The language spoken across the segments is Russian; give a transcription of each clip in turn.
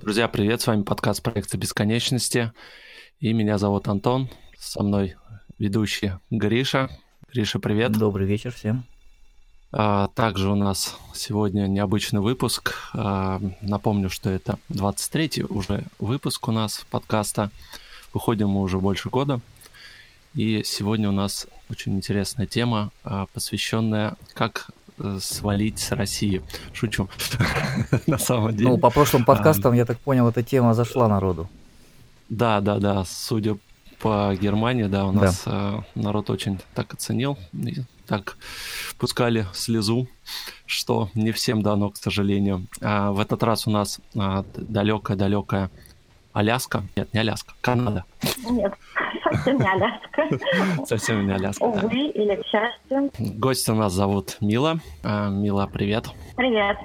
Друзья, привет! С вами подкаст «Проекция бесконечности». И меня зовут Антон. Со мной ведущий Гриша. Гриша, привет! Добрый вечер всем. Также у нас сегодня необычный выпуск. Напомню, что это 23-й уже выпуск у нас подкаста. Выходим мы уже больше года. И сегодня у нас очень интересная тема, посвященная «Как свалить с России». Шучу. На самом деле. Ну, по прошлым подкастам, я так понял, эта тема зашла народу. Да. Судя по Германии, да, у нас народ очень так оценил. И так пускали слезу, что не всем дано, к сожалению. В этот раз у нас далекая Аляска. Нет, не Аляска, Канада. Нет, совсем не Аляска. Совсем не Аляска, увы, или к счастью. Гостя у нас зовут Мила. Мила, привет. Привет.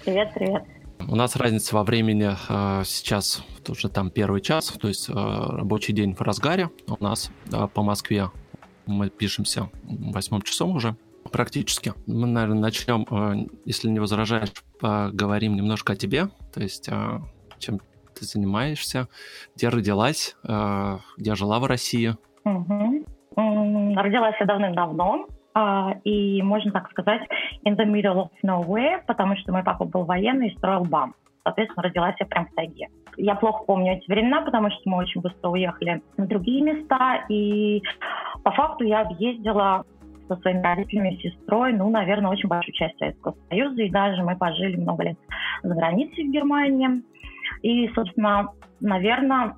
У нас разница во времени сейчас уже там первый час, то есть рабочий день в разгаре. У нас по Москве мы пишемся 8 часом уже практически. Мы, наверное, начнем, если не возражаешь, поговорим немножко о тебе, то есть чем ты занимаешься, где родилась, где жила в России. Родилась я давным-давно. И, можно так сказать, in the middle of nowhere, потому что мой папа был военный и строил БАМ. Соответственно, родилась я прям в тайге. Я плохо помню эти времена, потому что мы очень быстро уехали в другие места. И по факту я объездила со своими родителями и сестрой, наверное, очень большую часть Советского Союза. И даже мы пожили много лет за границей в Германии. И, собственно, наверное,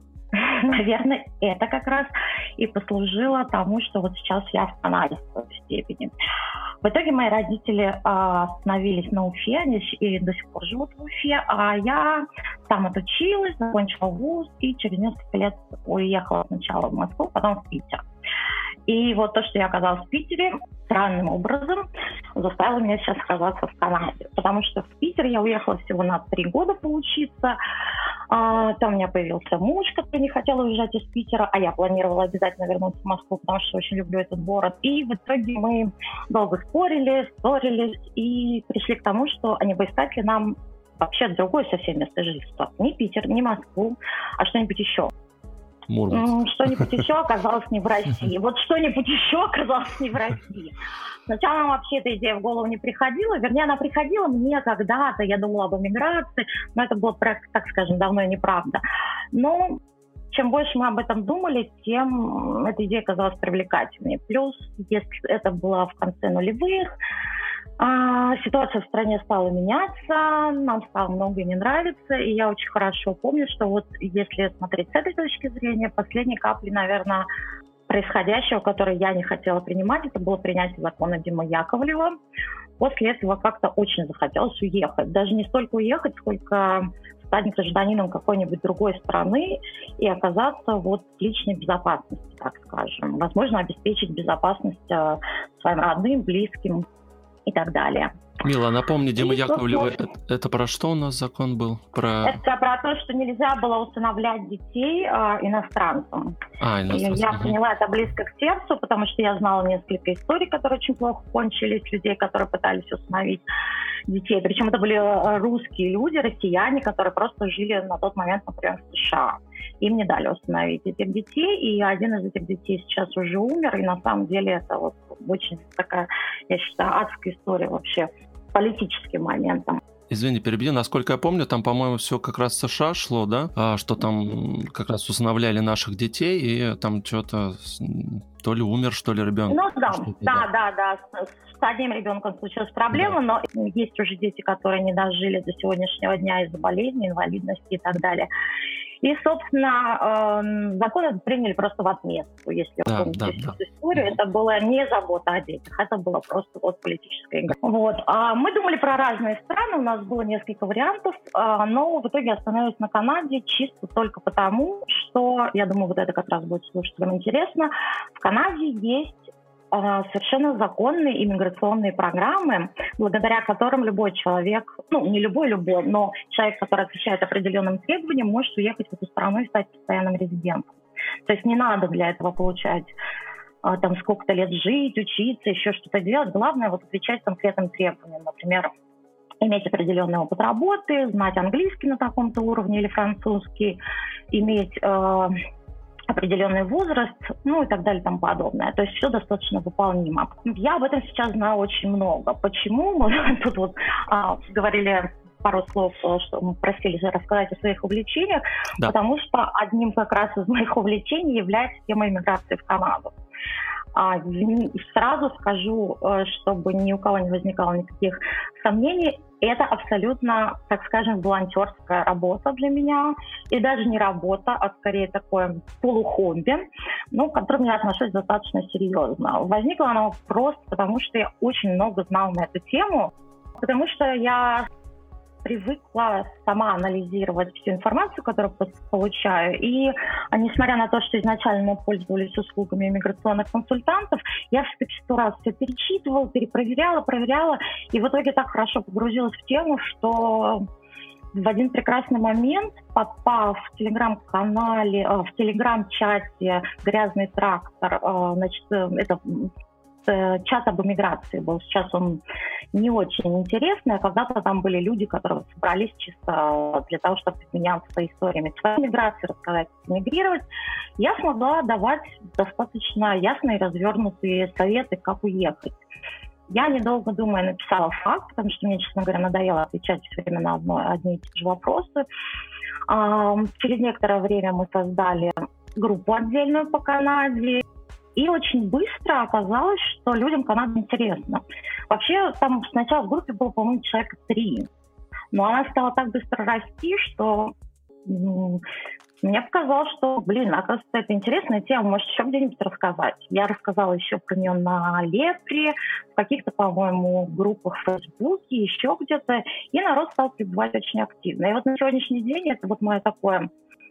это как раз и послужило тому, что вот сейчас я в Канаде в какой-то степени. В итоге мои родители остановились на Уфе, они и до сих пор живут в Уфе, а я там отучилась, закончила вуз и через несколько лет уехала сначала в Москву, потом в Питер. И вот то, что я оказалась в Питере, странным образом заставило меня сейчас оказаться в Канаде. Потому что в Питер я уехала всего на 3 года поучиться. Там у меня появился муж, который не хотел уезжать из Питера, а я планировала обязательно вернуться в Москву, потому что очень люблю этот город. И в итоге мы долго ссорились и пришли к тому, что они бы искали нам вообще другое совсем место жительства. Не Питер, не Москву, а что-нибудь еще. Что-нибудь еще оказалось не в России. Вот что-нибудь еще оказалось не в России. Сначала нам вообще эта идея в голову не приходила. Вернее, она приходила мне когда-то. Я думала об эмиграции, но это было, так скажем, давно и неправда. Но чем больше мы об этом думали, тем эта идея казалась привлекательнее. Плюс, если это было в конце нулевых, ситуация в стране стала меняться, нам стало многое не нравиться, и я очень хорошо помню, что вот если смотреть с этой точки зрения, последней каплей, наверное, происходящего, которое я не хотела принимать, это было принятие закона Димы Яковлева. После этого как-то очень захотелось уехать. Даже не столько уехать, сколько стать гражданином какой-нибудь другой страны и оказаться вот в личной безопасности, так скажем. Возможно, обеспечить безопасность своим родным, близким и так далее. Мила, напомни, Дима Яковлева, это про что у нас закон был? Это про то, что нельзя было усыновлять детей иностранцам. Я поняла это близко к сердцу, потому что я знала несколько историй, которые очень плохо кончились, людей, которые пытались усыновить детей. Причем это были русские люди, россияне, которые просто жили на тот момент, например, в США. Им не дали усыновить этих детей, и один из этих детей сейчас уже умер, и на самом деле это вот очень такая, я считаю, адская история вообще с политическим моментом. Извини, перебью. Насколько я помню, там, по-моему, все как раз в США шло, да? Что там как раз усыновляли наших детей, и там что-то то ли умер, что ли, ребенок. Да. С одним ребенком случилась проблема, но есть уже дети, которые не дожили до сегодняшнего дня из-за болезни, инвалидности и так далее. И, собственно, закон этот приняли просто в отместку, если вы помните эту историю. Это была не забота о детях, это была просто политическая игра. Мы думали про разные страны, у нас было несколько вариантов, но в итоге остановились на Канаде чисто только потому, что, я думаю, вот это как раз будет слушателям интересно, в Канаде есть совершенно законные иммиграционные программы, благодаря которым любой человек, не любой, но человек, который отвечает определенным требованиям, может уехать в эту страну и стать постоянным резидентом. То есть не надо для этого получать там сколько-то лет жить, учиться, еще что-то делать. Главное отвечать конкретным требованиям. Например, иметь определенный опыт работы, знать английский на таком-то уровне или французский, иметь определенный возраст, ну и так далее и тому подобное. То есть все достаточно выполнимо. Я об этом сейчас знаю очень много. Почему? Мы тут вот говорили пару слов, что мы просили рассказать о своих увлечениях, да. Потому что одним как раз из моих увлечений является тема иммиграции в Канаду. Сразу скажу, чтобы ни у кого не возникало никаких сомнений, это абсолютно, так скажем, волонтерская работа для меня. И даже не работа, а скорее такое полухобби, к которому я отношусь достаточно серьезно. Возникло оно просто потому, что я очень много знала на эту тему, потому что я привыкла сама анализировать всю информацию, которую получаю. И несмотря на то, что изначально мы пользовались услугами иммиграционных консультантов, я все-таки 100 раз все перечитывала, проверяла. И в итоге так хорошо погрузилась в тему, что в один прекрасный момент, попав в телеграм-канале, в телеграм-чате «Грязный трактор», это чат об эмиграции был. Сейчас он не очень интересный, а когда-то там были люди, которые собрались чисто для того, чтобы обменяться историями своей миграции, рассказать, как эмигрировать. Я смогла давать достаточно ясные, развернутые советы, как уехать. Я, недолго думая, написала факт, потому что мне, честно говоря, надоело отвечать все время на одни и те же вопросы. Через некоторое время мы создали группу отдельную по Канаде. И очень быстро оказалось, что людям Канада интересна. Вообще, там сначала в группе было, по-моему, человека 3. Но она стала так быстро расти, что мне показалось, что, оказывается, это интересная тема, может, еще где-нибудь рассказать. Я рассказала еще про нее на Лепре, в каких-то, по-моему, группах в Фейсбуке, еще где-то. И народ стал прибывать очень активно. И вот на сегодняшний день это вот мое такое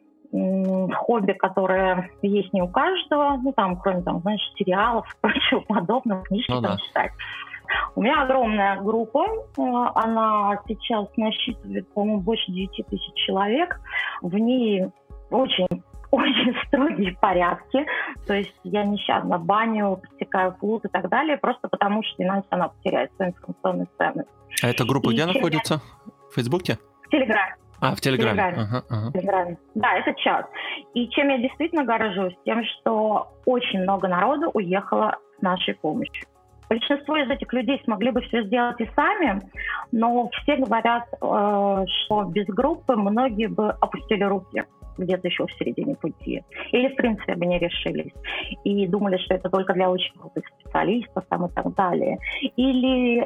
хобби, которое есть не у каждого, кроме сериалов и прочего подобного, книжки читать. У меня огромная группа, она сейчас насчитывает, по-моему, больше 9 тысяч человек. В ней очень строгие порядки, то есть я нещадно баню, подсекаю плут и так далее, просто потому что иначе она потеряет свою информационную ценность. А эта группа где находится? В Фейсбуке? В Телеграме. В Телеграме. В Телеграме. Да, это чат. И чем я действительно горжусь? Тем, что очень много народу уехало с нашей помощью. Большинство из этих людей смогли бы все сделать и сами, но все говорят, что без группы многие бы опустили руки где-то еще в середине пути. Или, в принципе, бы не решились. И думали, что это только для очень крутых специалистов и так далее. Или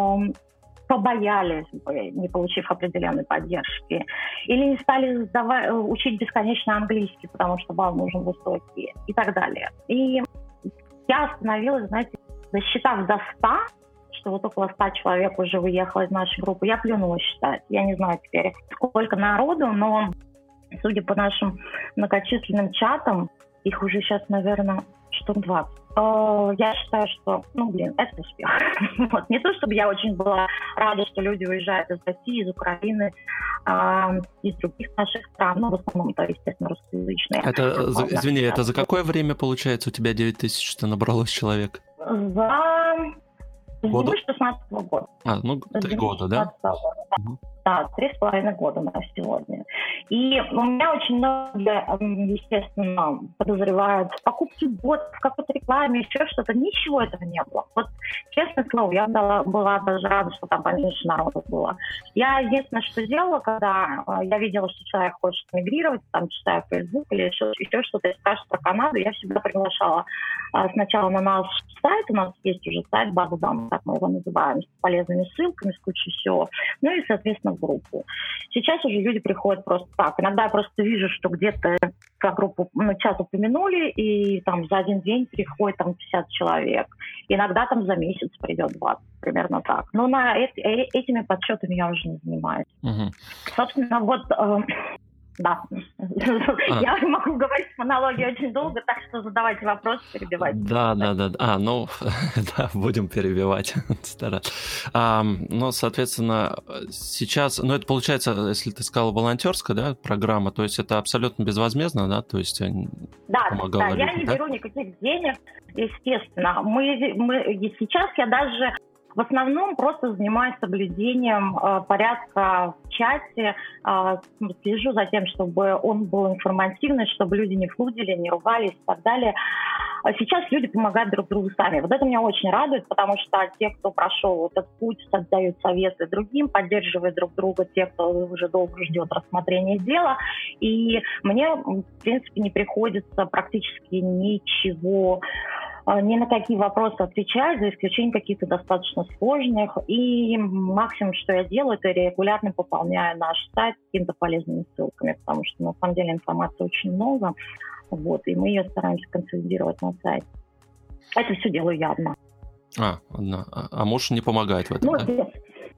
побоялись бы, не получив определенной поддержки. Или не стали учить бесконечно английский, потому что балл нужен высокий. И так далее. И я остановилась, засчитав до 100, что вот около 100 человек уже выехало из нашей группы. Я плюнула считать. Я не знаю теперь, сколько народу, но судя по нашим многочисленным чатам, их уже сейчас, наверное, штук 20. Я считаю, что, это успех. Вот. Не то, чтобы я очень была рада, что люди уезжают из России, из Украины, из других наших стран, в основном, то, естественно, русскоязычные. Извини, это за какое время, получается, у тебя 9 тысяч, что набралось человек? За 2016 года. 3 года, да? Да, 3,5 года у нас сегодня. И у меня очень многие, естественно, подозревают в покупке ботов, в какой-то рекламе, еще что-то. Ничего этого не было. Вот, честное слово, я была даже рада, что там поменьше народу было. Я единственное, что делала, когда я видела, что человек хочет мигрировать, читая Facebook или еще что-то, и спрашивает про Канаду, я всегда приглашала сначала на наш сайт, у нас есть уже сайт, база данных, так мы его называем, с полезными ссылками, с кучей всего. И, соответственно, в группу. Сейчас уже люди приходят просто так. Иногда я просто вижу, что где-то про группу чат упомянули, и за один день приходит 50 человек. Иногда за месяц придет 20. Примерно так. Но этими подсчетами я уже не занимаюсь. Угу. Собственно, да. Я могу говорить монологи очень долго, так что задавайте вопросы, перебивайте. Да. Да, будем перебивать. Соответственно, сейчас, это получается, если ты сказала волонтерская, да, программа, то есть это абсолютно безвозмездно, да, то есть помогала людям, я не беру никаких денег, естественно. Сейчас я даже В основном просто занимаюсь соблюдением порядка в чате, слежу за тем, чтобы он был информативный, чтобы люди не флудили, не ругались и так далее. Сейчас люди помогают друг другу сами. Вот это меня очень радует, потому что те, кто прошел этот путь, отдают советы другим, поддерживают друг друга, те, кто уже долго ждет рассмотрения дела. И мне, в принципе, не приходится практически ничего, ни на какие вопросы отвечать, за исключением каких-то достаточно сложных. И максимум, что я делаю, это регулярно пополняю наш сайт какими-то полезными ссылками, потому что на самом деле информации очень много, вот, и мы ее стараемся консолидировать на сайте. Это все делаю я одна. А муж не помогает в этом, да?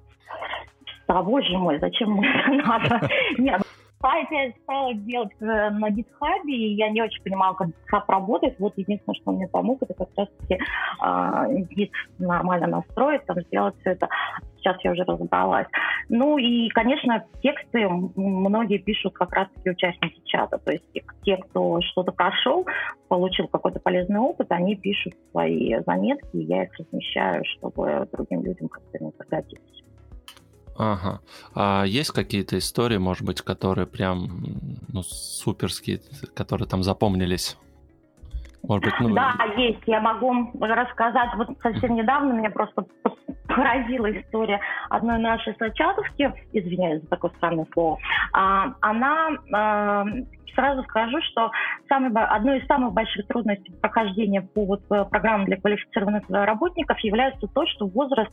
Да, боже мой, зачем мне это надо? Нет, сайт я стала делать на GitHub, и я не очень понимала, как GitHub работает. Вот единственное, что он мне помог, это как раз-таки Git нормально настроить, там сделать все это. Сейчас я уже разобралась. Ну и, конечно, тексты многие пишут как раз-таки участники чата. То есть те, кто что-то прошел, получил какой-то полезный опыт, они пишут свои заметки, и я их размещаю, чтобы другим людям как-то не пригодились. Ага. А есть какие-то истории, может быть, которые прям суперские, которые там запомнились? Может быть, Да, есть. Я могу рассказать. Вот совсем недавно меня просто поразила история одной нашей сочатовки, извиняюсь за такое странное слово. Она, сразу скажу, что одной из самых больших трудностей прохождения по программам для квалифицированных работников является то, что возраст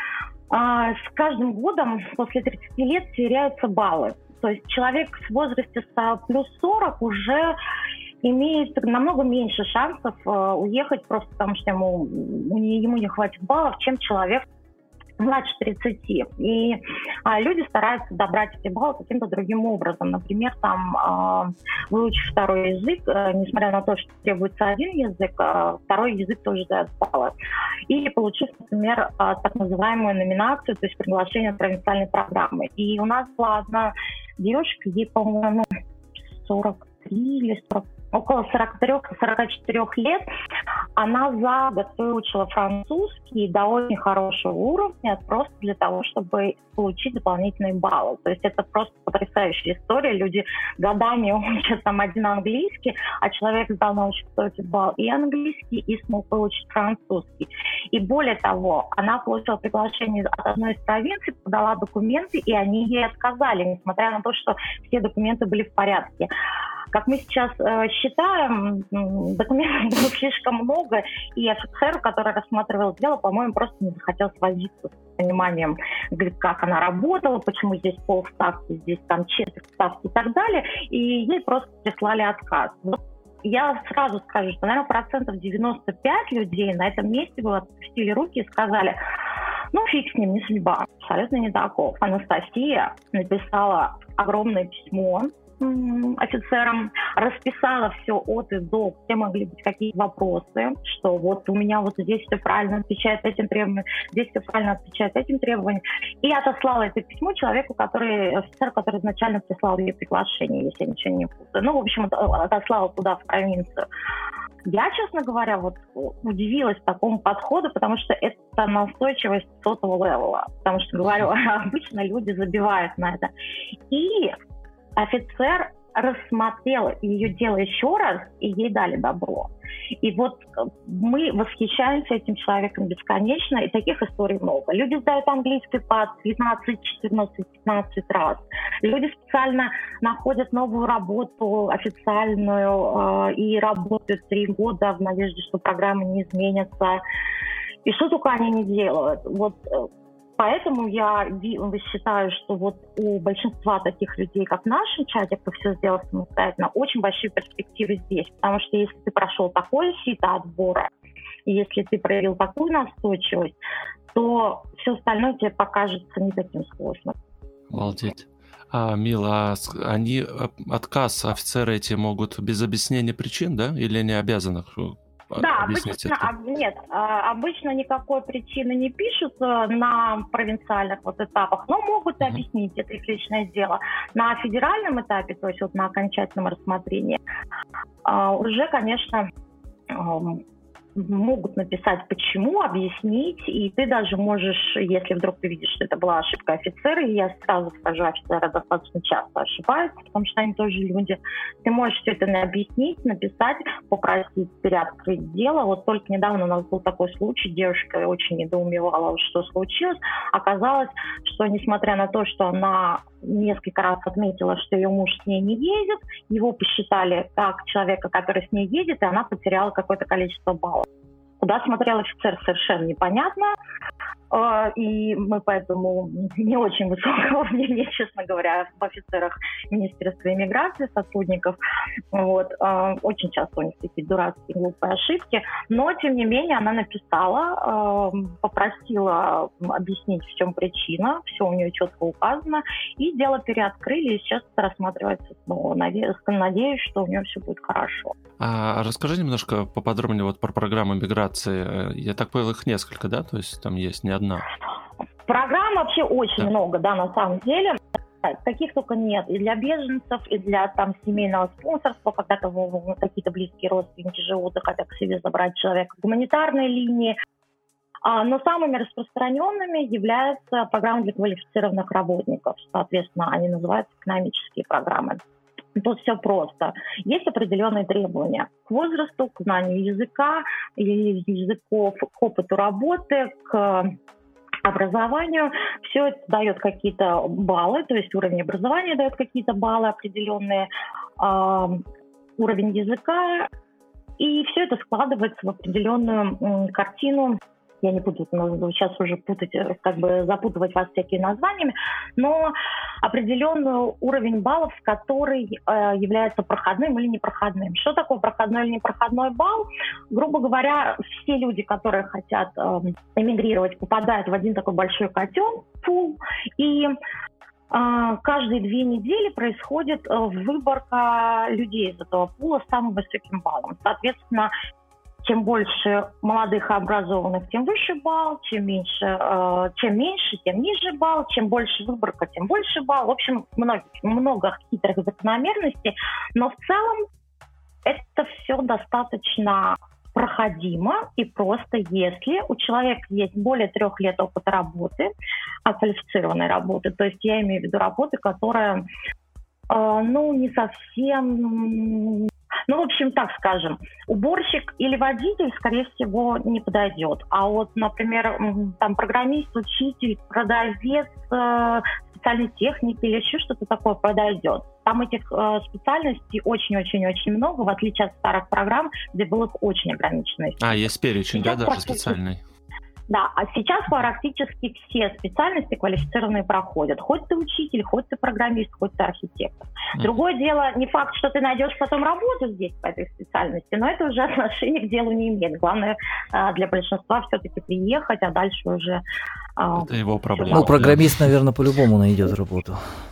с каждым годом после 30 лет теряются баллы. То есть человек в возрасте плюс 40 уже имеет намного меньше шансов уехать просто потому, что ему не хватит баллов, чем человек младше 30. И люди стараются добрать эти баллы каким-то другим образом. Например, там, выучив второй язык, несмотря на то, что требуется один язык, второй язык тоже дает баллы. Или получив, например, так называемую номинацию, то есть приглашение от провинциальной программы. И у нас была девушка, ей, по-моему, 43 или 40, около 43-44 лет. Она за год выучила французский до очень хорошего уровня просто для того, чтобы получить дополнительные баллы. То есть это просто потрясающая история. Люди годами учат там один английский, а человек сдал на очень высокий балл и английский, и смог выучить французский. И более того, она получила приглашение от одной из провинций, подала документы, и они ей отказали, несмотря на то, что все документы были в порядке. Как мы сейчас считаем, документов было слишком много, и офицер, который рассматривал дело, по-моему, просто не захотел свозиться с пониманием, говорит, как она работала, почему здесь полставки, здесь там четверть ставки и так далее, и ей просто прислали отказ. Я сразу скажу, что, наверное, 95% людей на этом месте бы отпустили руки и сказали, фиг с ним, не судьба. Абсолютно не таков. Анастасия написала огромное письмо офицерам, расписала все от и до, где могли быть какие вопросы, что вот у меня вот здесь все правильно отвечает этим требованиям, здесь все правильно отвечает этим требованиям, и отослала это письмо человеку, офицеру, который изначально прислал ей приглашение, если я ничего не путаю. В общем, отослала туда, в провинцию. Я, честно говоря, удивилась такому подходу, потому что это настойчивость сотого левела, потому что, говорю, обычно люди забивают на это. И офицер рассмотрел ее дело еще раз, и ей дали добро. И мы восхищаемся этим человеком бесконечно, и таких историй много. Люди сдают английский по 15, 14, 15 раз. Люди специально находят новую работу официальную и работают 3 года в надежде, что программы не изменятся. И что только они не делают. Поэтому я считаю, что у большинства таких людей, как в нашем чате, кто все сделал самостоятельно, очень большие перспективы здесь. Потому что если ты прошел такое сито отбора, и если ты проявил такую настойчивость, то все остальное тебе покажется не таким сложным. Обалдеть. Мила, они отказ офицеры эти могут без объяснения причин, да? Или не обязаны? Да, обычно никакой причины не пишут на провинциальных этапах, но могут объяснить, это их личное дело. На федеральном этапе, то есть на окончательном рассмотрении, уже, конечно, могут написать почему, объяснить, и ты даже можешь, если вдруг ты видишь, что это была ошибка офицера, и я сразу скажу, офицеры достаточно часто ошибаются, потому что они тоже люди, ты можешь все это объяснить, написать, попросить переоткрыть дело. Вот только недавно у нас был такой случай, девушка очень недоумевала, что случилось. Оказалось, что несмотря на то, что она несколько раз отметила, что ее муж с ней не едет, его посчитали как человека, который с ней едет, и она потеряла какое-то количество баллов. Куда смотрел офицер, совершенно непонятно. И мы поэтому не очень высокого мнения, честно говоря, об офицерах Министерства иммиграции, сотрудников. Вот. Очень часто у них такие дурацкие, глупые ошибки. Но, тем не менее, она написала, попросила объяснить, в чем причина. Все у нее четко указано. И дело переоткрыли, и сейчас это рассматривается снова. Надеюсь, что у нее все будет хорошо. А расскажи немножко поподробнее вот про программу миграции. Я так понял, их несколько, да? То есть там есть не одна. Программ вообще очень много, да, на самом деле. Каких только нет. И для беженцев, и для там семейного спонсорства, когда какие-то близкие родственники живут и хотят к себе забрать человека. Гуманитарные линии. Но самыми распространенными являются программы для квалифицированных работников. Соответственно, они называются экономические программы. Тут все просто. Есть определенные требования к возрасту, к знанию языка, языков, к опыту работы, к образованию. Все это дает какие-то баллы, то есть уровень образования дает какие-то баллы определенные, уровень языка, и все это складывается в определенную картину. Я не буду сейчас уже запутывать вас всякими названиями, но определенный уровень баллов, который является проходным или непроходным. Что такое проходной или непроходной балл? Грубо говоря, все люди, которые хотят эмигрировать, попадают в один такой большой котел, пул, и каждые 2 недели происходит выборка людей из этого пула с самым высоким баллом. Соответственно, чем больше молодых и образованных, тем выше балл, чем меньше, тем ниже балл, чем больше выборка, тем больше балл. В общем, много хитрых закономерностей, но в целом это все достаточно проходимо и просто, если у человека есть более 3 лет опыта работы, квалифицированной работы, то есть я имею в виду работы, которая, не совсем... в общем, так скажем, уборщик или водитель, скорее всего, не подойдет. А вот, например, там программист, учитель, продавец, специальной техники или еще что-то такое подойдет. Там этих специальностей очень-очень-очень много, в отличие от старых программ, где было их очень ограниченное. Есть перечень, да, даже специальный? Да, а сейчас практически все специальности квалифицированные проходят. Хоть ты учитель, хоть ты программист, хоть ты архитектор. Другое дело, не факт, что ты найдешь потом работу здесь по этой специальности, но это уже отношение к делу не имеет. Главное для большинства все-таки приехать, а дальше уже... это его проблема. Программист, наверное, по-любому найдет работу.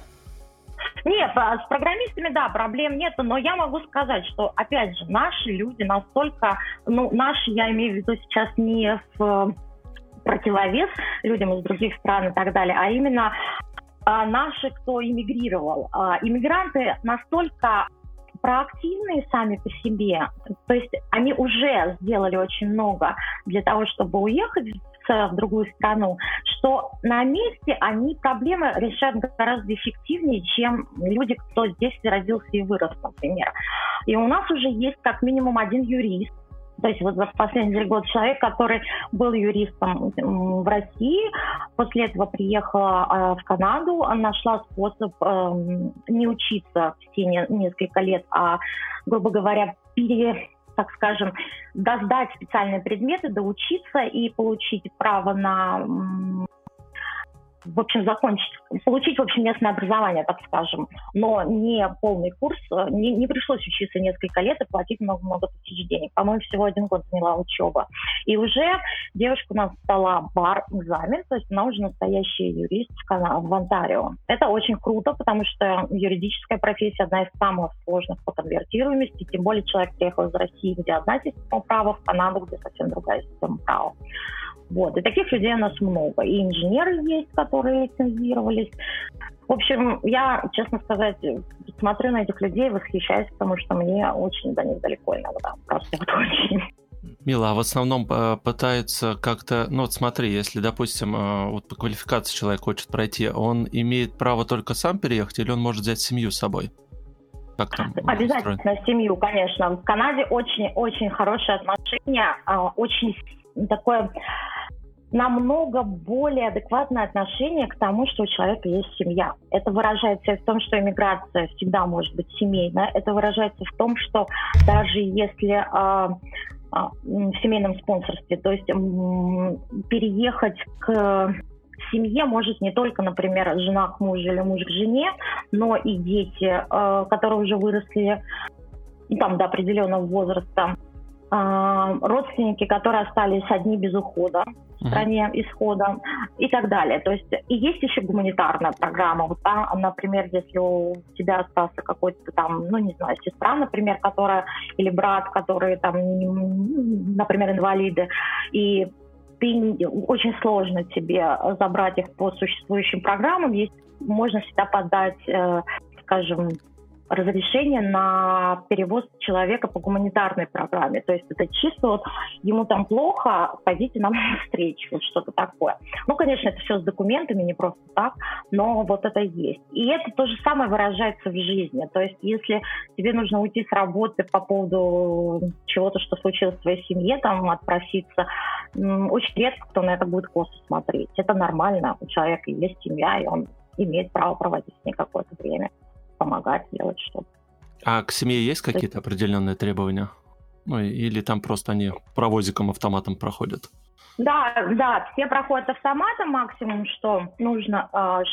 Нет, с программистами, да, проблем нет, но я могу сказать, что, опять же, наши люди настолько... наши, я имею в виду сейчас не в противовес людям из других стран и так далее, а именно наши, кто эмигрировал. Иммигранты настолько проактивные сами по себе, то есть они уже сделали очень много для того, чтобы уехать в другую страну, что на месте они проблемы решают гораздо эффективнее, чем люди, кто здесь родился и вырос, например. И у нас уже есть как минимум 1 юрист. То есть вот за последний год человек, который был юристом в России, после этого приехала в Канаду, нашла способ не учиться все несколько лет, а, грубо говоря, так скажем, сдать специальные предметы, доучиться и получить право на... в общем, получить, местное образование, так скажем, но не полный курс, не пришлось учиться несколько лет и платить много-много тысяч денег. По-моему, всего 1 год заняла учеба. И уже девушка у нас сдала бар-экзамен, то есть она уже настоящий юрист в Онтарио. Это очень круто, потому что юридическая профессия одна из самых сложных по конвертируемости, тем более человек приехал из России, где одна система права, в Канаду, где совсем другая система права. Вот. И таких людей у нас много. И инженеры есть, которые лицензировались. В общем, я, честно сказать, смотрю на этих людей, восхищаюсь, потому что мне очень до них далеко иногда. Просто вот очень. Мила, а в основном пытаются как-то... Ну вот смотри, если, допустим, вот по квалификации человек хочет пройти, он имеет право только сам переехать или он может взять семью с собой? Как там Обязательно устроено? семью, конечно. В Канаде очень-очень хорошие отношения, очень такое намного более адекватное отношение к тому, что у человека есть семья. Это выражается в том, что иммиграция всегда может быть семейная. Это выражается в том, что даже если в семейном спонсорстве, то есть переехать к семье может не только, например, жена к мужу или муж к жене, но и дети, которые уже выросли там, до определенного возраста, родственники, которые остались одни без ухода в стране исхода и так далее. То есть и есть еще гуманитарная программа. Вот, например, если у тебя остался какой-то там, ну не знаю, сестра, например, которая или брат, которые там, например, инвалиды, и очень сложно тебе забрать их по существующим программам, можно всегда подать, скажем, разрешение на перевоз человека по гуманитарной программе. То есть это чисто вот ему там плохо, пойдите нам навстречу, вот что-то такое. Ну, конечно, это все с документами, не просто так, но вот это есть. И это то же самое выражается в жизни. То есть если тебе нужно уйти с работы по поводу чего-то, что случилось в твоей семье, там отпроситься, очень редко кто на это будет косо смотреть. Это нормально. У человека есть семья, и он имеет право проводить с ней какое-то время, помогать, делать что-то. А к семье есть какие-то определенные требования? Ну, или там просто они паровозиком, автоматом проходят? Да, все проходят автоматом, максимум, что нужно,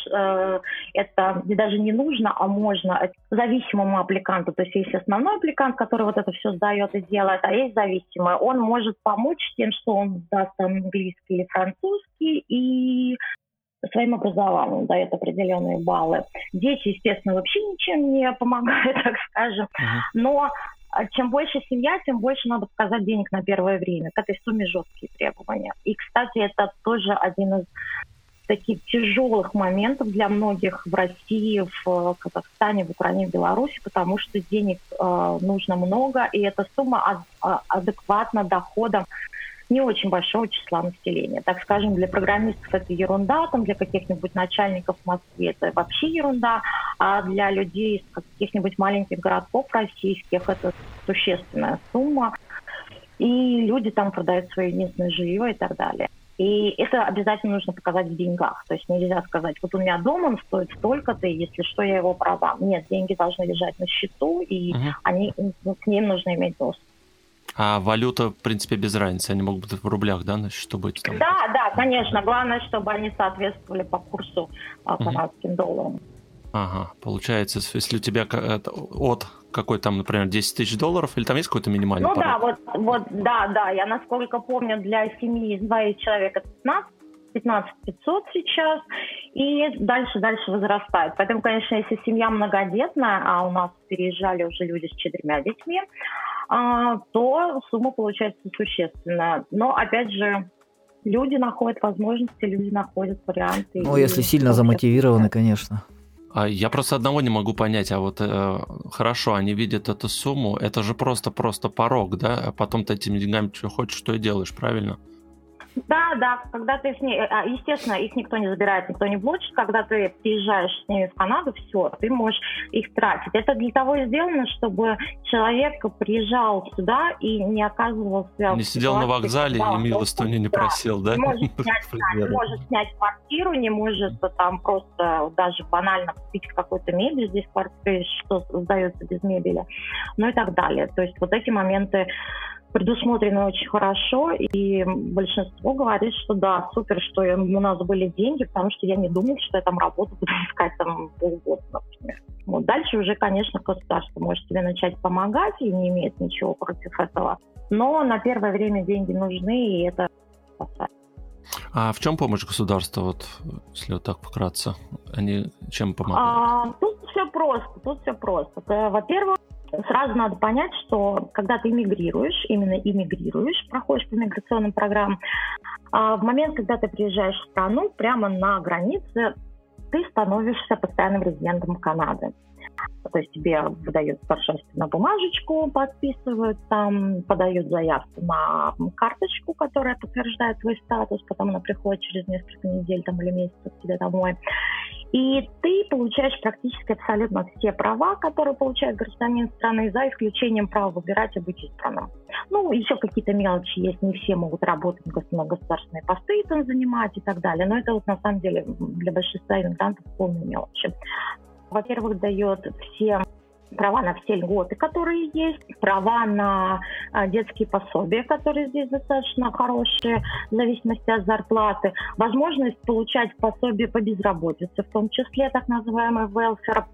это даже не нужно, а можно зависимому аппликанту. То есть есть основной аппликант, который вот это все сдает и делает, а есть зависимый. Он может помочь тем, что он сдаст английский или французский, и своим образованием дает определенные баллы. Дети, естественно, вообще ничем не помогают, так скажем. Но чем больше семья, тем больше надо показать денег на первое время. К этой сумме жесткие требования. И, кстати, это тоже один из таких тяжелых моментов для многих в России, в Казахстане, в Украине, в Беларуси, потому что денег нужно много, и эта сумма адекватна доходам не очень большого числа населения. Так скажем, для программистов это ерунда, там для каких-нибудь начальников в Москве это вообще ерунда, а для людей из каких-нибудь маленьких городков российских это существенная сумма. И люди там продают свое единственное жилье и так далее. И это обязательно нужно показать в деньгах. То есть нельзя сказать, вот у меня дом, он стоит столько-то, и если что, я его продам. Нет, деньги должны лежать на счету, и к ним нужно иметь доступ. А валюта, в принципе, без разницы. Они могут быть в рублях, да, на счету быть? Там? Да, конечно. Главное, чтобы они соответствовали по курсу канадским долларам. Ага, получается, если у тебя от какой там, например, 10 тысяч долларов, или там есть какой-то минимальный порог? Да, я насколько помню, для семьи из 2 человек это 15 500 сейчас, и дальше возрастает. Поэтому, конечно, если семья многодетная, а у нас переезжали уже люди с 4 детьми, то сумма получается существенная. Но, опять же, люди находят возможности, люди находят варианты. Ну, если сильно замотивированы, конечно. Я просто одного не могу понять, а вот хорошо, они видят эту сумму, это же просто порог, да? А потом ты этими деньгами что хочешь, что и делаешь, правильно? Да, когда ты с ней, естественно, их никто не забирает, никто не блочит, когда ты приезжаешь с ними в Канаду, все, ты можешь их тратить. Это для того и сделано, чтобы человек приезжал сюда и не оказывался... Не сидел на вокзале и милостыню не просил, да? Не может снять квартиру, не может там просто даже банально купить какую-то мебель здесь в квартире, что сдается без мебели, ну и так далее. То есть вот эти моменты предусмотрены очень хорошо, и большинство говорит, что да, супер, что у нас были деньги, потому что я не думал, что я там работу буду искать там полгода, например. Вот дальше уже, конечно, государство может тебе начать помогать и не имеет ничего против этого. Но на первое время деньги нужны, и это спасает. А в чем помощь государства, вот, если вот так вкратце? Они чем помогают? Тут все просто. Во-первых, сразу надо понять, что когда ты иммигрируешь, проходишь по миграционным программам, в момент, когда ты приезжаешь в страну, прямо на границе ты становишься постоянным резидентом Канады. то есть тебе выдают торжественную бумажечку, подписывают, там подают заявку на карточку, которая подтверждает твой статус, потом она приходит через несколько недель там, или месяцев к тебе домой. И ты получаешь практически абсолютно все права, которые получает гражданин страны, за исключением права выбирать и быть избранным. Ну, еще какие-то мелочи есть, не все могут работать на государственные посты там занимать и так далее, но это вот на самом деле для большинства иммигрантов полные мелочи. Во-первых, дает все права на все льготы, которые есть, права на детские пособия, которые здесь достаточно хорошие, в зависимости от зарплаты, возможность получать пособие по безработице, в том числе так называемый welfare,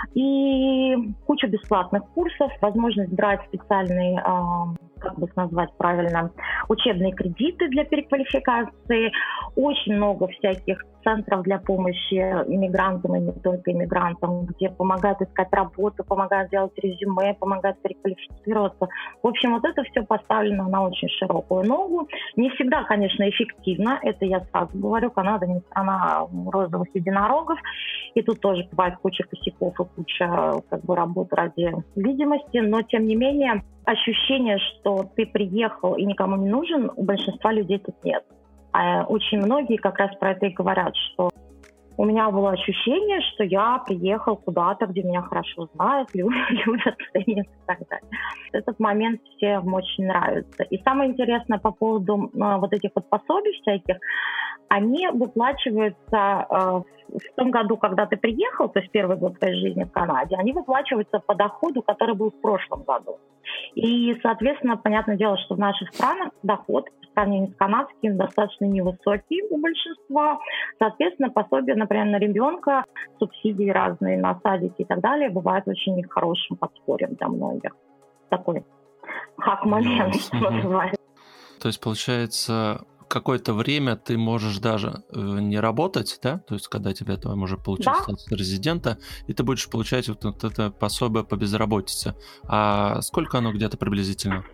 и кучу бесплатных курсов, возможность брать специальные, как бы назвать правильно, учебные кредиты для переквалификации, очень много всяких центров для помощи иммигрантам и не только иммигрантам, где помогают искать работу, помогают делать резюме, помогают переквалифицироваться. В общем, вот это все поставлено на очень широкую ногу. Не всегда, конечно, эффективно, это я сразу говорю, Канада не страна розовых единорогов, и тут тоже бывает куча косяков и куча как бы работы ради видимости, но тем не менее ощущение, что ты приехал и никому не нужен, у большинства людей тут нет. А очень многие как раз про это и говорят, что у меня было ощущение, что я приехал куда-то, где меня хорошо знают, любят, ценят и так далее. Этот момент всем очень нравится. И самое интересное по поводу вот этих вот пособий всяких, они выплачиваются в том году, когда ты приехал, то есть первый год твоей жизни в Канаде, они выплачиваются по доходу, который был в прошлом году. И, соответственно, понятное дело, что в наших странах доход по сравнению с канадским достаточно невысокий у большинства. Соответственно, пособие, например, на ребенка, субсидии разные на садики и так далее, бывают очень хорошим подспорьем для многих. Такой хак-момент, что называется. То есть, получается, какое-то время ты можешь даже не работать, да? То есть, когда тебе там уже получить статус резидента, и ты будешь получать вот это пособие по безработице. А сколько оно где-то приблизительно?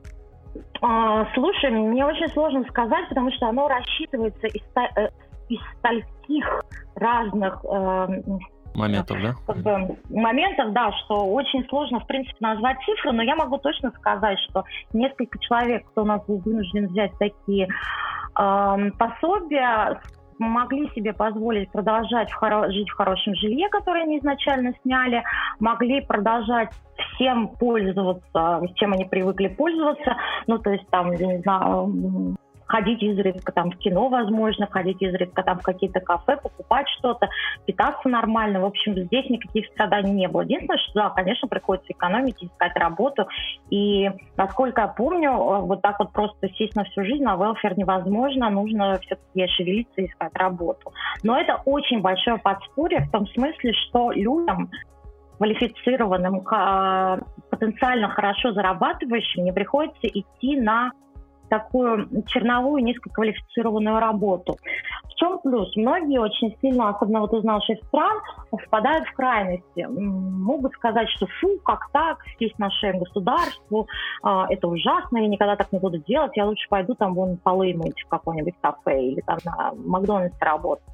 Слушай, мне очень сложно сказать, потому что оно рассчитывается из стольких разных моментов, да? Как бы, моментов, да, что очень сложно, в принципе, назвать цифры, но я могу точно сказать, что несколько человек, кто у нас был вынужден взять такие пособия, могли себе позволить продолжать жить в хорошем жилье, которое они изначально сняли, могли продолжать всем пользоваться, чем они привыкли пользоваться, ну, то есть там, я не знаю, ходить изредка там в кино, возможно, ходить изредка там в какие-то кафе, покупать что-то, питаться нормально. В общем, здесь никаких страданий не было. Единственное, что, да, конечно, приходится экономить, искать работу. И, насколько я помню, вот так вот просто сесть на всю жизнь на welfare невозможно. Нужно все-таки шевелиться и искать работу. Но это очень большое подспорье в том смысле, что людям, квалифицированным, потенциально хорошо зарабатывающим, не приходится идти на такую черновую, низкоквалифицированную работу. В чем плюс? Многие очень сильно, особенно вот из наших стран, впадают в крайности. Могут сказать, что фу, как так, сесть на шею государству, это ужасно, я никогда так не буду делать, я лучше пойду там вон полы мыть в какой-нибудь кафе или там на Макдональдсе работать.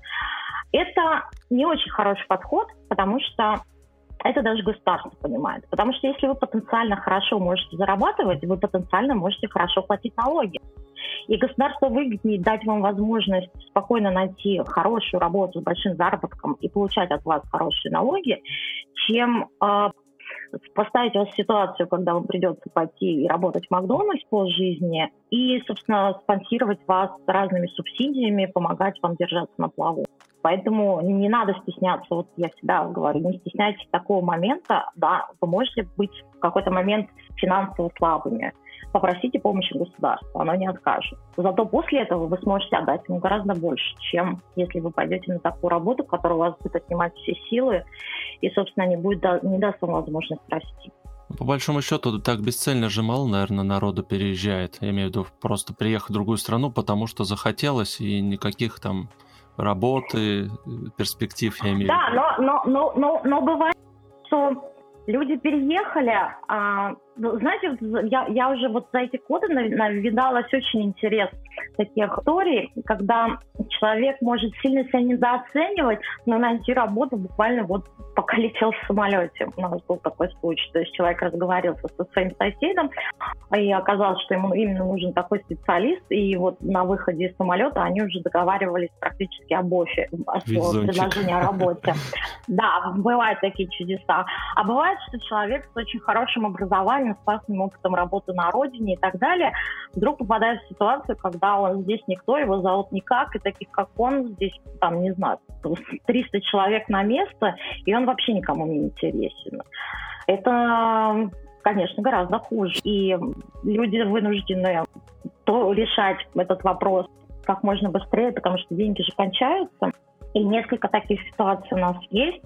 Это не очень хороший подход, потому что это даже государство понимает. Потому что если вы потенциально хорошо можете зарабатывать, вы потенциально можете хорошо платить налоги. И государство выгоднее дать вам возможность спокойно найти хорошую работу с большим заработком и получать от вас хорошие налоги, чем поставить вас в ситуацию, когда вам придется пойти и работать в Макдональдс полжизни и, собственно, спонсировать вас разными субсидиями, помогать вам держаться на плаву. Поэтому не надо стесняться, вот я всегда говорю, не стесняйтесь такого момента, да, вы можете быть в какой-то момент финансово слабыми. Попросите помощи государства, оно не откажет. Зато после этого вы сможете отдать ему гораздо больше, чем если вы пойдете на такую работу, которая у вас будет отнимать все силы и, собственно, не даст вам возможность расти. По большому счету, так бесцельно же мало, наверное, народу переезжает. Я имею в виду просто приехать в другую страну, потому что захотелось, и никаких там работы, перспектив, я имею в виду. Да, но бывает, что люди переехали, Знаете, я уже вот за эти годы навидалась очень интересных таких историй, когда человек может сильно себя недооценивать, но найти работу буквально вот пока летел в самолете. У нас был такой случай. То есть человек разговаривался со своим соседом, и оказалось, что ему именно нужен такой специалист, и вот на выходе из самолета они уже договаривались практически об предложении о работе. Да, бывают такие чудеса. А бывает, что человек с очень хорошим образованием, с классным опытом работы на родине и так далее, вдруг попадает в ситуацию, когда он здесь никто, его зовут никак, и таких, как он, здесь, там, не знаю, 300 человек на место, и он вообще никому не интересен. Это, конечно, гораздо хуже. И люди вынуждены решать этот вопрос как можно быстрее, потому что деньги же кончаются. И несколько таких ситуаций у нас есть.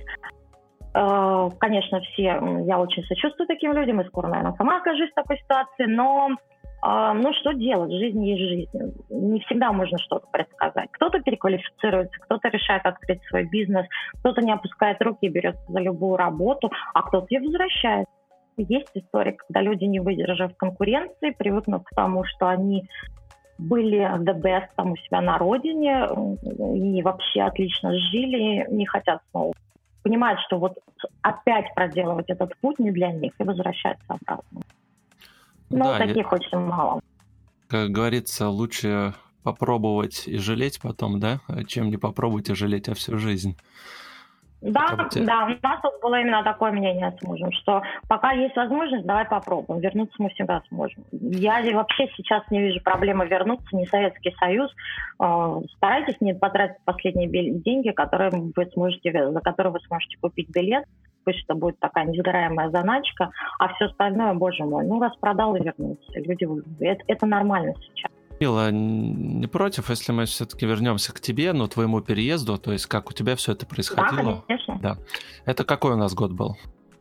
Конечно, я очень сочувствую таким людям, и скоро, наверное, сама окажусь в такой ситуации, но что делать? Жизнь есть жизнь. Не всегда можно что-то предсказать. Кто-то переквалифицируется, кто-то решает открыть свой бизнес, кто-то не опускает руки и берется за любую работу, а кто-то ее возвращает. Есть история, когда люди, не выдержав конкуренции, привыкнув к тому, что они были the best там у себя на родине и вообще отлично жили, не хотят снова. Понимают, что вот опять проделывать этот путь не для них и возвращаются обратно. Но да, таких очень мало. Как говорится, лучше попробовать и жалеть потом, да, чем не попробовать и жалеть всю жизнь. Да, да, у нас тут было именно такое мнение с мужем, что пока есть возможность, давай попробуем. Вернуться мы всегда сможем. Я вообще сейчас не вижу проблемы вернуться, не Советский Союз. Старайтесь не потратить последние деньги, за которые вы сможете купить билет. Пусть это будет такая несгораемая заначка, а все остальное, боже мой, распродал и вернулся. Люди, это нормально сейчас. Мила, не против, если мы все-таки вернемся к тебе, твоему переезду, то есть как у тебя все это происходило? Да, конечно. Да. Это какой у нас год был?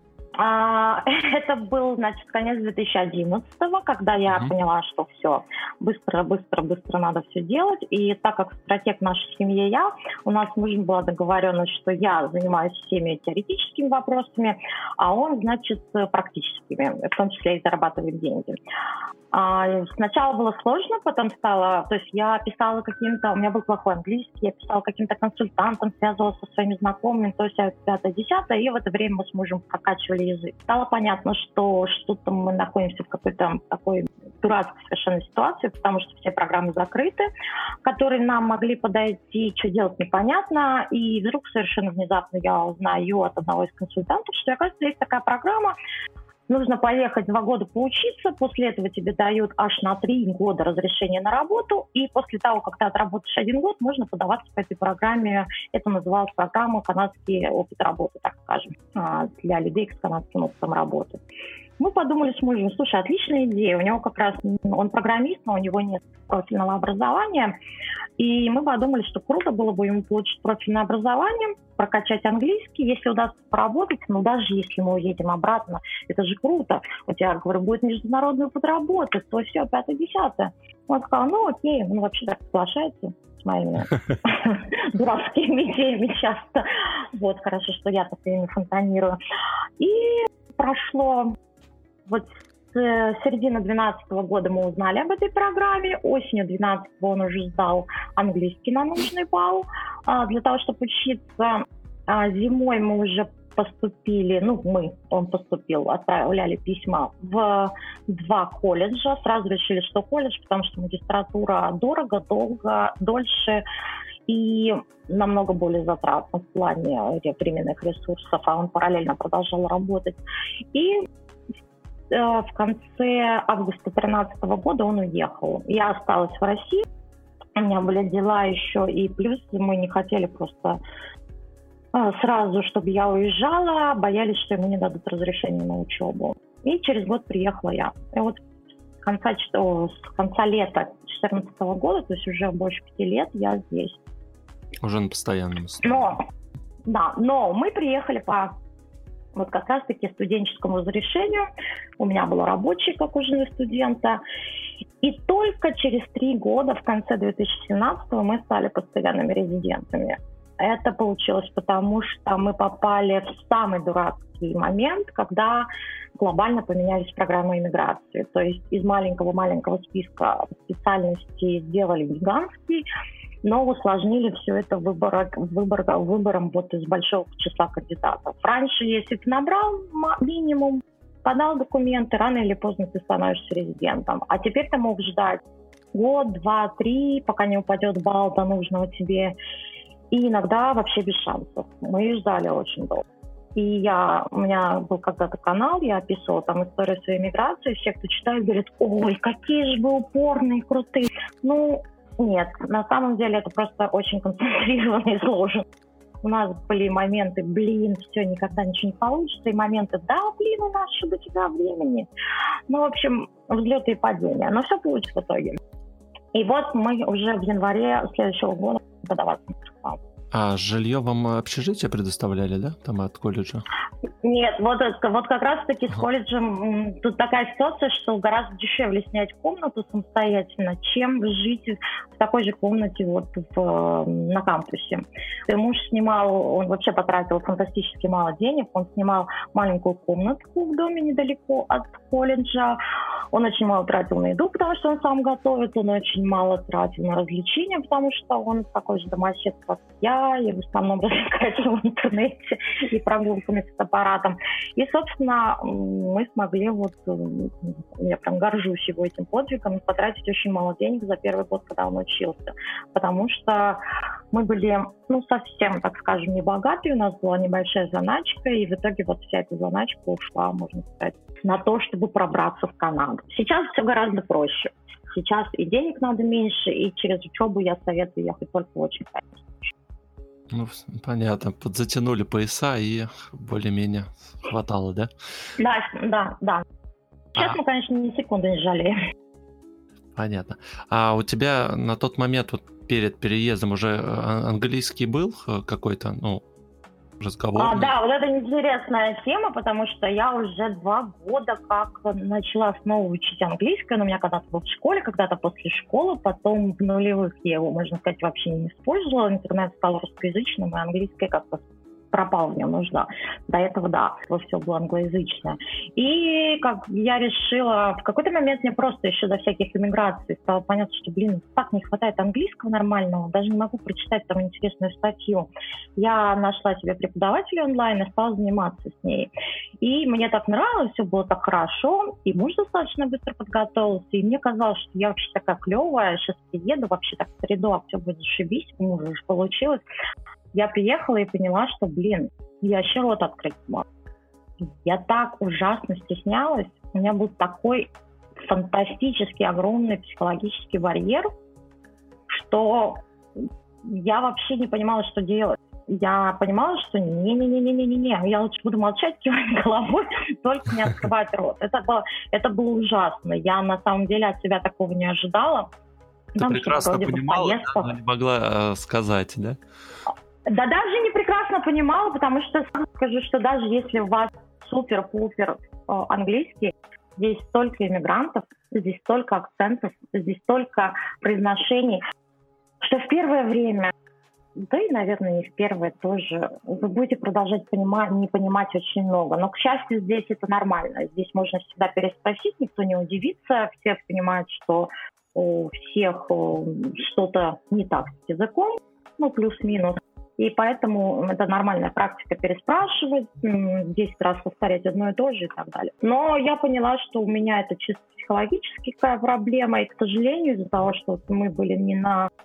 Это был, конец 2011-го, когда я поняла, что все, быстро надо все делать. И так как стратег нашей семьи у нас с мужем была договоренность, что я занимаюсь всеми теоретическими вопросами, а он, практическими, в том числе и зарабатывает деньги. Сначала было сложно, потом стало... То есть я писала у меня был плохой английский, я писала каким-то консультантам, связывалась со своими знакомыми, то есть 5-10, и в это время мы с мужем прокачивали язык. Стало понятно, что что-то мы находимся в какой-то такой дурацкой совершенно ситуации, потому что все программы закрыты, которые нам могли подойти, что делать непонятно, и вдруг совершенно внезапно я узнаю от одного из консультантов, что, оказывается, есть такая программа, нужно поехать 2 года поучиться, после этого тебе дают аж на 3 года разрешение на работу, и после того, как ты отработаешь 1 год, можно подаваться по этой программе. Это называлась программа «Канадский опыт работы», так скажем, для людей с канадским опытом работы. Мы подумали с мужем, слушай, отличная идея, у него как раз, он программист, но у него нет профильного образования, и мы подумали, что круто было бы ему получить профильное образование, прокачать английский, если удастся поработать, даже если мы уедем обратно, это же круто, у тебя, говорю, будет международный опыт работы, то все, 5-10. Он сказал, окей, он вообще так соглашается с моими дурацкими идеями часто. Вот, хорошо, что я так ими фонтанирую. И прошло с середины 2012 года мы узнали об этой программе. Осенью 2012 он уже сдал английский на нужный балл. Для того, чтобы учиться, зимой мы уже поступили, он поступил, отправляли письма в 2 колледжа. Сразу решили, что колледж, потому что магистратура дорого, долго, дольше и намного более затратно в плане временных ресурсов, а он параллельно продолжал работать. И в конце августа 2013 года он уехал. Я осталась в России, у меня были дела еще, и плюс мы не хотели просто сразу, чтобы я уезжала, боялись, что ему не дадут разрешение на учебу. И через год приехала я. И с конца лета 2014 года, то есть уже больше 5 лет, я здесь. Уже на постоянном основании. Но мы приехали по как раз-таки студенческому разрешению. У меня было рабочее, как у жены студента. И только через 3 года, в конце 2017-го, мы стали постоянными резидентами. Это получилось потому, что мы попали в самый дурацкий момент, когда глобально поменялись программы иммиграции. То есть из маленького-маленького списка специальностей сделали гигантский, но усложнили все это выбором вот из большого числа кандидатов. Раньше, если ты набрал минимум, подал документы, рано или поздно ты становишься резидентом. А теперь ты мог ждать год, 2, 3, пока не упадет балл до нужного тебе. И иногда вообще без шансов. Мы ждали очень долго. И у меня был когда-то канал, я описывала там историю своей миграции. Все, кто читает, говорят: ой, какие же вы упорные, крутые. Ну, нет, на самом деле это просто очень концентрированно и сложно. У нас были моменты: все, никогда ничего не получится. И моменты: у нас еще до тебя времени. Ну, в общем, взлеты и падения. Но все получится в итоге. И вот мы уже в январе следующего года подаваться на психфак. А жилье вам общежитие предоставляли, да, там от колледжа? Нет, вот как раз-таки с колледжем тут такая ситуация, что гораздо дешевле снять комнату самостоятельно, чем жить в такой же комнате на кампусе. И муж снимал, он вообще потратил фантастически мало денег, он снимал маленькую комнатку в доме недалеко от колледжа, он очень мало тратил на еду, потому что он сам готовит, он очень мало тратил на развлечения, потому что он такой же домосед, как я, и в основном развлекается в интернете и прогулками с фотоаппаратом. И, собственно, мы смогли, я прям горжусь его этим подвигом, потратить очень мало денег за первый год, когда он учился. Потому что мы были, совсем, так скажем, не богатые, у нас была небольшая заначка, и в итоге вся эта заначка ушла, можно сказать, на то, чтобы пробраться в Канаду. Сейчас все гораздо проще. Сейчас и денег надо меньше, и через учебу я советую ехать только очень конечно. Ну, понятно. Подзатянули пояса и более-менее хватало, да? Да. Честно, конечно, ни секунды не жалею. Понятно. А у тебя на тот момент, перед переездом, уже английский был какой-то, разговор? Да, это интересная тема, потому что я уже 2 года как начала снова учить английский. Он у меня когда-то был в школе, когда-то после школы, потом в нулевых я его, можно сказать, вообще не использовала. Интернет стал русскоязычным, и английский как-то пропал в нем нужда. До этого, да, все было англоязычное. И как я решила, в какой-то момент мне просто еще до всяких иммиграций стало понятно, что, так не хватает английского нормального, даже не могу прочитать там интересную статью. Я нашла себе преподавателя онлайн и стала заниматься с ней. И мне так нравилось, все было так хорошо, и муж достаточно быстро подготовился, и мне казалось, что я вообще такая клевая, сейчас приеду, вообще так в среду, а все будет зашибись, у мужа уже получилось. Я приехала и поняла, что, я вообще рот открыть не могу. Я так ужасно стеснялась. У меня был такой фантастически огромный психологический барьер, что я вообще не понимала, что делать. Я понимала, что не-не-не-не-не-не, я лучше буду молчать, кивать головой, только не открывать рот. Это было ужасно. Я на самом деле от себя такого не ожидала. Ты прекрасно понимала, но не могла сказать, да? Да даже не прекрасно понимала, потому что скажу, что даже если у вас супер-пупер английский, здесь столько иммигрантов, здесь столько акцентов, здесь столько произношений, что в первое время, да и, наверное, не в первое тоже, вы будете продолжать не понимать очень много. Но, к счастью, здесь это нормально. Здесь можно всегда переспросить, никто не удивится, все понимают, что у всех что-то не так с языком, плюс-минус. И поэтому это нормальная практика переспрашивать, 10 раз повторять одно и то же и так далее. Но я поняла, что у меня это чисто психологическая проблема, и, к сожалению, из-за того, что мы были не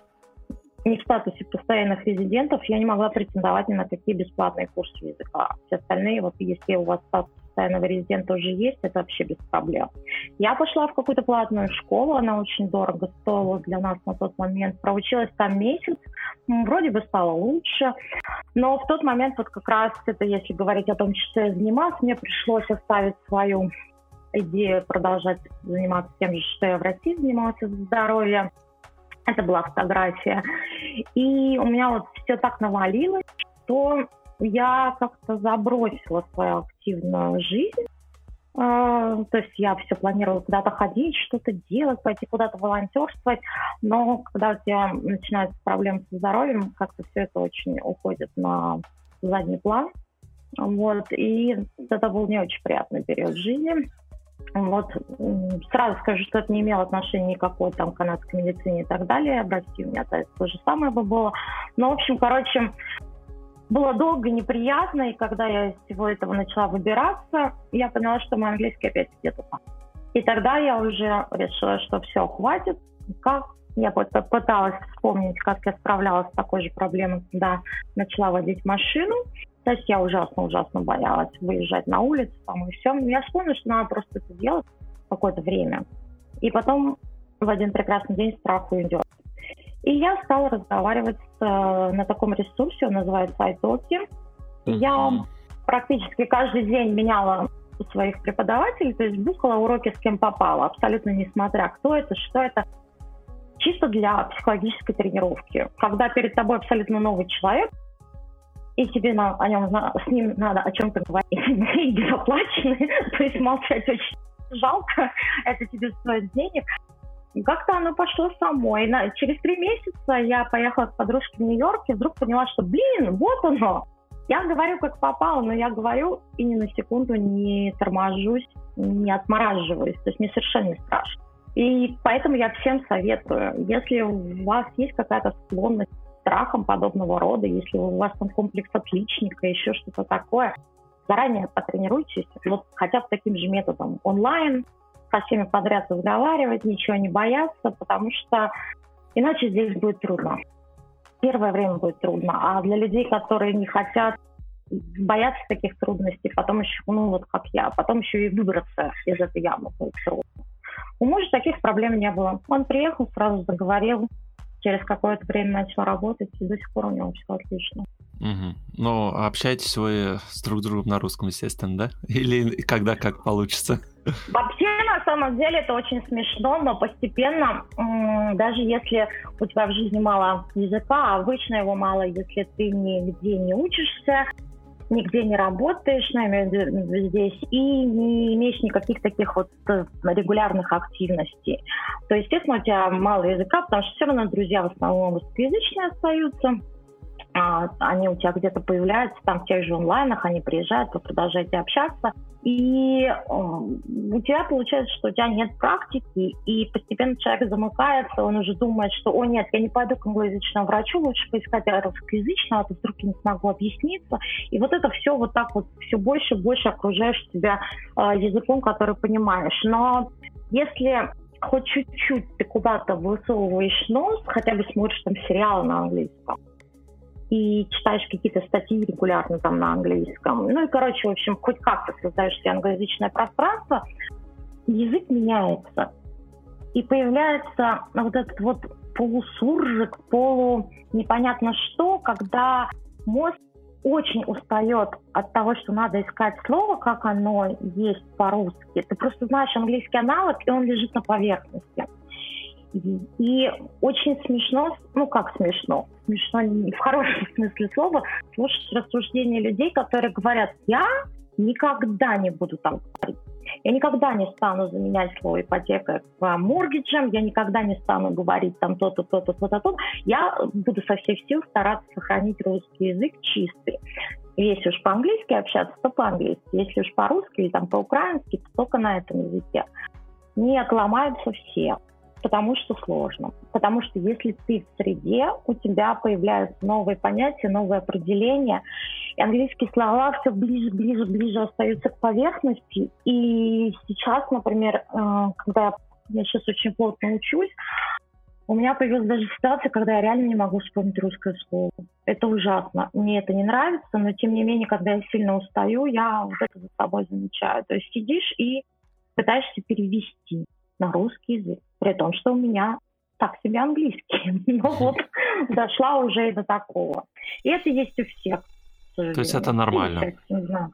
в статусе постоянных резидентов, я не могла претендовать ни на какие бесплатные курсы языка. Все остальные, если у вас статус постоянного резидента уже есть, это вообще без проблем. Я пошла в какую-то платную школу, она очень дорого стоила для нас на тот момент. Проучилась там месяц, вроде бы стало лучше, но в тот момент как раз это, если говорить о том, что я занималась, мне пришлось оставить свою идею продолжать заниматься тем же, что я в России занималась здоровьем. Это была фотография. И у меня все так навалилось, что я как-то забросила свою активную жизнь То есть я все планировала куда-то ходить, что-то делать, пойти куда-то волонтерствовать, но когда у тебя начинаются проблемы со здоровьем, как-то все это очень уходит на задний план. Вот, и это был не очень приятный период жизни. Вот, сразу скажу, что это не имело отношения никакой там к канадской медицине и так далее. В России у меня то же самое бы было. Но, в общем, было долго неприятно, и когда я из всего этого начала выбираться, я поняла, что мой английский опять где-то там. И тогда я уже решила, что все, хватит. Я пыталась вспомнить, как я справлялась с такой же проблемой, когда начала водить машину. То есть я ужасно боялась выезжать на улицу там, и все. Я вспомнила, что надо просто это делать какое-то время. И потом в один прекрасный день страх уйдет. И я стала разговаривать на таком ресурсе, он называется iTalki. Я практически каждый день меняла своих преподавателей, то есть букала уроки с кем попало, абсолютно несмотря кто это, что это. Чисто для психологической тренировки. Когда перед тобой абсолютно новый человек, и тебе с ним надо о чем-то говорить, деньги заплачены, то есть молчать очень жалко, это тебе стоит денег. Как-то оно пошло само. И через 3 месяца я поехала к подружке в Нью-Йорк и вдруг поняла, что, вот оно. Я говорю, как попало, но я говорю и ни на секунду не торможусь, не отмораживаюсь. То есть мне совершенно не страшно. И поэтому я всем советую, если у вас есть какая-то склонность к страхам подобного рода, если у вас там комплекс отличника, еще что-то такое, заранее потренируйтесь, вот хотя бы таким же методом онлайн, со всеми подряд разговаривать, ничего не бояться, потому что иначе здесь будет трудно. Первое время будет трудно, а для людей, которые не хотят, боятся таких трудностей, потом еще, вот как я, потом еще и выбраться из этой ямы будет трудно. У мужа таких проблем не было. Он приехал, сразу заговорил, через какое-то время начал работать, и до сих пор у него все отлично. Угу. Ну, общаетесь вы с друг другом на русском, естественно, да? Или когда как получится? Вообще, на самом деле, это очень смешно, но постепенно, даже если у тебя в жизни мало языка, а обычно его мало, если ты нигде не учишься, нигде не работаешь, здесь, и не имеешь никаких таких вот регулярных активностей, то, естественно, у тебя мало языка, потому что все равно друзья в основном русскоязычные остаются. Они у тебя где-то появляются, там в тех же онлайнах, они приезжают, вы продолжаете общаться, и у тебя получается, что у тебя нет практики, и постепенно человек замыкается, он уже думает, что, нет, я не пойду к англоязычному врачу, лучше поискать русскоязычного, а то вдруг я не смогу объясниться, и вот это все вот так вот, все больше и больше окружаешь себя языком, который понимаешь, но если хоть чуть-чуть ты куда-то высовываешь нос, хотя бы смотришь там сериалы на английском, и читаешь какие-то статьи регулярно там на английском. В общем, хоть как-то создаешь себе англоязычное пространство, язык меняется. И появляется вот этот вот полусуржик, непонятно что, когда мозг очень устает от того, что надо искать слово, как оно есть по-русски. Ты просто знаешь английский аналог, и он лежит на поверхности. И очень смешно, как смешно в хорошем смысле слова, слушать рассуждения людей, которые говорят, я никогда не буду там говорить, я никогда не стану заменять слово ипотека моргиджем, я никогда не стану говорить там то-то, то-то, то-то, то-то, я буду со всех сил стараться сохранить русский язык чистый. Если уж по-английски общаться, то по-английски, если уж по-русски или там по-украински, то только на этом языке. Нет, ломаются все. Потому что сложно. Потому что если ты в среде, у тебя появляются новые понятия, новые определения, и английские слова все ближе остаются к поверхности. И сейчас, например, когда я сейчас очень плотно учусь, у меня появилась даже ситуация, когда я реально не могу вспомнить русское слово. Это ужасно. Мне это не нравится, но тем не менее, когда я сильно устаю, я вот это за собой замечаю. То есть сидишь и пытаешься перевести на русский язык, при том, что у меня так себе английский. Но вот дошла уже и до такого. И это есть у всех. То есть это нормально? Не знаю.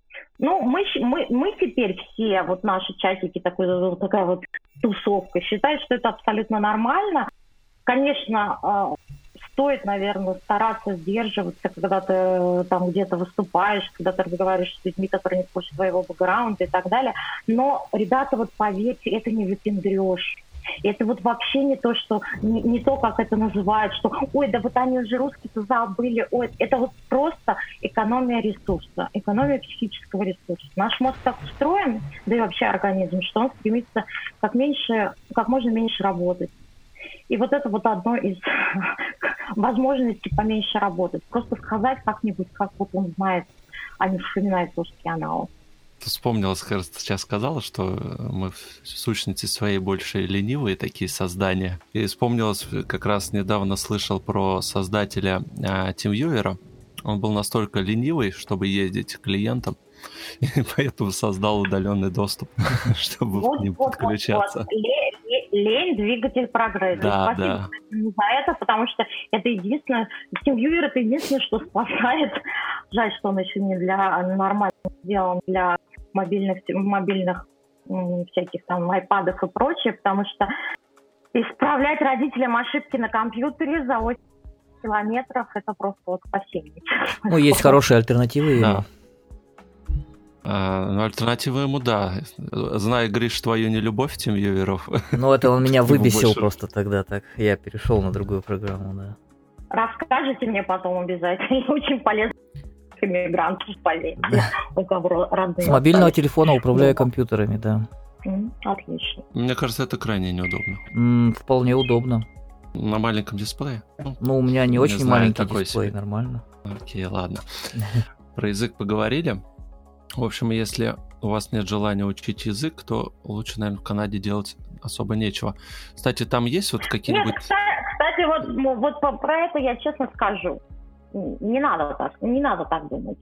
Мы теперь все, вот наши чатики, такая вот тусовка, считают, что это абсолютно нормально. Конечно, стоит, наверное, стараться сдерживаться, когда ты там где-то выступаешь, когда ты разговариваешь с людьми, которые не в курсе твоего бэкграунда и так далее. Но, ребята, вот поверьте, это не выпендрёж. Это вот вообще не то, что не то, как это называют, что ой, да вот они уже русские-то забыли. Ой, это вот просто экономия ресурса, экономия психического ресурса. Наш мозг так устроен, да и вообще организм, что он стремится как можно меньше работать. И вот это вот одно из возможностей поменьше работать. Просто сказать как-нибудь, как вот он знает, а не вспоминает русский аналог. Вспомнилось, кажется, сейчас сказала, что мы в сущности своей больше ленивые такие создания. И вспомнилось, как раз недавно слышал про создателя TeamViewer. Он был настолько ленивый, чтобы ездить к клиентам, и поэтому создал удаленный доступ, чтобы к ним подключаться. Лень — двигатель прогресса. Да, Спасибо за это, потому что это единственное, TeamViewer — это единственное, что спасает. Жаль, что он еще не для нормально сделан для мобильных всяких там айпадов и прочее, потому что исправлять родителям ошибки на компьютере за 8 километров — это просто вот спасение. Ну, есть хорошие альтернативы ему. Да. Ну, альтернатива ему, да. Зная, Гриш, твою нелюбовь TeamViewer'ов. Ну, это он меня выбесил просто тогда так. Я перешел на другую программу, да. Расскажите мне потом обязательно. Очень полезно иммигрантов, поверьте. У кого родные. С мобильного телефона управляю компьютерами, да. Отлично. Мне кажется, это крайне неудобно. Вполне удобно. На маленьком дисплее? Ну, у меня не очень знаю, маленький такой дисплей, себе. нормально. Окей, ладно. Про язык поговорили. В общем, если у вас нет желания учить язык, то лучше, наверное, в Канаде делать особо нечего. Кстати, там есть вот какие-нибудь... Нет, кстати, вот про это я честно скажу. Не надо так думать.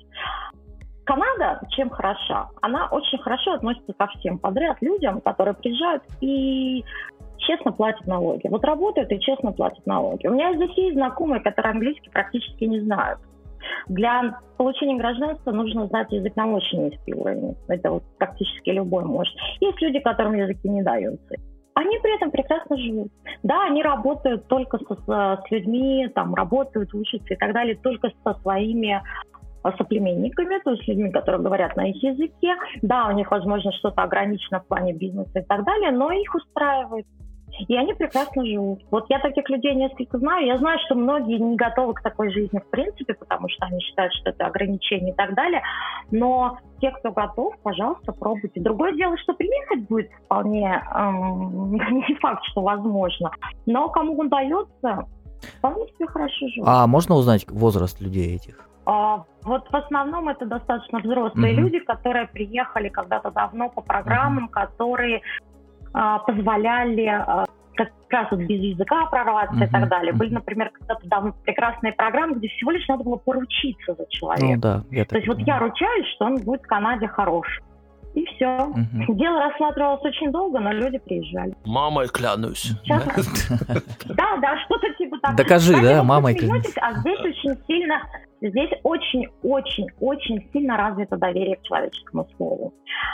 Канада чем хороша? Она очень хорошо относится ко всем подряд людям, которые приезжают и честно платят налоги. Вот работают и честно платят налоги. У меня здесь есть знакомые, которые английский практически не знают. Для получения гражданства нужно знать язык на очень низкий уровень. Это вот практически любой может. Есть люди, которым языки не даются. Они при этом прекрасно живут. Да, они работают только с людьми, там, работают, учатся и так далее, только со своими соплеменниками, то есть людьми, которые говорят на их языке. Да, у них, возможно, что-то ограничено в плане бизнеса и так далее, но их устраивает. И они прекрасно живут. Вот я таких людей несколько знаю. Я знаю, что многие не готовы к такой жизни в принципе, потому что они считают, что это ограничение и так далее. Но те, кто готов, пожалуйста, пробуйте. Другое дело, что приехать будет вполне не факт, что возможно. Но кому удается, вполне себе хорошо живут. А можно узнать возраст людей этих? Вот в основном это достаточно взрослые люди, которые приехали когда-то давно по программам, которые позволяли как раз вот без языка прорваться и так далее. Были, например, когда-то давно прекрасные программы, где всего лишь надо было поручиться за человека. Ну, да, То есть вот я ручаюсь, что он будет в Канаде хорош. И все. Дело рассматривалось очень долго, но люди приезжали. Мамой клянусь. Да, что-то типа так. Докажи, да, мамой клянусь. А здесь очень сильно развито доверие к человеческому слову.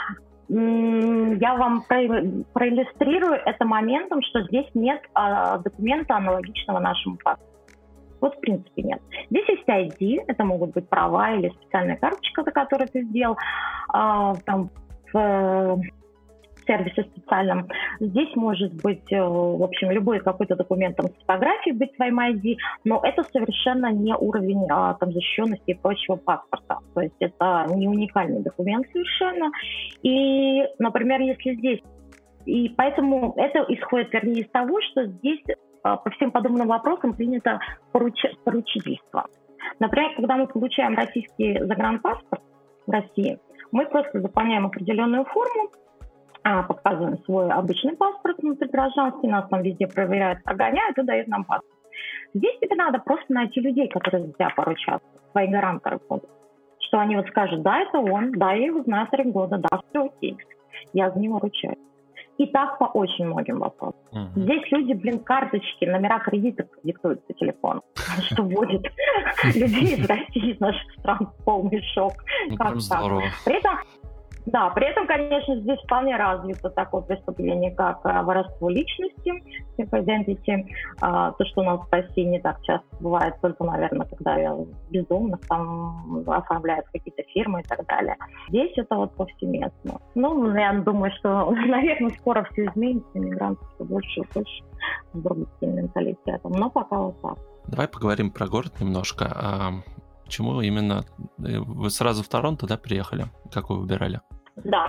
Я вам проиллюстрирую это моментом, что здесь нет документа, аналогичного нашему паспорту. Вот в принципе нет. Здесь есть ID, это могут быть права или специальная карточка, за которую ты сделал там в сервисе специальном. Здесь может быть, в общем, любой какой-то документ там, с фотографией быть твоим ID, но это совершенно не уровень там, защищенности и прочего паспорта. То есть это не уникальный документ совершенно. И, например, если здесь... И поэтому это исходит, вернее, из того, что здесь по всем подобным вопросам принято поручительство. Например, когда мы получаем российский загранпаспорт в России, мы просто заполняем определенную форму, показываем свой обычный паспорт внутригражданский, нас там везде проверяют, прогоняют и дают нам паспорт. Здесь тебе надо просто найти людей, которые за тебя поручат, свои гарантеры будут. Что они вот скажут, да, это он, да, я его знаю 3 года, да, все окей, я за него ручаюсь. И так по очень многим вопросам. Здесь люди, карточки, номера кредитов диктуют по телефону, что вводит людей из России, из наших стран в полный шок. Прям здорово. При этом Да, при этом, конечно, здесь вполне развито такое преступление, как воровство личности, identity. То, что у нас в России не так часто бывает, только, наверное, когда бездомных там оформляют какие-то фирмы и так далее. Здесь это вот повсеместно. Ну, я думаю, что, наверное, скоро все изменится, иммигранты все больше и больше с другим менталитетом. Но пока вот так. Давай поговорим про город немножко. Почему именно вы сразу в Торонто, да, приехали? Как вы выбирали? Да.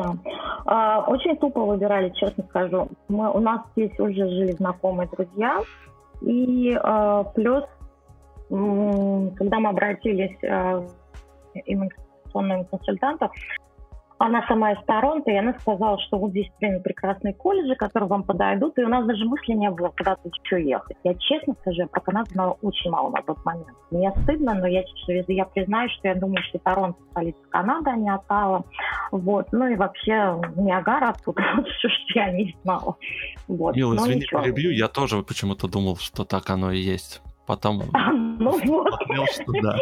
Очень тупо выбирали, честно скажу. У нас здесь уже жили знакомые друзья. И плюс, когда мы обратились к иммиграционному консультанту, она сама из Торонто, и она сказала, что вот здесь прекрасные колледжи, которые вам подойдут, и у нас даже мысли не было куда-то еще ехать. Я честно скажу, я про Канаду знала очень мало на тот момент. Мне стыдно, но я признаюсь, что я думаю, что Торонто — столица Канады, а не Оттава. Вот. Ну и вообще Ниагара оттуда, все, что я не знала. Вот. Мила, извини, перебью, я тоже почему-то думал, что так оно и есть. Потом понял, что да.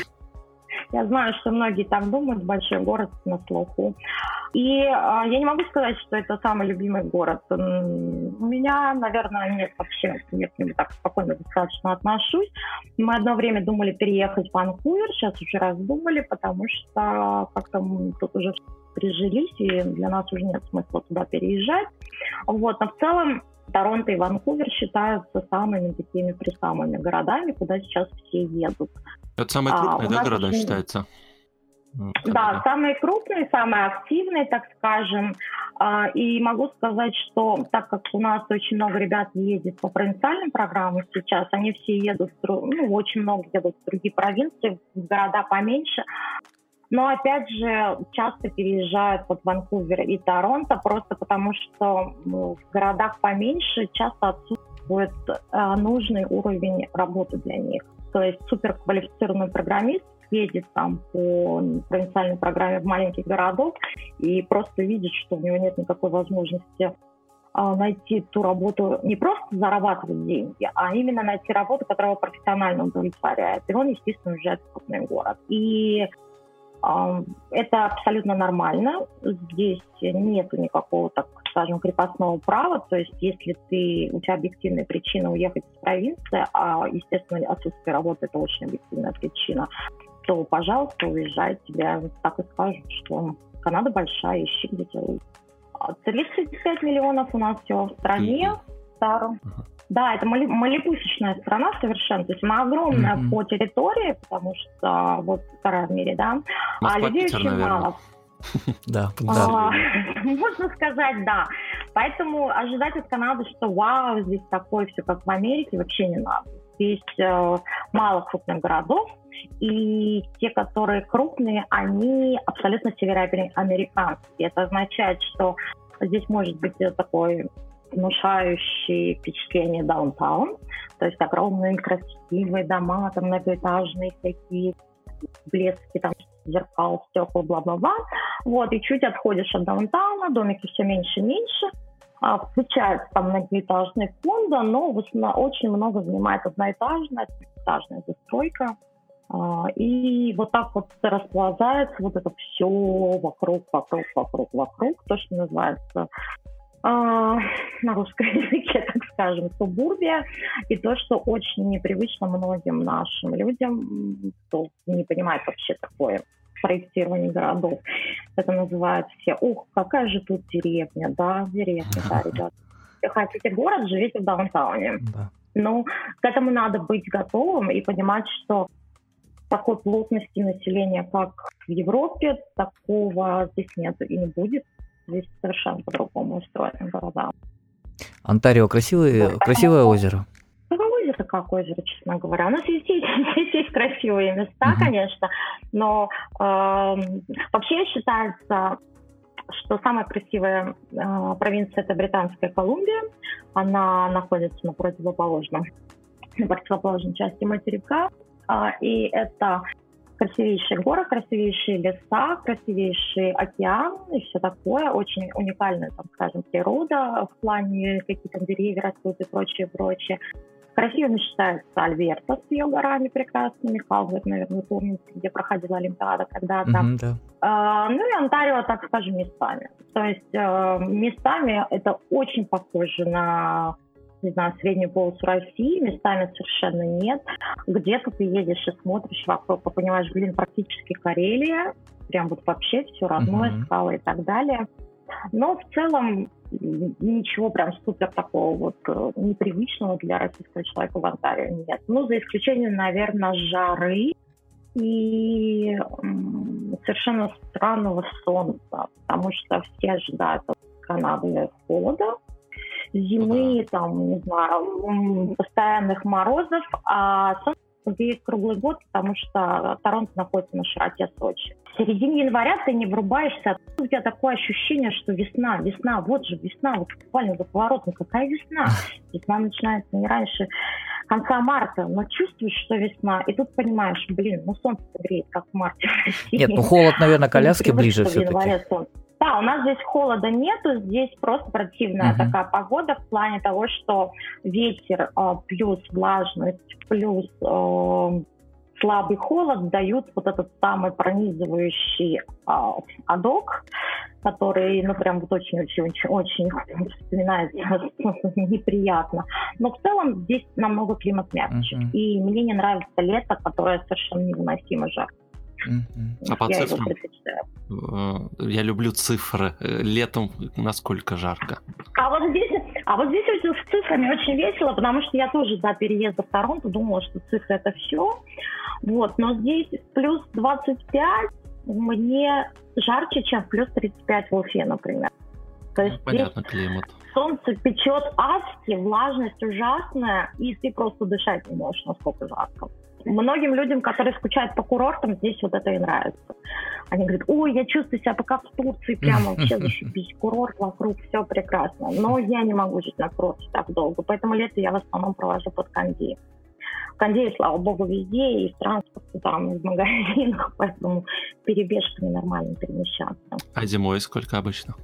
Я знаю, что многие так думают, большой город на слуху. И я не могу сказать, что это самый любимый город. У меня, наверное, нет вообще, я к нему так спокойно достаточно отношусь. Мы одно время думали переехать в Ванкувер, сейчас уже раздумали, потому что как-то мы тут уже прижились, и для нас уже нет смысла туда переезжать. Вот. Но в целом Торонто и Ванкувер считаются самыми такими присамыми городами, куда сейчас все едут. Это самые крупные, да, города считаются? Да, самые крупные, самые активные, так скажем. И могу сказать, что так как у нас очень много ребят ездит по провинциальным программам сейчас, они все едут, очень много едут в другие провинции, в города поменьше. Но, опять же, часто переезжают в Ванкувер и Торонто, просто потому что в городах поменьше часто отсутствует нужный уровень работы для них. То есть суперквалифицированный программист едет там по провинциальной программе в маленьких городах и просто видит, что у него нет никакой возможности найти ту работу, не просто зарабатывать деньги, а именно найти работу, которая его профессионально удовлетворяет. И он, естественно, уезжает в крупный город. И это абсолютно нормально. Здесь нет никакого, так скажем, крепостного права. То есть если у тебя объективная причина уехать из провинции, а, естественно, отсутствие работы — это очень объективная причина, то, пожалуйста, уезжай. Тебе так и скажут, что Канада большая, ищи, где тебя уйти. 35 миллионов у нас всего в стране. Да, это малепусечная страна совершенно. То есть мы огромная по территории, потому что вот вторая в мире, да. Москва, а людей Питер, очень наверное. мало. Да. Можно сказать, да. Поэтому ожидать от Канады, что вау, здесь такое все, как в Америке, вообще не надо. Здесь мало крупных городов, и те, которые крупные, они абсолютно североамериканские. Это означает, что здесь может быть такой внушающее впечатление даунтаун, то есть огромные красивые дома, там многоэтажные такие, блески, там зеркал, стекла, бла-бла-бла. Вот, и чуть отходишь от даунтауна, домики все меньше и меньше. Встречаются там многоэтажные фонды, но очень много занимает одноэтажная застройка. И вот так вот расползается вот это все вокруг, то, что называется на русском языке, так скажем, субурбия, и то, что очень непривычно многим нашим людям, кто не понимает вообще такое проектирование городов. Это называют все: ух, какая же тут деревня, да, ребята. Если хотите город, живите в даунтауне. Да. Но к этому надо быть готовым и понимать, что такой плотности населения, как в Европе, такого здесь нет и не будет. Здесь совершенно по-другому устроены города. Онтарио красивое озеро? Озеро как озеро, честно говоря. У нас здесь есть красивые места, конечно, но вообще считается, что самая красивая провинция — это Британская Колумбия. Она находится на противоположной части материка. И это красивейшие горы, красивейшие леса, красивейший океан и все такое. Очень уникальная, там, скажем, природа в плане, какие там деревья растут и прочее. Красивыми считаются Альберта с ее горами прекрасными, Калверт, наверное, вы помните, где проходила Олимпиада когда-то. Да. Ну и Онтарио, так скажем, местами. То есть местами это очень похоже на, не знаю, среднюю полосу России, местами совершенно нет. Где-то ты едешь и смотришь вокруг, понимаешь, практически Карелия, прям вот вообще все родное, скалы и так далее. Но в целом ничего прям супер такого вот непривычного для российского человека в Онтарио нет. Ну, за исключением, наверное, жары и совершенно странного солнца, потому что все ожидают от Канады холода, зимы, там, не знаю, постоянных морозов, а солнце греет круглый год, потому что Торонто находится на широте Сочи. В середине января ты не врубаешься, у тебя такое ощущение, что весна, вот же весна, вот буквально за поворотом, какая весна? Весна начинается не раньше конца марта, но чувствуешь, что весна, и тут понимаешь, солнце греет, как в марте. Нет, холод, наверное, к Аляске ближе все-таки. Да, у нас здесь холода нету, здесь просто противная такая погода в плане того, что ветер плюс влажность плюс слабый холод дают вот этот самый пронизывающий адок, который, прям вот очень-очень вспоминается неприятно. Но в целом здесь намного климат мягче. И мне не нравится лето, которое совершенно невыносимо жарко. А по цифрам? Я люблю цифры. Летом насколько жарко? А вот здесь с цифрами очень весело, потому что я тоже до переезда в Торонто думала, что цифры это все. Вот, но здесь плюс 25 мне жарче, чем плюс 35 в Уфе, например. То есть понятно, климат. Солнце печет адски, влажность ужасная, и ты просто дышать не можешь, насколько жарко. Многим людям, которые скучают по курортам, здесь вот это и нравится. Они говорят, ой, я чувствую себя пока в Турции, прямо вообще зашибись, курорт вокруг, все прекрасно. Но я не могу жить на курорте так долго, поэтому лето я в основном провожу под Кондей. В Кондее, слава богу, везде, и в транспорте, там, и в магазинах, поэтому перебежками нормально перемещаться. А зимой сколько обычно?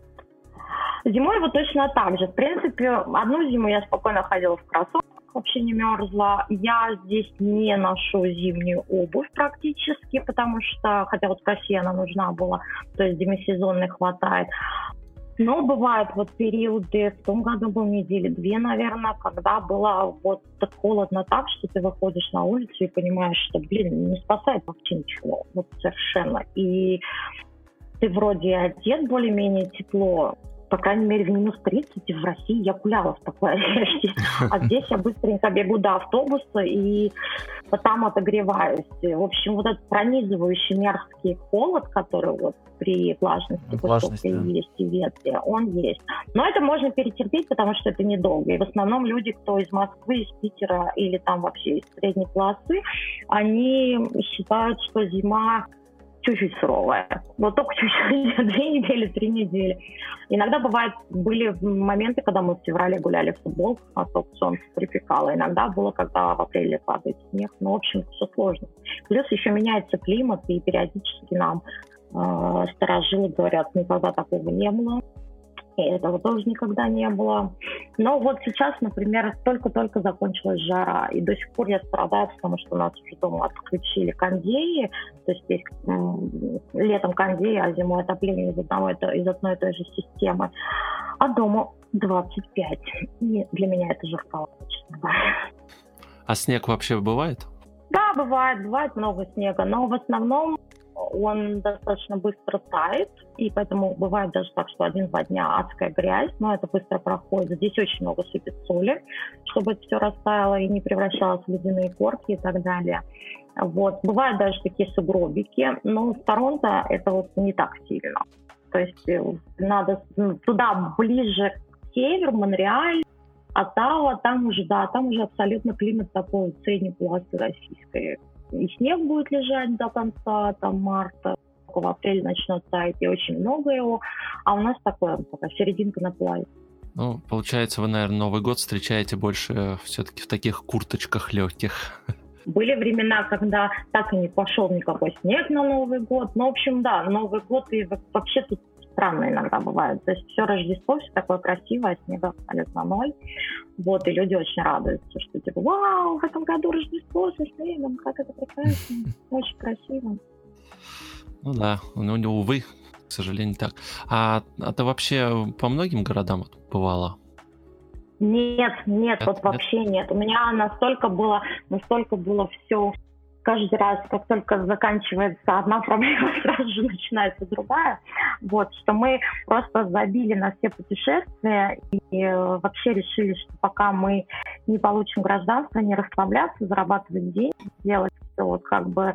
Зимой вот точно так же. В принципе, одну зиму я спокойно ходила в кроссовках, вообще не мерзла. Я здесь не ношу зимнюю обувь практически, потому что, хотя вот в России она нужна была, то есть демисезонной хватает. Но бывают вот периоды, в том году был недели 2, наверное, когда было вот так холодно так, что ты выходишь на улицу и понимаешь, что, не спасает вообще ничего, вот совершенно. И ты вроде одет более-менее тепло, по крайней мере, в минус 30 в России я гуляла в такой одежде. А здесь я быстренько бегу до автобуса и там отогреваюсь. В общем, вот этот пронизывающий мерзкий холод, который вот при влажности высокой есть и ветре, он есть. Но это можно перетерпеть, потому что это недолго. И в основном люди, кто из Москвы, из Питера или там вообще из средней полосы, они считают, что зима чуть-чуть суровая. Вот только чуть-чуть, 2 недели, 3 недели. Иногда были моменты, когда мы в феврале гуляли в футболках, а то солнце припекало. Иногда было, когда в апреле падает снег. Ну, в общем, все сложно. Плюс еще меняется климат, и периодически нам старожилы говорят, никогда такого не было. И этого тоже никогда не было. Но вот сейчас, например, только-только закончилась жара, и до сих пор я страдаю, потому что у нас уже дома отключили кондеи, то есть здесь летом кондеи, а зимой отопление из одной и той же системы. А дома 25. И для меня это жарковато, честно говоря. А снег вообще бывает? Да, бывает много снега, но в основном он достаточно быстро тает, и поэтому бывает даже так, что 1-2 дня адская грязь, но это быстро проходит. Здесь очень много сыпет соли, чтобы это все растаяло и не превращалось в ледяные корки и так далее. Вот. Бывают даже такие сугробики, но в Торонто это вот не так сильно. То есть надо туда ближе к северу, Монреаль, Оттава, там уже абсолютно климат такой средней полосы российской. И снег будет лежать до конца марта, в апреле начнет таять, и очень много его, а у нас такое пока серединка на плаве. Ну, получается, вы, наверное, Новый год встречаете больше все-таки в таких курточках легких. Были времена, когда так и не пошел никакой снег на Новый год. Ну, в общем, да, Новый год, и вообще тут странно иногда бывает. То есть все Рождество, все такое красивое, снега абсолютно ноль. Вот, и люди очень радуются, что типа, вау, в этом году Рождество со снегом, как это прекрасно, очень красиво. Ну да, увы, к сожалению, так. А ты вообще по многим городам бывала? Нет, вот вообще нет. У меня настолько было все. Каждый раз, как только заканчивается одна проблема, сразу же начинается другая. Вот, что мы просто забили на все путешествия и вообще решили, что пока мы не получим гражданство, не расслабляться, зарабатывать деньги, делать все вот как бы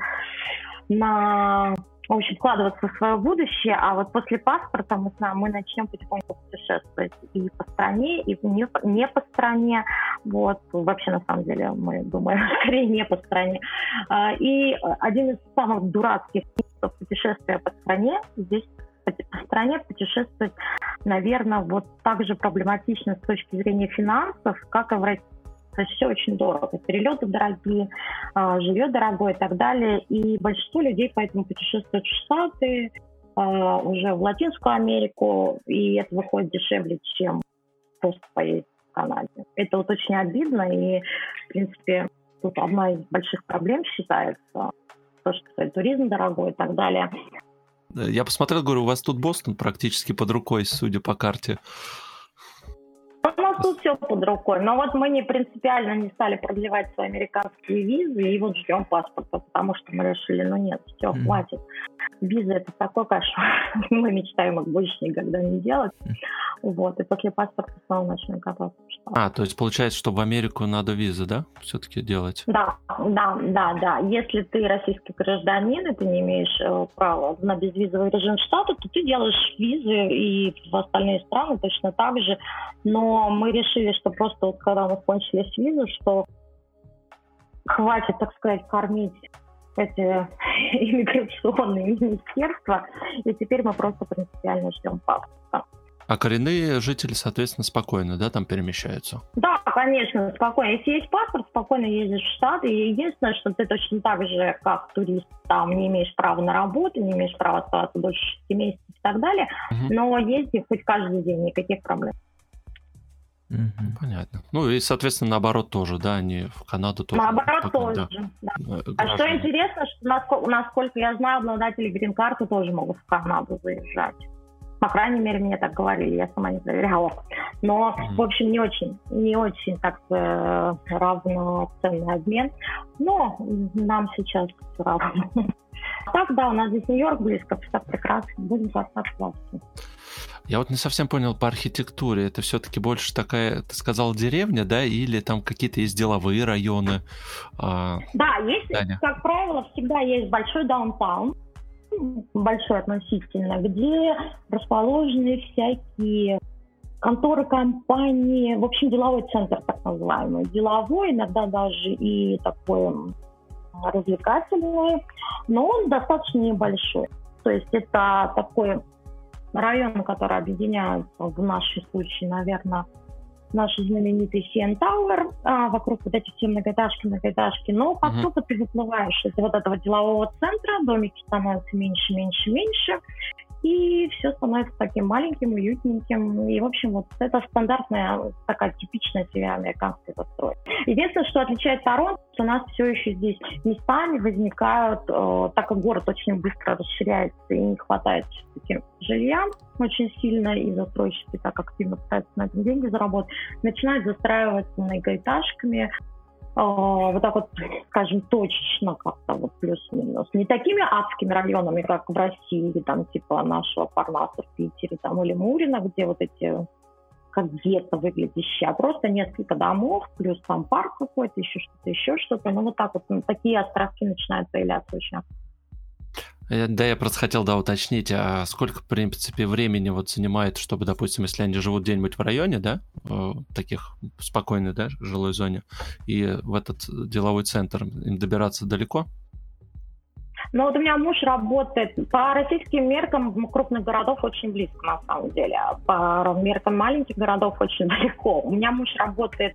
в общем, вкладываться в свое будущее, а вот после паспорта мы начнем потихоньку путешествовать и по стране, и не по стране. Вот, вообще, на самом деле, мы думаем, скорее не по стране. И один из самых дурацких типов путешествия по стране, здесь по стране путешествовать, наверное, вот так же проблематично с точки зрения финансов, как и в России. То есть все очень дорого. Перелеты дорогие, жилье дорогое и так далее. И большинство людей поэтому путешествуют в Штаты, уже в Латинскую Америку, и это выходит дешевле, чем просто поездить в Канаде. Это вот очень обидно, и, в принципе, тут одна из больших проблем считается, то, что туризм дорогой и так далее. Я посмотрел, говорю, у вас тут Бостон практически под рукой, судя по карте. У нас тут все под рукой, но вот мы не принципиально не стали продлевать свои американские визы и вот ждем паспорта, потому что мы решили, нет, все, хватит. Виза — это такой кошмар, мы мечтаем их больше никогда не делать, вот, и после паспорта снова начнем кататься. То есть получается, что в Америку надо визы, да, все-таки делать? Да. Если ты российский гражданин, и ты не имеешь права на безвизовый режим штата, то ты делаешь визы и в остальные страны точно так же. Но мы решили, что просто вот когда мы кончились визы, что хватит, так сказать, кормить эти иммиграционные министерства, и теперь мы просто принципиально ждем паспорта. А коренные жители, соответственно, спокойно, да, там перемещаются? Да, конечно, спокойно. Если есть паспорт, спокойно ездишь в Штаты. И единственное, что ты точно так же, как турист, там не имеешь права на работу, не имеешь права оставаться больше 6 месяцев и так далее. Но езди хоть каждый день, никаких проблем. Понятно. Ну и, соответственно, наоборот тоже, да, они в Канаду тоже. Наоборот тоже, да. А что интересно, что, насколько я знаю, обладатели грин-карты тоже могут в Канаду заезжать. По крайней мере, мне так говорили, я сама не проверяла. Но, в общем, не очень так равноценный обмен. Но нам сейчас все равно. Так, да, у нас здесь Нью-Йорк близко, все так прекрасно. Будем касаться власти. Я вот не совсем понял по архитектуре. Это все-таки больше такая, ты сказал, деревня, да? Или там какие-то есть деловые районы? Да, есть, как правило, всегда есть большой даунтаун. Большой относительно, где расположены всякие конторы, компании, в общем, деловой центр так называемый. Деловой, иногда даже и такой развлекательный, но он достаточно небольшой. То есть это такой район, который объединяет в нашем случае, наверное, наши знаменитые CN Tower, вокруг вот эти все многоэтажки, но поскольку ты выплываешь из вот этого делового центра, домики становятся меньше, и все становится таким маленьким, уютненьким, и, в общем, вот это стандартная, такая типичная североамериканская застройка. Единственное, что отличает Торонто, у нас все еще здесь местами возникают, так как город очень быстро расширяется и не хватает все-таки жилья очень сильно, и застройщики так активно пытаются на этом деньги заработать, начинают застраиваться многоэтажками, вот так вот, скажем, точечно как-то вот плюс-минус. Не такими адскими районами, как в России, там типа нашего Парнаса в Питере там, или Мурино, где вот эти как гетто выглядящие, а просто несколько домов, плюс там парк какой-то, еще что-то. Ну вот так вот, такие островки начинают появляться очень. Да, я просто хотел, уточнить, а сколько, в принципе, времени вот занимает, чтобы, допустим, если они живут где-нибудь в районе, да, таких спокойной, да, жилой зоне, и в этот деловой центр им добираться далеко? Ну вот у меня муж работает, по российским меркам крупных городов очень близко, на самом деле, а по меркам маленьких городов очень далеко. У меня муж работает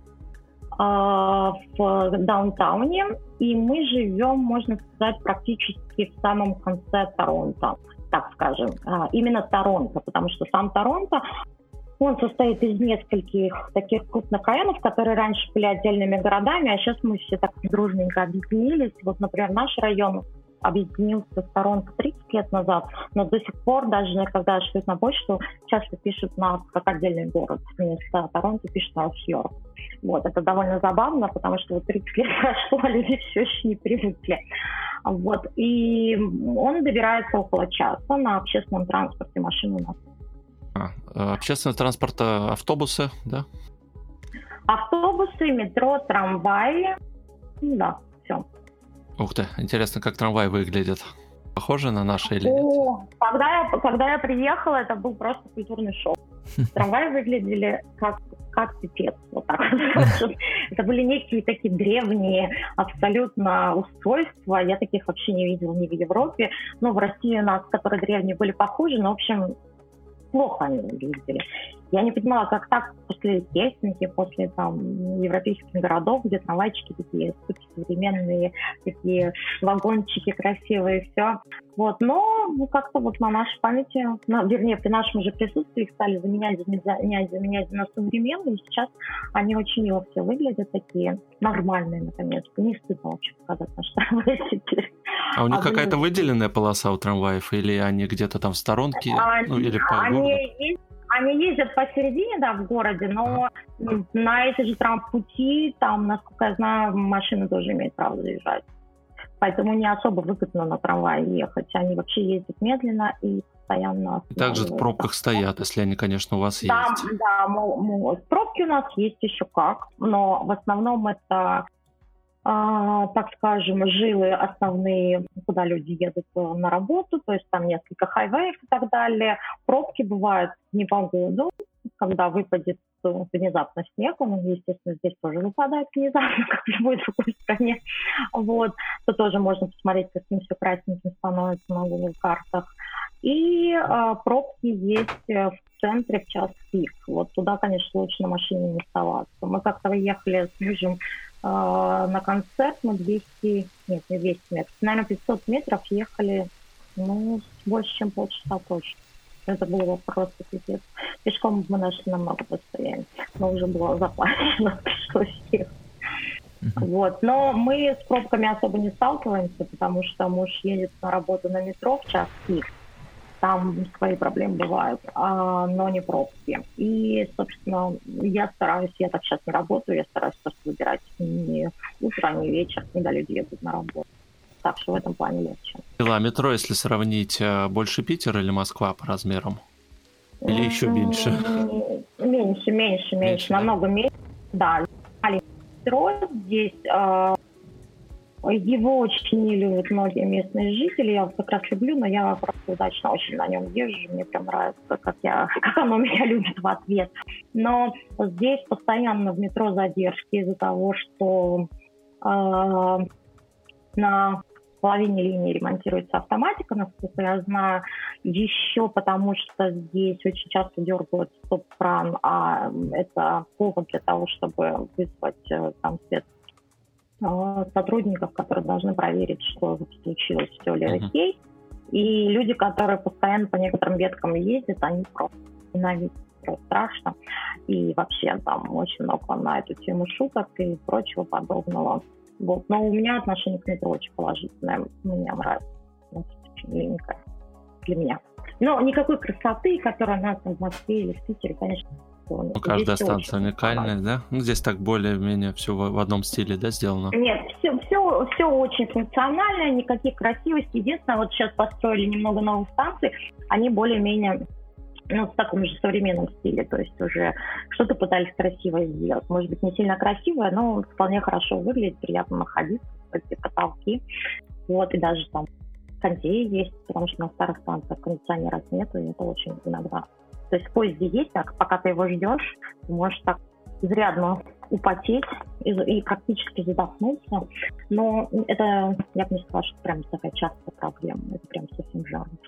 в даунтауне, и мы живем, можно сказать, практически в самом конце Торонто. так скажем, именно Торонто, потому что сам Торонто, он состоит из нескольких таких крупных районов, которые раньше были отдельными городами, а сейчас мы все так дружненько объединились. Вот, например, наш район объединился с Торонто 30 лет назад, но до сих пор, даже когда шлют на почту, часто пишут нас как отдельный город. Вместо Торонто пишут Нью-Йорк. Вот, это довольно забавно, потому что вот 30 лет прошло, а люди все еще не привыкли. Вот, и он добирается около часа на общественном транспорте, машины у нас. Общественный транспорт, автобусы, да? Автобусы, метро, трамваи. Да, все. Ух ты, интересно, как трамвай выглядит. Похоже на наши или нет? Когда я приехала, это был просто культурный шок. Трамваи выглядели как пипец. Вот так. Это были некие такие древние абсолютно устройства. Я таких вообще не видела ни в Европе. Но в России у нас, которые древние, были похожи, но, в общем, плохо они выглядели. Я не понимала, как так после Хельсинки, после там европейских городов, где трамвайчики такие современные, такие вагончики красивые, все. Вот, но как-то вот на нашей памяти, вернее, при нашем же присутствии их стали заменять на современные, и сейчас они очень мило все выглядят, такие нормальные, наконец-то. Не стыдно вообще показать наши трамваи теперь. А у них какая-то выделенная полоса у трамваев, или они где-то там в сторонке? Или по городу? Они ездят посередине, да, в городе, но на эти же трамп-пути, там, насколько я знаю, машины тоже имеют право заезжать. Поэтому не особо выгодно на трамвае ехать. Они вообще ездят медленно и постоянно... Также в пробках стоят, если они, конечно, у вас есть. Да, пробки у нас есть еще как, но в основном это... так скажем, жилы основные, куда люди едут на работу, то есть там несколько хайвеев и так далее. Пробки бывают в непогоду, когда выпадет внезапно снег, он, естественно, здесь тоже выпадает внезапно, как в любой другой стране. Вот. То тоже можно посмотреть, каким все красненьким становится на Google картах. И пробки есть в центре в час пик. Вот туда, конечно, лучше на машине не оставаться. Мы как-то ехали с мужем на концерт, мы 200 метров, наверное, 500 метров ехали, больше, чем полчаса точно. Это было просто пипец. Пешком мы нашли намного быстрее, но уже было заплачено, пришлось ехать. Вот. Но мы с пробками особо не сталкиваемся, потому что муж едет на работу на метро в час пик. Там свои проблемы бывают, но не пробки. И, собственно, я так сейчас не работаю, я стараюсь просто выбирать ни утро, ни вечер, когда люди едут на работу. Так что в этом плане легче. Метро, если сравнить, больше Питер или Москва по размерам? Или еще меньше? Меньше, намного меньше. Да, метро здесь... Его очень не любят многие местные жители. Я как раз люблю, но я просто удачно очень на нем езжу. Мне прям нравится, как оно меня любит в ответ. Но здесь постоянно в метро задержки из-за того, что на половине линии ремонтируется автоматика, насколько я знаю. Еще потому, что здесь очень часто дергают стоп-кран, а это повод для того, чтобы вызвать там сотрудников, которые должны проверить, что случилось, все ли окей. И люди, которые постоянно по некоторым веткам ездят, они просто ненавидят, страшно. И вообще там очень много на эту тему шуток и прочего подобного. Вот. Но у меня отношение к метро очень положительное. Мне нравится. Очень миленькое для меня. Но никакой красоты, которая у нас в Москве или в Питере, конечно, каждая станция уникальная, да? Здесь так более-менее все в одном стиле, да, сделано? Нет, все очень функционально, никаких красивостей. Единственное, вот сейчас построили немного новых станций, они более-менее в таком же современном стиле, то есть уже что-то пытались красивое сделать. Может быть, не сильно красивое, но вполне хорошо выглядит, приятно находиться, эти потолки. Вот, и даже там кондеи есть, потому что на старых станциях кондиционеров нету, и это очень иногда... То есть в поезде есть, а пока ты его ждешь, ты можешь так изрядно употеть и практически задохнуться. Но это, я бы не сказала, что прям такая частая проблема. Это прям совсем жарко.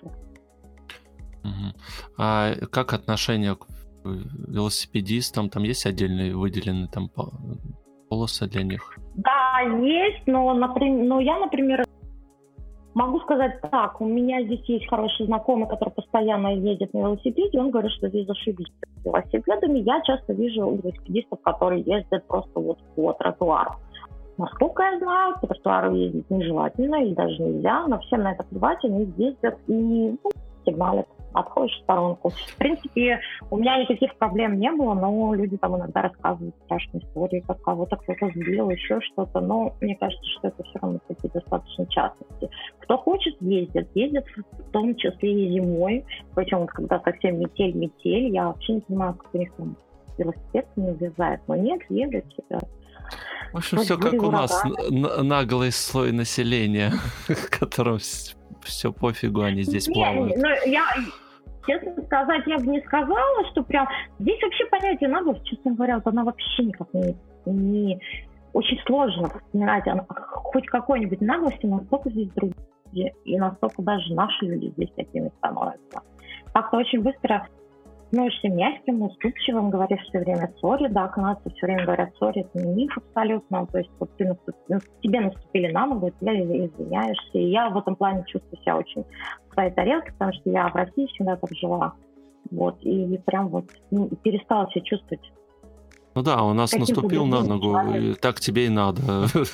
А как отношение к велосипедистам? Там есть отдельные выделенные там полосы для них? Да, есть, но я, например, Могу сказать так, у меня здесь есть хороший знакомый, который постоянно ездит на велосипеде, он говорит, что здесь зашибись с велосипедами. Я часто вижу велосипедистов, которые ездят просто вот по тротуару. Насколько я знаю, по тротуару ездить нежелательно или даже нельзя, но всем на это плевать, они ездят и сигналят, отходишь в сторонку. В принципе, у меня никаких проблем не было, но люди там иногда рассказывают страшные истории, как кого-то кто-то сбил, еще что-то, но мне кажется, что это все равно такие достаточно частности. Кто хочет, ездит в том числе и зимой, причем когда совсем метель, я вообще не понимаю, как у них там велосипед не влезает, но нет, едут себя. В общем, все как у нас, наглый слой населения, которым все пофигу, они здесь плавают. Честно сказать, я бы не сказала, что прям... Здесь вообще понятие наглость, честно говоря, вот она вообще никак не... Очень сложно вспоминать хоть какой-нибудь наглости, настолько здесь другие, и настолько даже наши люди здесь такими становятся. Как-то очень быстро становишься мягким, уступчивым, говоришь все время «сори», да, канадцы все время говорят «сори», это не миф абсолютно, то есть вот тебе наступили на ногу, ты извиняешься, и я в этом плане чувствую себя очень в своей тарелке, потому что я в России всегда так жила, вот, и прям вот перестала себя чувствовать. Ну да, у нас наступил на ногу, и так тебе и надо.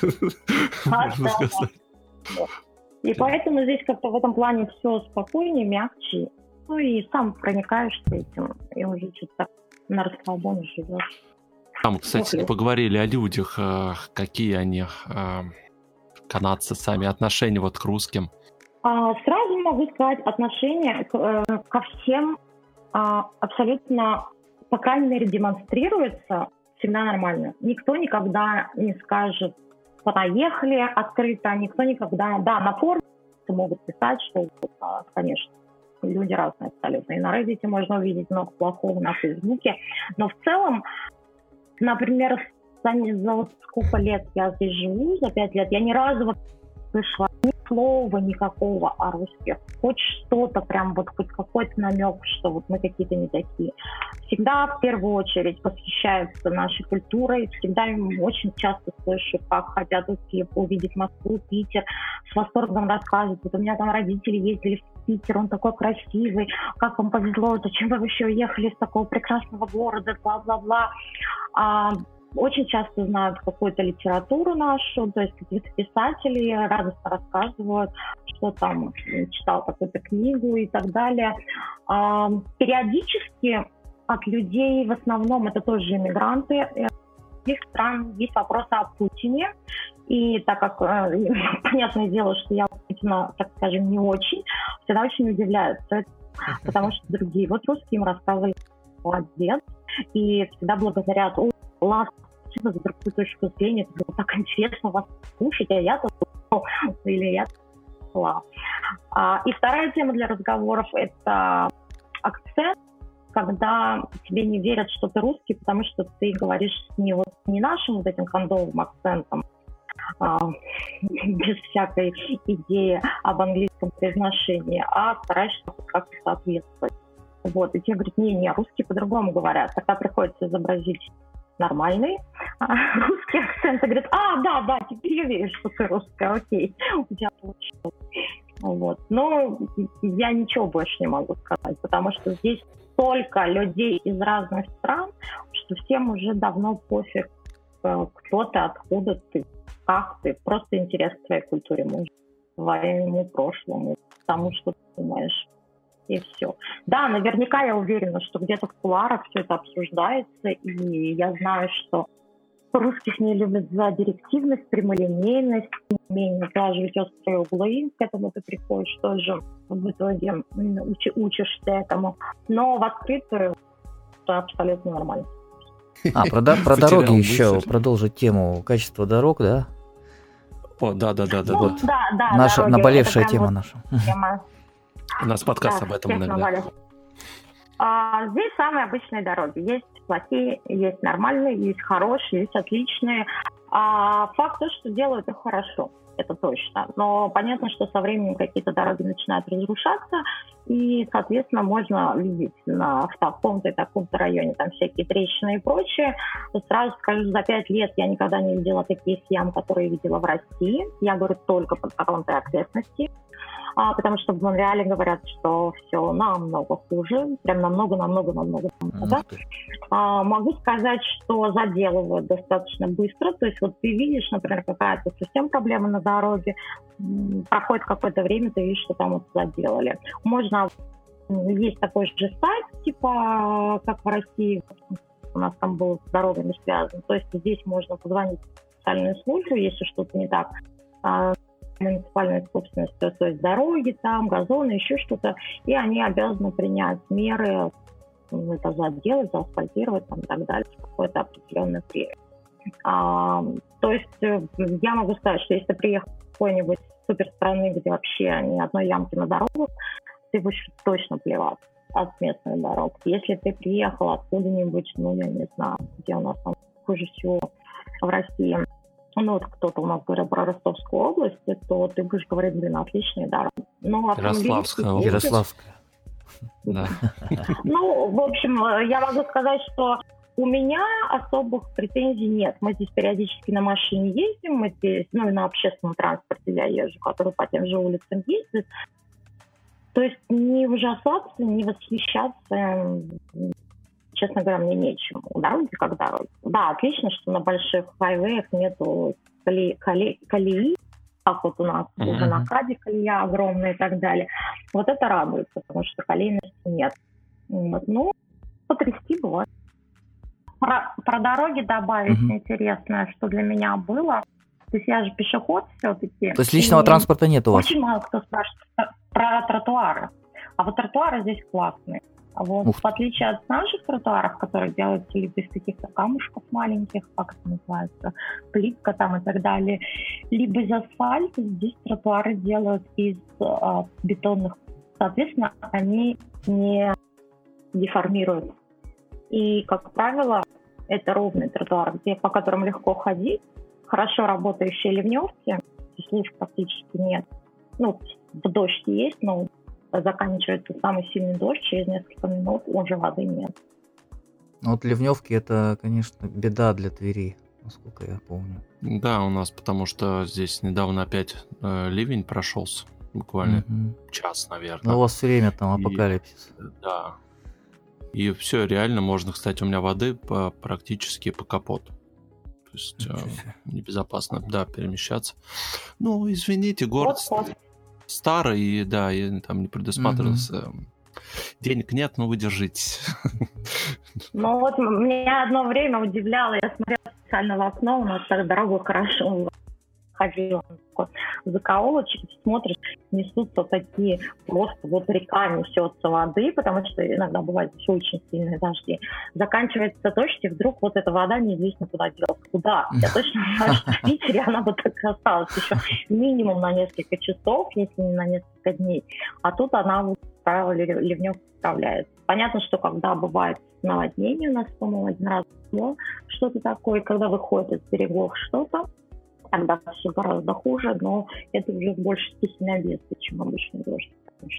И поэтому здесь как-то в этом плане все спокойнее, мягче. Ну и сам проникаешься этим, и уже что-то так на расслабоне живешь. Там, кстати, поговорили о людях, какие они, канадцы сами, отношения вот к русским. Сразу могу сказать, отношение ко всем абсолютно, по крайней мере, демонстрируется всегда нормально. Никто никогда не скажет «понаехали» открыто, никто никогда... Да, на форуме могут писать, что, конечно, люди разные абсолютно. И на Reddit можно увидеть много плохого, на Фейсбуке. Но в целом, например, за вот сколько лет я здесь живу, за 5 лет, я ни разу не слышала ни слова никакого о русских. Хоть что-то, прям вот хоть какой-то намек, что вот мы какие-то не такие. Всегда в первую очередь восхищаются нашей культурой. Всегда очень часто слышу, как хотят увидеть Москву, Питер. С восторгом рассказывают. Вот у меня там родители ездили в Питер, он такой красивый, как вам повезло, зачем вы еще уехали из такого прекрасного города, бла-бла-бла. Очень часто знают какую-то литературу нашу, то есть какие-то писатели радостно рассказывают, что там читал какую-то книгу и так далее. Периодически от людей, в основном это тоже иммигранты, из других стран есть вопросы о Путине. И так как, понятное дело, что я Путина, так скажем, не очень, всегда очень удивляются, потому что другие вот русские им рассказывали молодец, и всегда благодарят класс, спасибо за другую точку зрения, это было так интересно вас слушать, а я-то или я И вторая тема для разговоров – это акцент, когда тебе не верят, что ты русский, потому что ты говоришь не нашим вот этим кондовым акцентом, без всякой идеи об английском произношении, а стараешься как-то соответствовать. Вот, и тебе говорят, не, русские по-другому говорят. Тогда приходится изобразить нормальный русский акцент. И говорят, да, теперь я верю, что ты русская, окей, у тебя получилось. Вот. Но я ничего больше не могу сказать, потому что здесь столько людей из разных стран, что всем уже давно пофиг, кто ты, откуда ты, как ты. Просто интерес к твоей культуре, может, твоему прошлому, тому, что ты думаешь. И все. Да, наверняка я уверена, что где-то в кулуарах все это обсуждается, и я знаю, что русских не любят за директивность, прямолинейность, умение сглаживать острые углы, к этому ты приходишь тоже в итоге учишься этому. Но в открытую это абсолютно нормально. Про дороги еще продолжить тему качества дорог, да? О, да. Вот наша дороги, наболевшая тема наша. У нас подкаст об этом иногда. Здесь самые обычные дороги. Есть плохие, есть нормальные, есть хорошие, есть отличные. Факт то, что делают их хорошо. это точно. Но понятно, что со временем какие-то дороги начинают разрушаться, и, соответственно, можно видеть в таком-то и таком-то районе там всякие трещины и прочее. Сразу скажу, за 5 лет я никогда не видела таких ям, которые видела в России. Я говорю только по Торонто и окрестности. Потому что в Монреале говорят, что все намного хуже, прям намного. Да? Могу сказать, что заделывают достаточно быстро, то есть вот ты видишь, например, какая-то совсем проблема на дороге, проходит какое-то время, ты видишь, что там вот заделали. Есть такой же сайт, типа как в России, у нас там был с дорогами связан, то есть здесь можно позвонить в специальную службу, если что-то не так, муниципальной собственностью, то есть дороги там, газоны, еще что-то, и они обязаны принять меры, это заделать, заасфальтировать там, и так далее, в какое-то определенное время. То есть я могу сказать, что если ты приехал в какой-нибудь супер страны, где вообще ни одной ямки на дорогах, ты будешь точно плевать от местных дорог. Если ты приехал откуда-нибудь, я не знаю, где у нас там хуже всего в России, вот кто-то у нас говорил про Ростовскую область, то ты будешь говорить, отличные дороги. Ярославская. Да. В общем, я могу сказать, что у меня особых претензий нет. Мы здесь периодически на машине ездим, мы здесь, и на общественном транспорте я езжу, который по тем же улицам ездит. То есть не ужасаться, не восхищаться, честно говоря, мне нечем. Дороги как дороги. Да, отлично, что на больших хайвеях нету колеи, как вот у нас уже на Каде колея огромная и так далее. Вот это радует, потому что колейности нет. Потрясти бывает. Про дороги добавить интересное, что для меня было. То есть я же пешеход все-таки. То есть личного транспорта нет у вас? Очень мало кто спрашивает про тротуары. А вот тротуары здесь классные. Вот, в отличие от наших тротуаров, которые делаются либо из каких-то камушков маленьких, как это называется, плитка там и так далее, либо из асфальта, здесь тротуары делают из бетонных. Соответственно, они не деформируют. И, как правило, это ровный тротуар, по которым легко ходить, хорошо работающие ливневки, служб практически нет. В дождь есть, но заканчивается самый сильный дождь, через несколько минут уже воды нет. Вот ливневки — это, конечно, беда для Твери, насколько я помню. Да, у нас, потому что здесь недавно опять ливень прошелся, буквально час, наверное. У вас все время там апокалипсис. Да. И все, реально можно, кстати, у меня воды практически по капоту. То есть небезопасно, перемещаться. Извините, город старый, и я там не предусматривался. Денег нет, но вы держитесь. Меня одно время удивляло, я смотрела специально в окно, у нас так дорога хорошо ходила, закоулочек, смотришь, несутся такие, просто река несется воды, потому что иногда бывают очень сильные дожди. Заканчивается дождь, и вдруг эта вода неизвестно куда делась. Куда? Я точно знаю, что в Питере она так и осталась еще минимум на несколько часов, если не на несколько дней. А тут она, как правило, ливнёв справляется. Понятно, что когда бывает наводнение, у нас, по-моему, один раз было что-то такое, когда выходит из берегов что-то, тогда все гораздо хуже, но это уже больше стихийное бедствие, чем обычный дождь.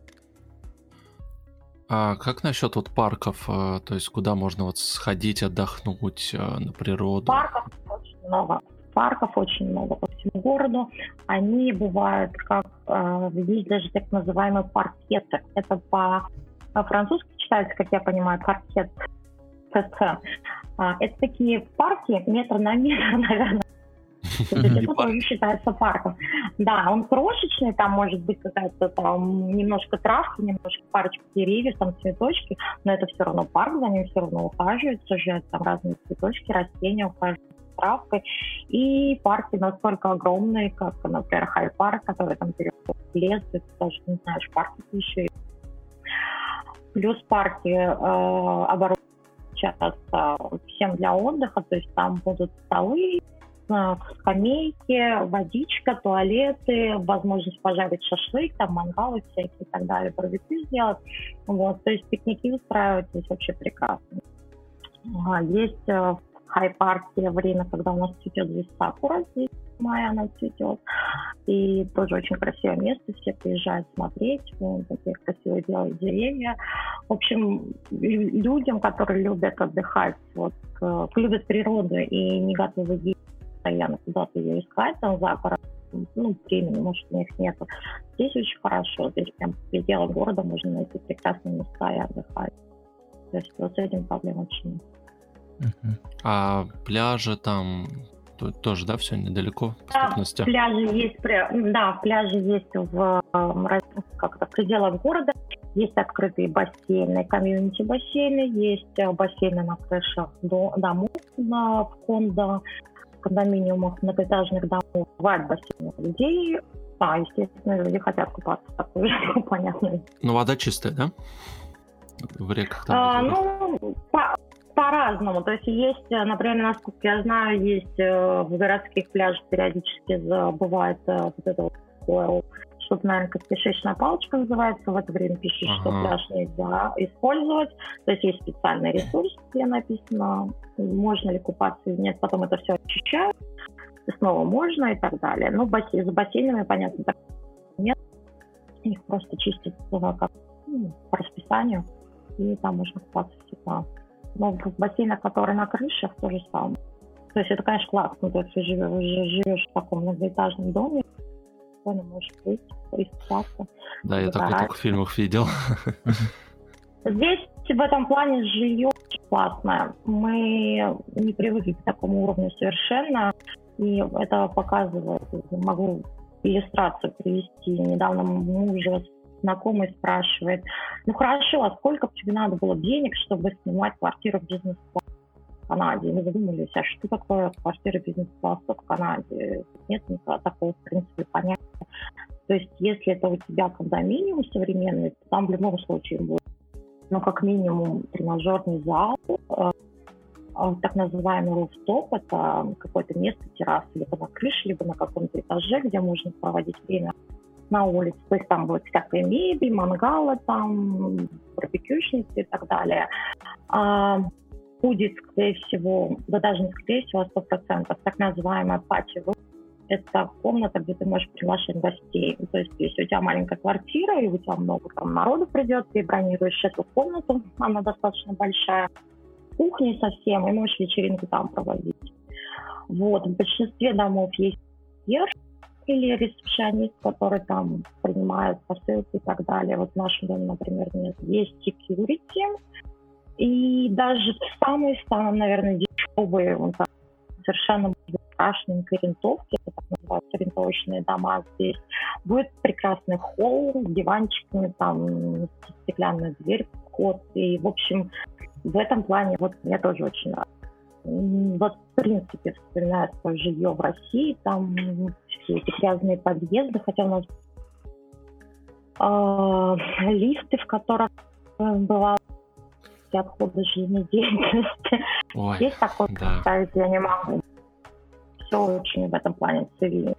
А как насчет парков, то есть куда можно сходить, отдохнуть на природу? Парков очень много по всему городу. Они бывают есть даже так называемые паркеты. Это по-французски читается, как я понимаю, паркет. Это такие парки метр на метр, наверное. Это тоже считается парком. Да, он крошечный, там может быть какая-то там немножко травки, немножко парочка деревьев, там цветочки, но это все равно парк, за ним все равно ухаживают, сажают там разные цветочки, растения, ухаживают травкой. И парки настолько огромные, как, например, Хай-парк, который там переходит в лес, ты даже не знаешь, парки еще есть. Плюс парки оборудованы часто всем для отдыха, то есть там будут столы, скамейки, водичка, туалеты, возможность пожарить шашлык, там мангалы всякие и так далее, барбекю сделать. То есть пикники устраивать здесь вообще прекрасно. Есть в Хай-парке время, когда у нас цветет здесь сакура, здесь мая она цветет. И тоже очень красивое место, все приезжают смотреть, такие красивые белые деревья. В общем, людям, которые любят отдыхать, любят природу и не готовы ездить постоянно куда-то ее искать, там за город, времени, может, у них нету. Здесь очень хорошо, здесь прям в пределах города можно найти прекрасные места и отдыхать. То есть вот с этим проблем очень нет. А пляжи там тоже, да, все недалеко доступности? Да, пляжи есть в пределах города. Есть открытые бассейны, комьюнити-бассейны, есть бассейны на крышах домов, в кондоминиумах, многоэтажных домов. Бывают бассейны людей. Естественно, люди хотят купаться, такое понятно. Вода чистая, да? В реках там? По-разному. То есть, например, насколько я знаю, есть в городских пляжах периодически бывает что-то, наверное, как кишечная палочка называется. В это время пишут, что пляж нельзя использовать. То есть есть специальный ресурс, где написано, можно ли купаться или нет. Потом это все очищают. И снова можно и так далее. Но за бассейнами, понятно, так нет. Их просто чистят по расписанию. И там можно купаться всегда. Но в бассейнах, которые на крышах, то же самое. То есть это, конечно, классно. То есть ты живешь в таком многоэтажном доме, спокойно можешь выйти, искупаться. Да, я такое только в фильмах видел. Здесь в этом плане жилье очень классное. Мы не привыкли к такому уровню совершенно. И это показывает. Могу иллюстрацию привести. Недавно мужа знакомый спрашивает, хорошо, а сколько тебе надо было денег, чтобы снимать квартиру в бизнес-классе в Канаде? И мы задумались, а что такое квартира бизнес-класса в Канаде? Нет никакого такого, в принципе, понятия. То есть, если это у тебя кондоминиум современный, то там в любом случае будет, как минимум, тренажерный зал, так называемый руфтоп, это какое-то место, терраса, либо на крыше, либо на каком-то этаже, где можно проводить время на улице. То есть там будет всякая мебель, мангалы, там, барбекюшницы и так далее. Будет, скорее всего, даже не скорее всего, 100%, так называемая патио. Это комната, где ты можешь приглашать гостей. То есть если у тебя маленькая квартира, и у тебя много там народу придет, ты бронируешь эту комнату, она достаточно большая, кухней совсем, и можешь вечеринку там проводить. В большинстве домов есть консьерж или ресепшионист, который там принимает посылки и так далее. В нашем доме, например, нет. Есть security. И даже самые, наверное, дешевые, совершенно страшные ориентовки, это так называются ориентовочные дома здесь. Будет прекрасный холл с диванчиками, там стеклянная дверь, вход. И, в общем, в этом плане мне тоже очень нравится. В принципе, вспоминаю свое жилье в России, там все эти грязные подъезды, хотя у нас лифты, в которых бывают отходы жизнедеятельности. Здесь такое представить я не могу. Все очень в этом плане цивильно.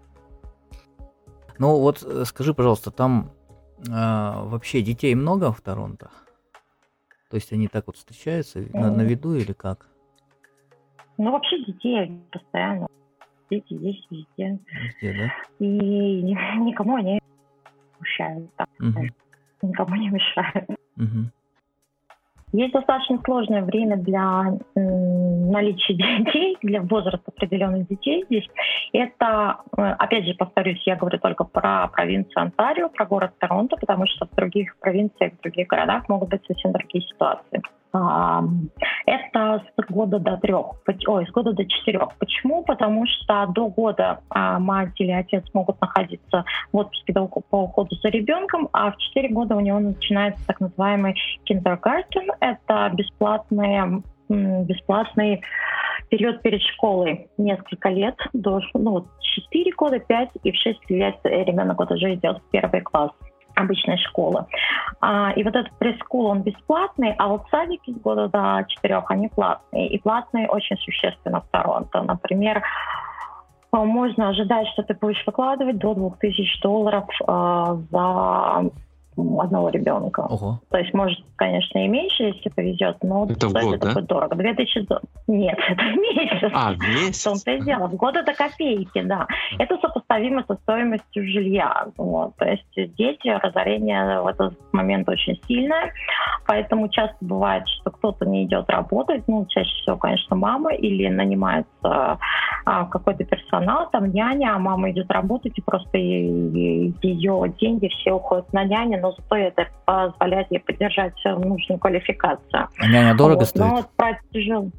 Скажи, пожалуйста, там вообще детей много в Торонто? То есть они так встречаются на виду или как? Вообще детей постоянно. Дети здесь везде. Везде, да? И никому они мешают. Никому не мешают. Есть достаточно сложное время для наличия детей, для возраста определенных детей здесь. Это, опять же, повторюсь, я говорю только про провинцию Онтарио, про город Торонто, потому что в других провинциях, в других городах могут быть совсем другие ситуации. Это с года до 4. Почему? Потому что до года мать или отец могут находиться в отпуске по уходу за ребенком, а в 4 года у него начинается так называемый kindergarten. Это бесплатный период перед школой. Несколько лет, до 4 года, 5 и в 6 лет ребенок уже идет в 1 класс обычной школы. И этот прескул, он бесплатный, а садики с года до 4, они платные. И платные очень существенно в Торонто. Например, можно ожидать, что ты будешь выкладывать до $2000 за одного ребенка. Ого. То есть, может, конечно, и меньше, если повезет, но это в год, да? дорого. 2000... Нет, это в месяц. В месяц? В том-то и дело. В год это копейки, да. Это сопоставимо со стоимостью жилья. Вот. То есть дети, разорение в этот момент очень сильное, поэтому часто бывает, что кто-то не идет работать, чаще всего, конечно, мама, или нанимается какой-то персонал, там няня, а мама идет работать, и просто ее деньги все уходят на няню, но зато это позволяет ей поддержать нужную квалификацию. А няня дорого стоит? Но тяжело.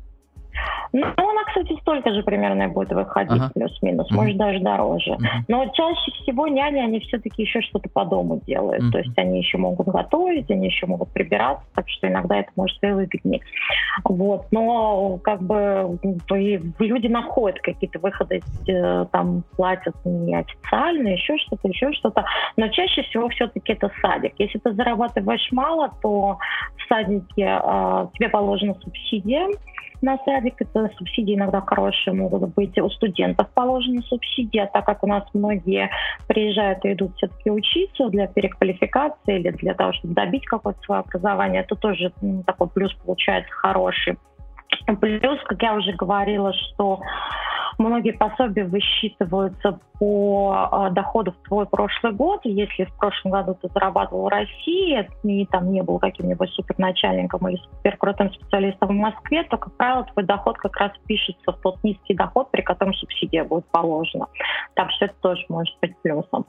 Она, кстати, столько же примерно будет выходить, плюс-минус, может, даже дороже. Но чаще всего няни, они все-таки еще что-то по дому делают. То есть они еще могут готовить, они еще могут прибираться, так что иногда это может и выгоднее. Вот. Но как бы люди находят какие-то выходы, там платят неофициально, еще что-то. Но чаще всего все-таки это садик. Если ты зарабатываешь мало, то в садике тебе положена субсидия. На садик это субсидии иногда хорошие могут быть. У студентов положена субсидия, так как у нас многие приезжают и идут все-таки учиться для переквалификации или для того, чтобы добить какое-то свое образование. Это тоже такой плюс получается хороший. Плюс, как я уже говорила, что многие пособия высчитываются по доходу в твой прошлый год. Если в прошлом году ты зарабатывал в России и там не был каким-нибудь суперначальником или суперкрутым специалистом в Москве, то, как правило, твой доход как раз пишется в тот низкий доход, при котором субсидия будет положена. Так что это тоже может быть плюсом.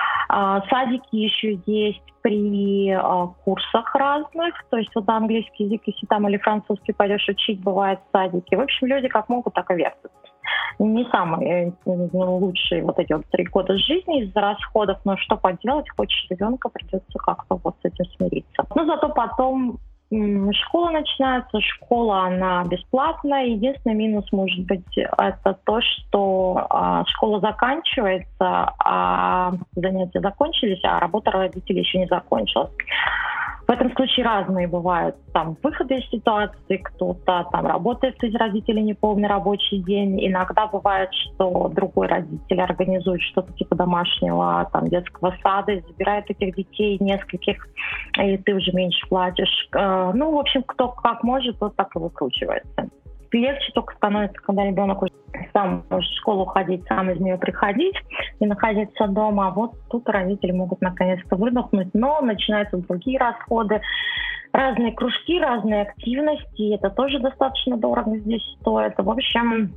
Садики еще есть при курсах разных, то есть вот английский язык, если там или французский пойдешь учить, бывает садики. В общем, люди как могут, так и вертятся. Не самые лучшие вот эти вот 3 года жизни из-за расходов, но что поделать, хочешь ребенка, придется как-то вот с этим смириться. Но зато потом школа начинается, школа, она бесплатная. Единственный минус может быть это то, что школа заканчивается, а занятия закончились, а работа родителей еще не закончилась. В этом случае разные бывают там выходы из ситуации, кто-то там работает из родителей неполный рабочий день. Иногда бывает, что другой родитель организует что-то типа домашнего там, детского сада и забирает этих детей нескольких, и ты уже меньше платишь. В общем, кто как может, тот так и выкручивается. Легче только становится, когда ребенок уже сам может в школу ходить, сам из нее приходить и находиться дома. А вот тут родители могут наконец-то выдохнуть, но начинаются другие расходы, разные кружки, разные активности. Это тоже достаточно дорого здесь стоит. В общем,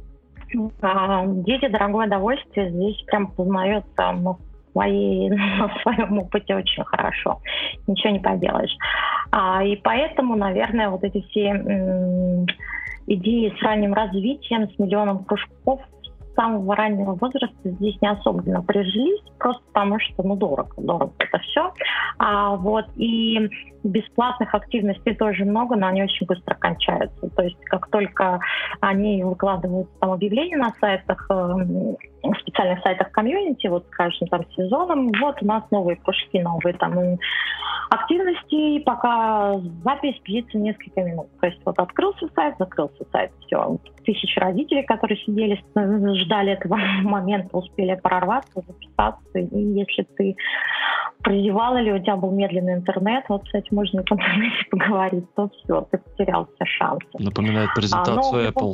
дети, дорогое удовольствие здесь прям познается на своем опыте очень хорошо. Ничего не поделаешь. И поэтому, наверное, вот эти все идеи с ранним развитием, с миллионом кружков с самого раннего возраста здесь не особенно прижились, просто потому что, дорого это все. И бесплатных активностей тоже много, но они очень быстро кончаются. То есть как только они выкладывают там объявления на сайтах, специальных сайтах комьюнити, вот, скажем, там с сезоном, вот у нас новые кружки, новые там активности, пока запись длится несколько минут. То есть вот открылся сайт, закрылся сайт, все. Тысячи родителей, которые сидели, ждали этого момента, успели прорваться, записаться. И если ты прозевал или у тебя был медленный интернет, вот, кстати, можно в интернете поговорить, то все, ты потерял все шансы. Напоминает презентацию Apple.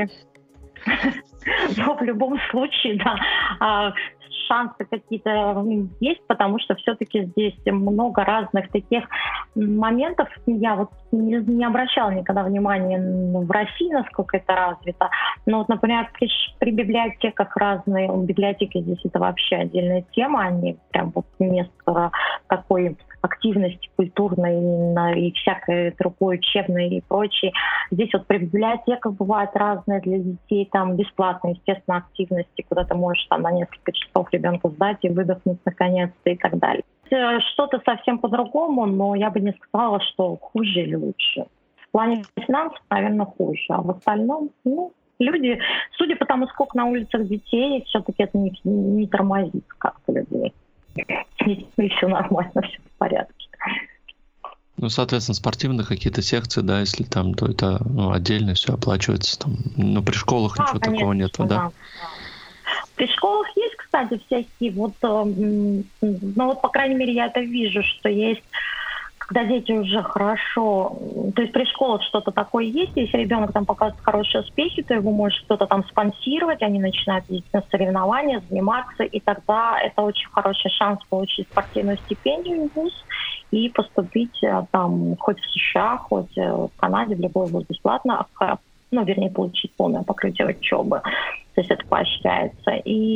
Но в любом случае, да, шансы какие-то есть, потому что все-таки здесь много разных таких моментов. Я вот не обращала никогда внимания в России, насколько это развито. Но вот, например, при библиотеках разные, библиотеки здесь это вообще отдельная тема, они прям вот место такой активности культурной и всякой другой учебной и прочей. Здесь вот при библиотеках бывают разные для детей, там бесплатные, естественно, активности, куда ты можешь там на несколько часов ребенка сдать и выдохнуть наконец-то и так далее. Что-то совсем по-другому, но я бы не сказала, что хуже или лучше. В плане финансов, наверное, хуже, а в остальном, люди, судя по тому, сколько на улицах детей, все-таки это не тормозит как-то людей. И все нормально, все в порядке. Соответственно, спортивные какие-то секции, да, если там, то это отдельно все оплачивается. Там, при школах ничего такого нет, да? При школах есть, кстати, кстати, всякие вот, ну вот, по крайней мере, я это вижу, что есть, когда дети уже хорошо, то есть при школах что-то такое есть, если ребенок там показывает хорошие успехи, то его может кто-то там спонсировать, они начинают ездить на соревнования, заниматься, и тогда это очень хороший шанс получить спортивную стипендию в вуз и поступить там хоть в США, хоть в Канаде, в любой вуз бесплатно, ну, вернее, получить полное покрытие учебы. То есть это поощряется.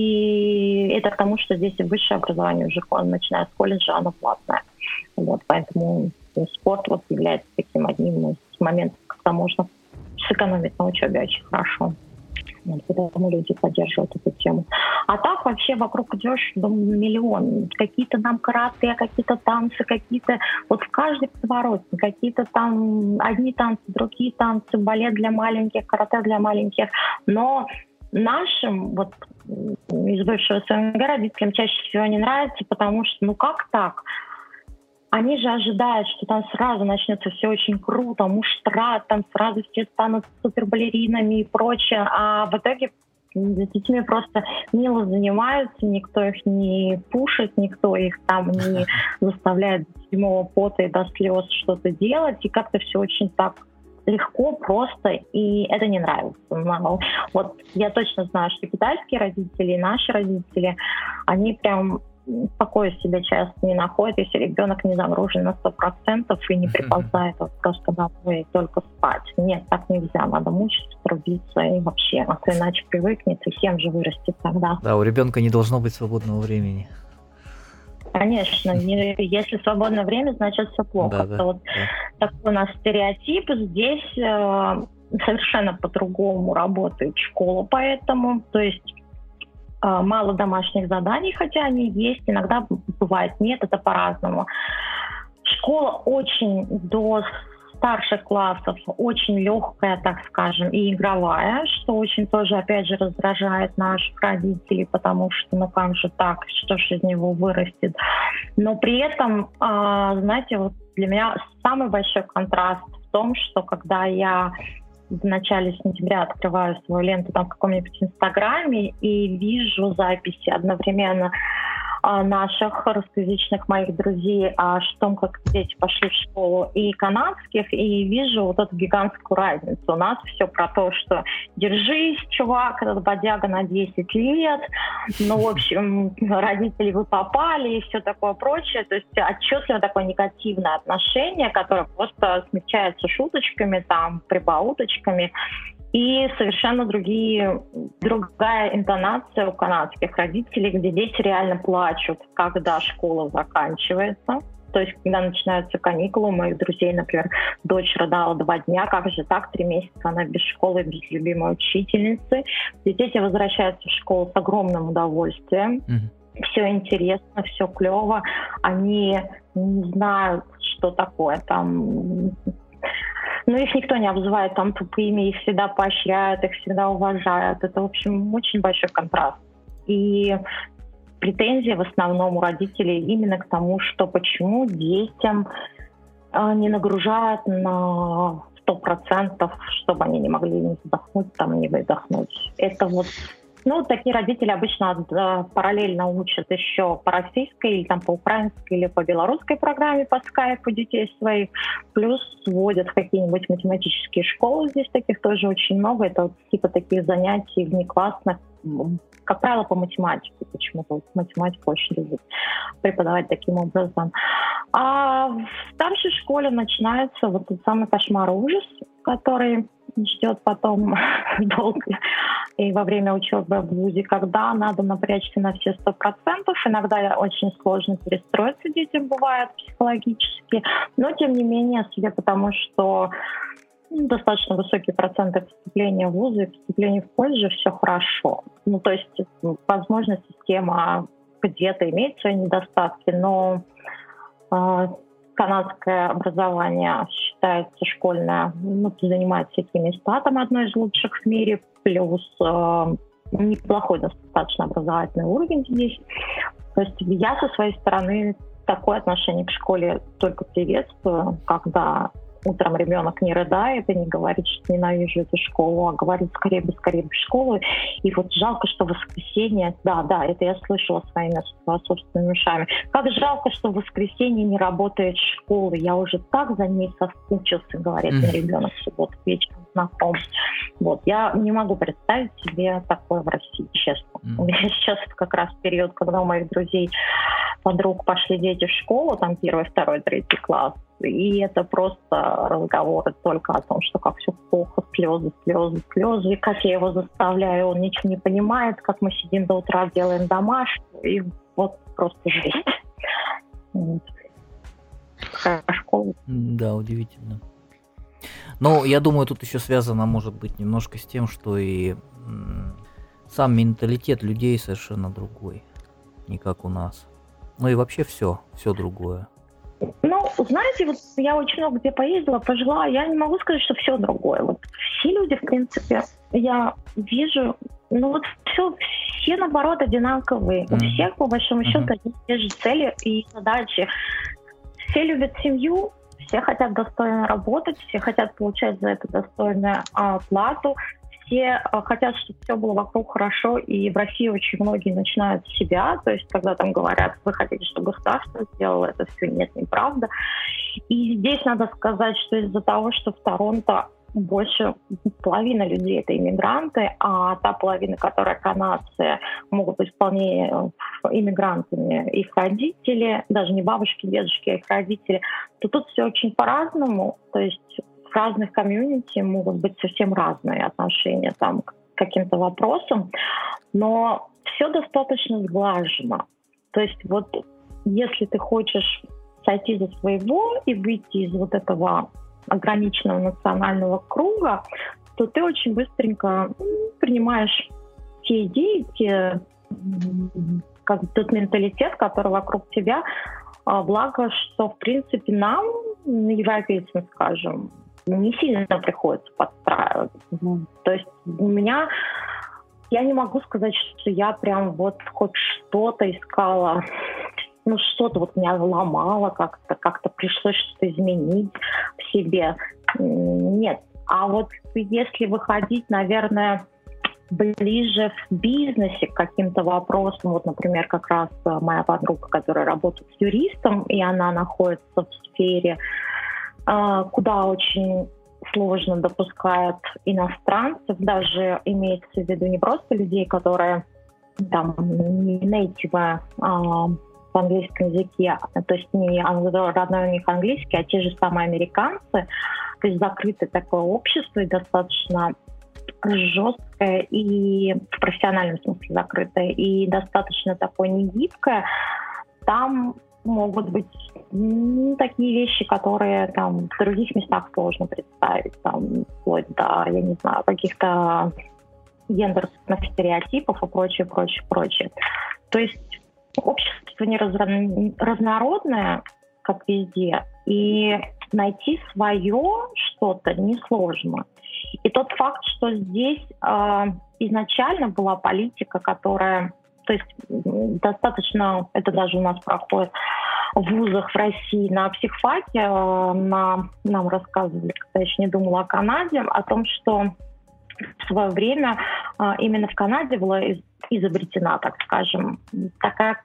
И это к тому, что здесь и высшее образование уже, начиная с колледжа, оно платное. Вот, поэтому спорт вот является таким одним из моментов, когда можно сэкономить на учебе очень хорошо. Вот, поэтому люди поддерживают эту тему. А так вообще вокруг идешь, думаю, миллион. Какие-то там карате, какие-то танцы, какие-то... Вот в каждой подворотне какие-то там одни танцы, другие танцы, балет для маленьких, карате для маленьких. Но нашим, вот из бывшего СНГ, родителям чаще всего не нравится, потому что, ну как так? Они же ожидают, что там сразу начнется все очень круто, муштра, там сразу все станут супербалеринами и прочее, а в итоге с детьми просто мило занимаются, никто их не пушит, никто их там не заставляет до седьмого пота и до слез что-то делать, и как-то все очень так легко, просто, и это не нравится. Но вот я точно знаю, что китайские родители и наши родители, они прям покоя себе часто не находят, если ребенок не загружен на 100% и не приползает вот просто домой и только спать. Нет, так нельзя, надо мучиться, трудиться и вообще, а то иначе привыкнет и всем же вырастет тогда. Да, у ребенка не должно быть свободного времени. Конечно, если свободное время, значит все плохо. Да. Вот такой у нас стереотип. Здесь совершенно по-другому работает школа, поэтому, то есть мало домашних заданий, хотя они есть, иногда бывает нет, это по-разному. Школа очень до старших классов очень легкая, так скажем, и игровая, что очень тоже, опять же, раздражает наших родителей, потому что, ну как же так, что же из него вырастет. Но при этом, знаете, вот для меня самый большой контраст в том, что когда я в начале сентября открываю свою ленту там в каком-нибудь Инстаграме и вижу записи одновременно наших русскоязычных моих друзей о том, как дети пошли в школу, и канадских, и вижу вот эту гигантскую разницу. У нас все про то, что держись, чувак, этот бодяга на 10 лет, ну, в общем, родители вы попали, и все такое прочее. То есть отчетливо такое негативное отношение, которое просто смягчается шуточками, там, прибауточками. И совершенно другая интонация у канадских родителей, где дети реально плачут, когда школа заканчивается. То есть, когда начинаются каникулы, у моих друзей, например, дочь рыдала 2 дня, как же так, 3 месяца она без школы, без любимой учительницы. И дети возвращаются в школу с огромным удовольствием. Все интересно, все клево. Они не знают, что такое там... Но их никто не обзывает там тупыми, их всегда поощряют, их всегда уважают. Это, в общем, очень большой контраст. И претензии в основном у родителей именно к тому, что почему детям не нагружают на 100%, чтобы они не могли не вздохнуть, там, не выдохнуть. Это вот... Ну, такие родители обычно параллельно учат еще по российской или там по украинской или по белорусской программе по скайпу детей своих, плюс вводят в какие-нибудь математические школы, здесь таких тоже очень много, это вот типа таких занятий внеклассных, как правило, по математике, почему-то вот математику очень любят преподавать таким образом. А в старшей школе начинается вот тот самый кошмар и ужас, который ждет потом долго и во время учебы в вузе, когда надо напрячься на все 100%. Иногда очень сложно перестроиться детям бывает психологически, но тем не менее, судя по тому, что достаточно высокие проценты поступления в вузы и поступления в колледже, все хорошо. Ну, то есть, возможно, система где-то имеет свои недостатки, но канадское образование считается школьное, занимает всякие места, там одно из лучших в мире, плюс неплохой достаточно образовательный уровень здесь. То есть я со своей стороны такое отношение к школе только приветствую, когда утром ребенок не рыдает и не говорит, что ненавижу эту школу, а говорит скорее бы в школу. И вот жалко, что в воскресенье, да, это я слышала своими собственными ушами. Как жалко, что в воскресенье не работает школа. Я уже так за ней соскучился, говорит мне ребенок в субботу вечером знаком. Вот, я не могу представить себе такое в России, честно. У меня сейчас как раз период, когда у моих друзей, подруг пошли дети в школу, там 1, 2, 3 класс, и это просто разговоры только о том, что как все плохо, слезы, и как я его заставляю, он ничего не понимает, как мы сидим до утра, делаем домашку, и вот просто жесть. Школа. Да, удивительно. Но я думаю, тут еще связано, может быть, немножко с тем, что и сам менталитет людей совершенно другой, не как у нас. Ну и вообще все другое. Ну, знаете, вот я очень много где поездила, пожила, я не могу сказать, что все другое. Вот все люди, в принципе, я вижу, все наоборот одинаковые. У всех, по большому счету, одни и те же цели и задачи. Все любят семью, все хотят достойно работать, все хотят получать за это достойную оплату, все хотят, чтобы все было вокруг хорошо, и в России очень многие начинают с себя, то есть когда там говорят, вы хотите, чтобы государство сделало это все, нет, неправда. И здесь надо сказать, что из-за того, что в Торонто больше половины людей это иммигранты, а та половина, которая канадцы, могут быть вполне иммигрантами, их родители, даже не бабушки, дедушки, а их родители, то тут все очень по-разному, то есть в разных комьюнити могут быть совсем разные отношения там, к каким-то вопросам, но все достаточно сглажено. То есть вот если ты хочешь сойти за своего и выйти из вот этого ограниченного национального круга, то ты очень быстренько принимаешь те идеи, тот менталитет, который вокруг тебя. Благо, что, в принципе, нам, европейцам, скажем, не сильно приходится подстраиваться. То есть у меня, я не могу сказать, что я прям вот хоть что-то искала, что-то вот меня ломало, как-то пришлось что-то изменить в себе. Нет. А вот если выходить, наверное, ближе в бизнесе к каким-то вопросам, вот, например, как раз моя подруга, которая работает с юристом, и она находится в сфере, куда очень сложно допускают иностранцев, даже имеется в виду не просто людей, которые там не нейтивы в английском языке, то есть не родной у них английский, а те же самые американцы, то есть закрытое такое общество и достаточно жесткое и в профессиональном смысле закрытое, и достаточно такое негибкое. Там могут быть такие вещи, которые там в других местах сложно представить, там вплоть до, я не знаю, каких-то гендерных стереотипов и прочее. То есть общество не разнородное, как везде, и найти свое что-то несложно. И тот факт, что здесь изначально была политика, которая, то есть достаточно, это даже у нас проходит в вузах в России на психфаке, нам рассказывали, когда я еще не думала о Канаде, о том, что в свое время именно в Канаде была изобретена, так скажем, такая,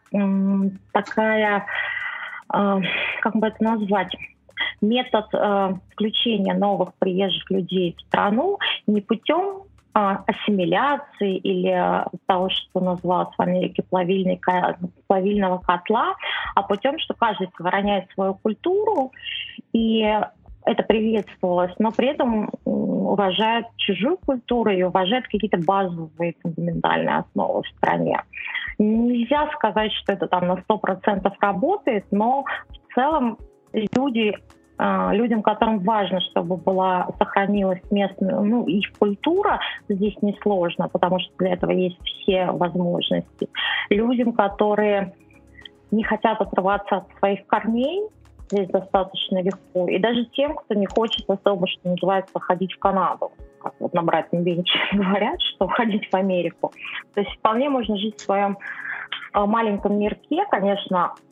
как бы это назвать, метод включения новых приезжих людей в страну не путем ассимиляции или того, что называлось в Америке плавильного котла, а путем, что каждый сохраняет свою культуру, и это приветствовалось, но при этом уважает чужую культуру и уважает какие-то базовые фундаментальные основы в стране. Нельзя сказать, что это там на 100% работает, но в целом людям, которым важно, чтобы сохранилась местная, их культура, здесь несложно, потому что для этого есть все возможности. Людям, которые не хотят отрываться от своих корней, здесь достаточно легко. И даже тем, кто не хочет особо, что называется, ходить в Канаду. Как вот на братьям Бенче говорят, что ходить в Америку. То есть вполне можно жить в своем маленьком мирке, конечно,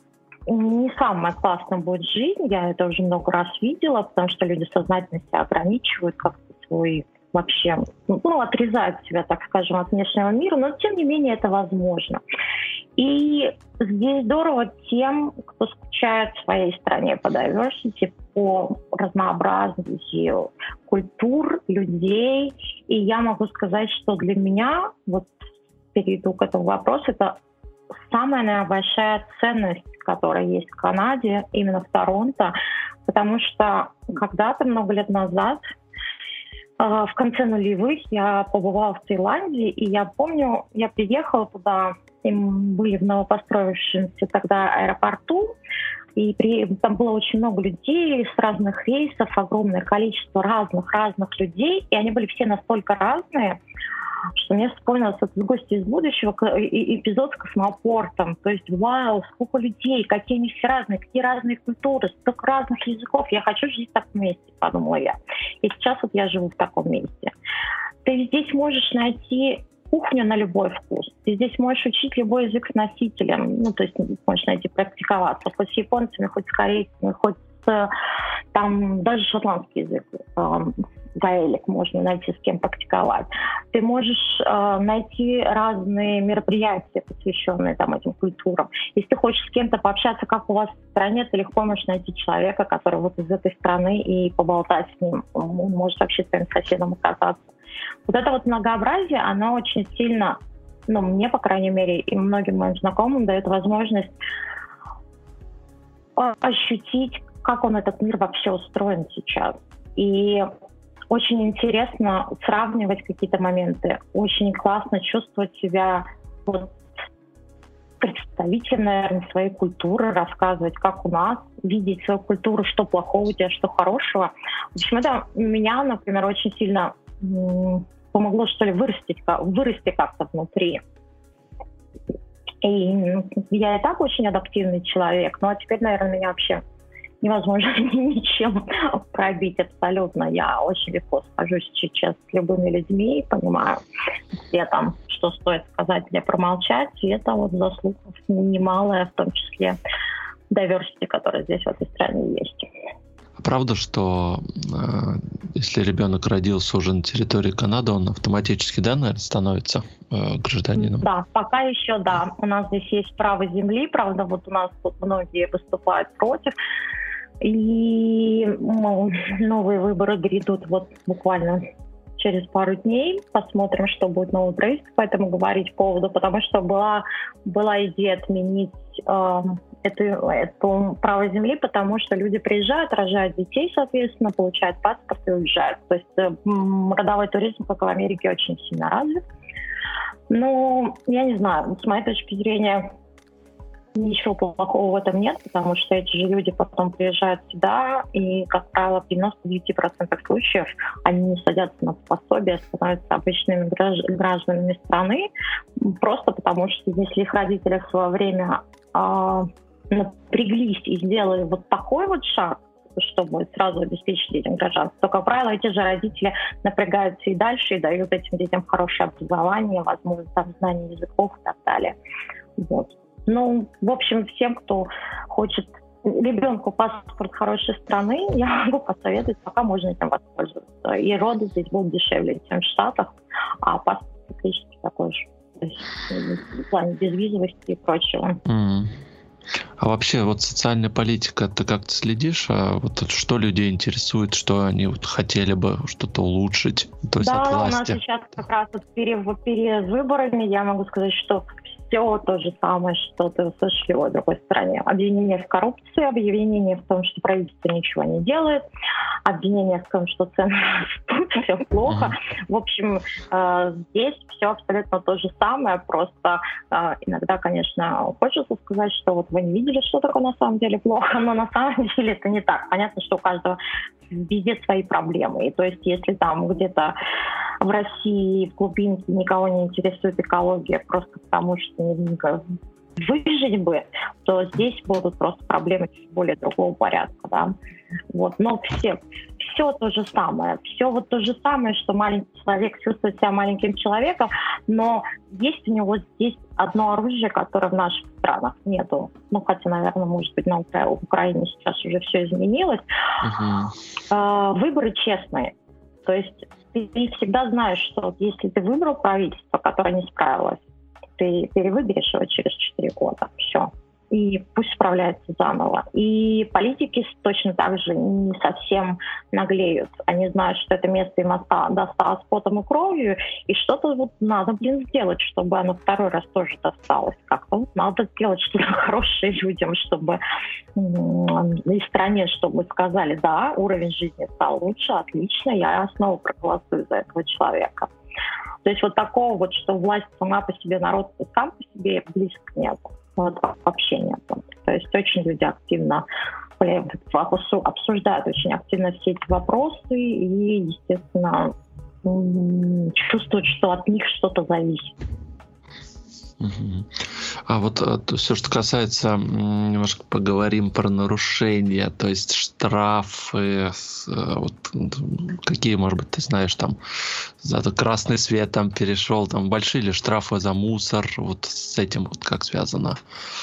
не самая классная будет жизнь, я это уже много раз видела, потому что люди сознательно себя ограничивают, как-то свой вообще, отрезают себя, так скажем, от внешнего мира, но тем не менее это возможно. И здесь здорово тем, кто скучает в своей стране по diversity, по разнообразию культур, людей. И я могу сказать, что для меня, вот перейду к этому вопросу, это самая, наверное, большая ценность, которая есть в Канаде, именно в Торонто, потому что когда-то, много лет назад, в конце нулевых, я побывала в Таиланде, и я помню, я приехала туда, и мы были в новопостроившемся тогда аэропорту, и там было очень много людей с разных рейсов, огромное количество разных людей, и они были все настолько разные, что мне вспомнилось этот «Гости из будущего» эпизод с космопортом. То есть, вау, сколько людей, какие они все разные, какие разные культуры, столько разных языков. Я хочу жить в таком месте, подумала я. И сейчас вот я живу в таком месте. Ты здесь можешь найти кухню на любой вкус. Ты здесь можешь учить любой язык с носителем. То есть можешь найти практиковаться. Хоть с японцами, хоть с корейцами, хоть с даже шотландский язык. Гаэлик можно найти, с кем практиковать. Ты можешь найти разные мероприятия, посвященные этим культурам. Если ты хочешь с кем-то пообщаться, как у вас в стране, ты легко можешь найти человека, который вот из этой страны, и поболтать с ним. Он может вообще твоим соседом оказаться. Вот это вот многообразие, оно очень сильно, мне, по крайней мере, и многим моим знакомым дает возможность ощутить, как этот мир вообще устроен сейчас. И очень интересно сравнивать какие-то моменты. Очень классно чувствовать себя представителем, наверное, своей культуры, рассказывать, как у нас, видеть свою культуру, что плохого у тебя, что хорошего. В общем, это меня, например, очень сильно помогло, что ли, вырасти как-то внутри. И я и так очень адаптивный человек, а теперь, наверное, меня вообще невозможно ничем пробить абсолютно. Я очень легко схожусь сейчас с любыми людьми, понимаю, где что стоит сказать, где промолчать. И это заслуга немалая, в том числе diversity, которая здесь в этой стране есть. Правда, что если ребенок родился уже на территории Канады, он автоматически, наверное, становится гражданином? Да, пока еще да. У нас здесь есть право земли, правда, у нас тут многие выступают против. И новые выборы грядут буквально через пару дней. Посмотрим, что будет новый правительство по этому говорить поводу, потому что была идея отменить это право земли, потому что люди приезжают, рожают детей, соответственно, получают паспорт и уезжают. То есть родовой туризм, как в Америке, очень сильно развит. Я не знаю, с моей точки зрения, ничего плохого в этом нет, потому что эти же люди потом приезжают сюда, и, как правило, в 99% случаев они не садятся на пособие, становятся обычными гражданами страны, просто потому что если их родители в свое время напряглись и сделали такой шаг, чтобы сразу обеспечить детям гражданство, то, как правило, эти же родители напрягаются и дальше, и дают этим детям хорошее образование, возможно, знание языков и так далее. В общем, всем, кто хочет ребенку паспорт хорошей страны, я могу посоветовать, пока можно этим воспользоваться. И роды здесь будут дешевле, чем в Штатах, а паспорт практически такой же. То есть, в плане безвизовости и прочего. А вообще, социальная политика, ты как-то следишь? Что людей интересует, что они хотели бы что-то улучшить? То есть от власти? У нас сейчас как раз перед выборами, я могу сказать, что все то же самое, что ты услышали в другой стране. Обвинение в коррупции, обвинение в том, что правительство ничего не делает, обвинение в том, что цены растут, все плохо. В общем, здесь все абсолютно то же самое, просто иногда, конечно, хочется сказать, что вы не видели, что такое на самом деле плохо, но на самом деле это не так. Понятно, что у каждого везде свои проблемы. И то есть, если там где-то в России, в глубинке никого не интересует экология, просто потому что выжить бы, то здесь будут просто проблемы чуть более другого порядка, да. Но все то же самое. Все то же самое, что маленький человек чувствует себя маленьким человеком, но есть у него здесь одно оружие, которое в наших странах нету. Ну, хотя, наверное, может быть, в Украине сейчас уже все изменилось. Выборы честные. То есть ты всегда знаешь, что если ты выбрал правительство, которое не справилось, ты перевыберешь его через 4 года. Все. И пусть справляется заново. И политики точно так же не совсем наглеют. Они знают, что это место им досталось потом и кровью, и что-то вот надо, сделать, чтобы оно второй раз тоже досталось. Как-то вот надо сделать что-то хорошее людям, чтобы и стране, чтобы сказали, да, уровень жизни стал лучше, отлично, я снова проголосую за этого человека. То есть вот такого вот, что власть сама по себе, народ сам по себе, близко нет. Вот, вообще нет. То есть очень люди активно обсуждают очень активно все эти вопросы и, естественно, чувствуют, что от них что-то зависит. А вот все, что касается, немножко поговорим про нарушения, то есть штрафы, вот, какие, может быть, ты знаешь, там, за красный свет там перешел, там, большие ли штрафы за мусор, вот с этим вот как связано?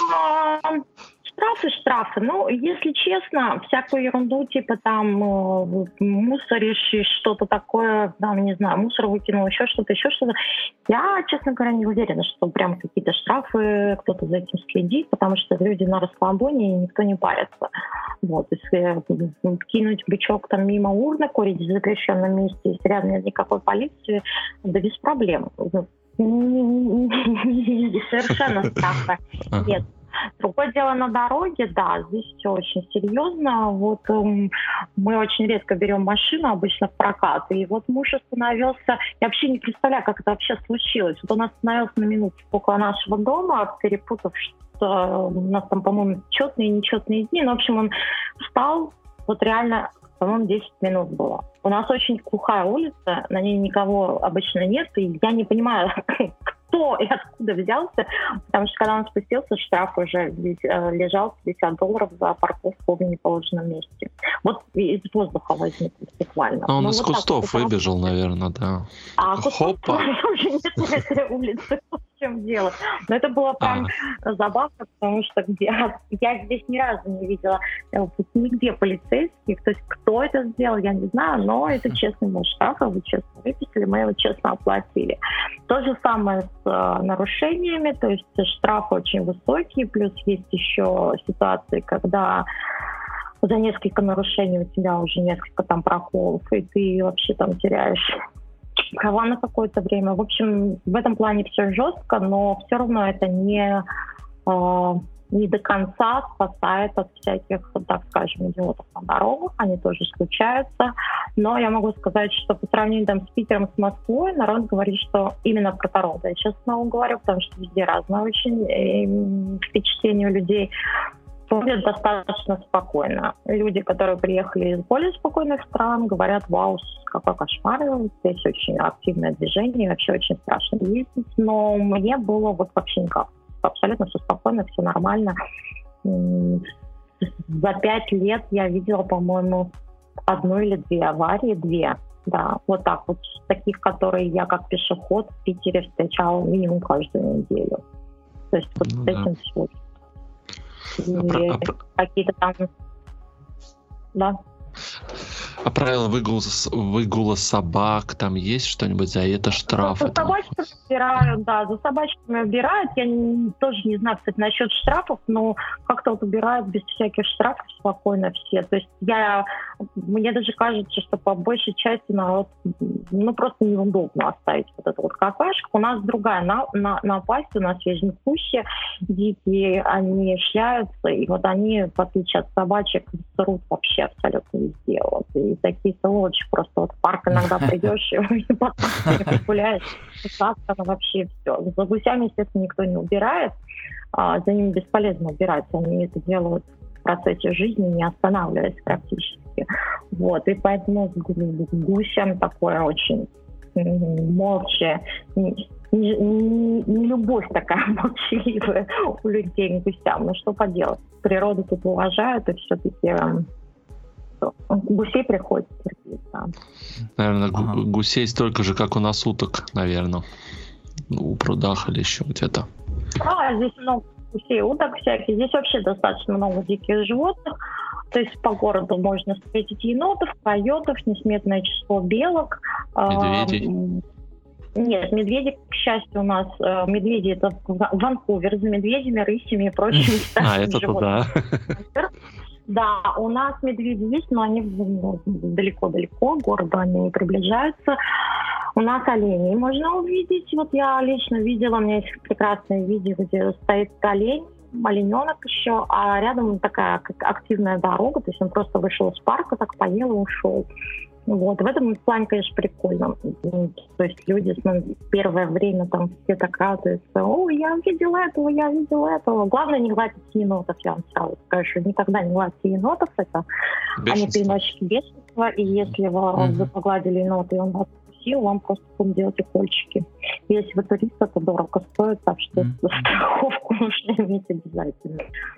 Штрафы. Ну, если честно, всякую ерунду, типа там мусоришь и что-то такое, там, не знаю, мусор выкинул, еще что-то. Я, честно говоря, не уверена, что прям какие-то штрафы, кто-то за этим следит, потому что люди на расслабоне, и никто не парится. Вот, если кинуть бычок там мимо урны, курить в запрещенном месте, если рядом нет никакой полиции, да без проблем. Совершенно штрафа нет. Другое дело на дороге, да, здесь все очень серьезно. Вот мы очень редко берем машину, обычно в прокат. И вот муж остановился, я вообще не представляю, как это вообще случилось. Вот он остановился на минуту около нашего дома, перепутав, что у нас там, по-моему, четные и нечетные дни. Ну, в общем, он встал, вот реально, по-моему, 10 минут было. У нас очень глухая улица, на ней никого обычно нет, и я не понимаю, кто и откуда взялся, потому что когда он спустился, штраф уже лежал $50 за парковку в неположенном месте. Вот из воздуха возник буквально. А он из кустов выбежал, наверное, да. А кустов уже нет на этой улице, в чем дело. Но это было прям забавно, потому что я здесь ни разу не видела нигде полицейских, то есть кто это сделал, я не знаю, но это честный был штраф, вы честно выписали, мы его честно оплатили. То же самое с нарушениями, то есть штрафы очень высокие, плюс есть еще ситуации, когда за несколько нарушений у тебя уже несколько там проколов, и ты вообще там теряешь права на какое-то время. В общем, в этом плане все жестко, но все равно это не до конца спасает от всяких, так скажем, идиотов на дорогах. Они тоже случаются. Но я могу сказать, что по сравнению там, с Питером, с Москвой, народ говорит, что именно про Торонто. Я сейчас снова говорю, потому что везде разное очень впечатление у людей. Выглядит достаточно спокойно. Люди, которые приехали из более спокойных стран, говорят, вау, какой кошмар, здесь очень активное движение, вообще очень страшно ездить. Но мне было вот вообще никак. Абсолютно все спокойно, все нормально. За 5 лет я видела, по-моему, 1 или 2 аварии, 2. Да, вот так вот. Таких, которые я как пешеход в Питере встречала минимум каждую неделю. То есть вот с этим все. Какие-то там... Да. А правила выгула собак, там есть что-нибудь за это штрафы? За собачками убирают, да, за собачками убирают. Я тоже не знаю, кстати, насчет штрафов, но как-то вот убирают без всяких штрафов спокойно все. То есть мне даже кажется, что по большей части народ, просто неудобно оставить вот эту вот какашку. У нас другая напасть, у нас есть жнекущие дикие, они шляются, и вот они, в отличие от собачек, срут вообще абсолютно везде. Вот. И такие сволочи, просто вот в парк иногда придешь и потом гуляешь, вообще все. За гусями, естественно, никто не убирает, за ними бесполезно убирать, они это делают в процессе жизни, не останавливаясь практически. Вот, и поэтому с гусям такое очень молча, не любовь такая молчаливая у людей к гусям. Ну что поделать, природу тут уважают, и все-таки гусей приходится терпеть, да. Наверное, гусей столько же, как у нас уток, наверное. У прудах или еще где-то. Да, здесь гусей, уток всяких. Здесь вообще достаточно много диких животных. То есть по городу можно встретить енотов, койотов, несметное число белок. Медведей? Нет, медведи, к счастью, у нас медведи это Ванкувер за медведями, рысями и прочими. Это туда. Да, у нас медведи есть, но они далеко-далеко, к городу они не приближаются. У нас оленей можно увидеть. Вот я лично видела, у меня есть прекрасное видео, где стоит олень, олененок еще, а рядом такая как активная дорога, то есть он просто вышел из парка, так поел и ушел. Вот. В этом плане, конечно, прикольно. То есть люди первое время там все так радуются. О, я видела этого. Главное не гладить енотов, я вам сразу скажу. Никогда не гладьте енотов. Это они переносчики бешенства. И если вы погладили енота, и он вас укусил, вам просто будут делать укольчики. Если вы турист, это дорого стоит, так что страховку нужно иметь обязательно.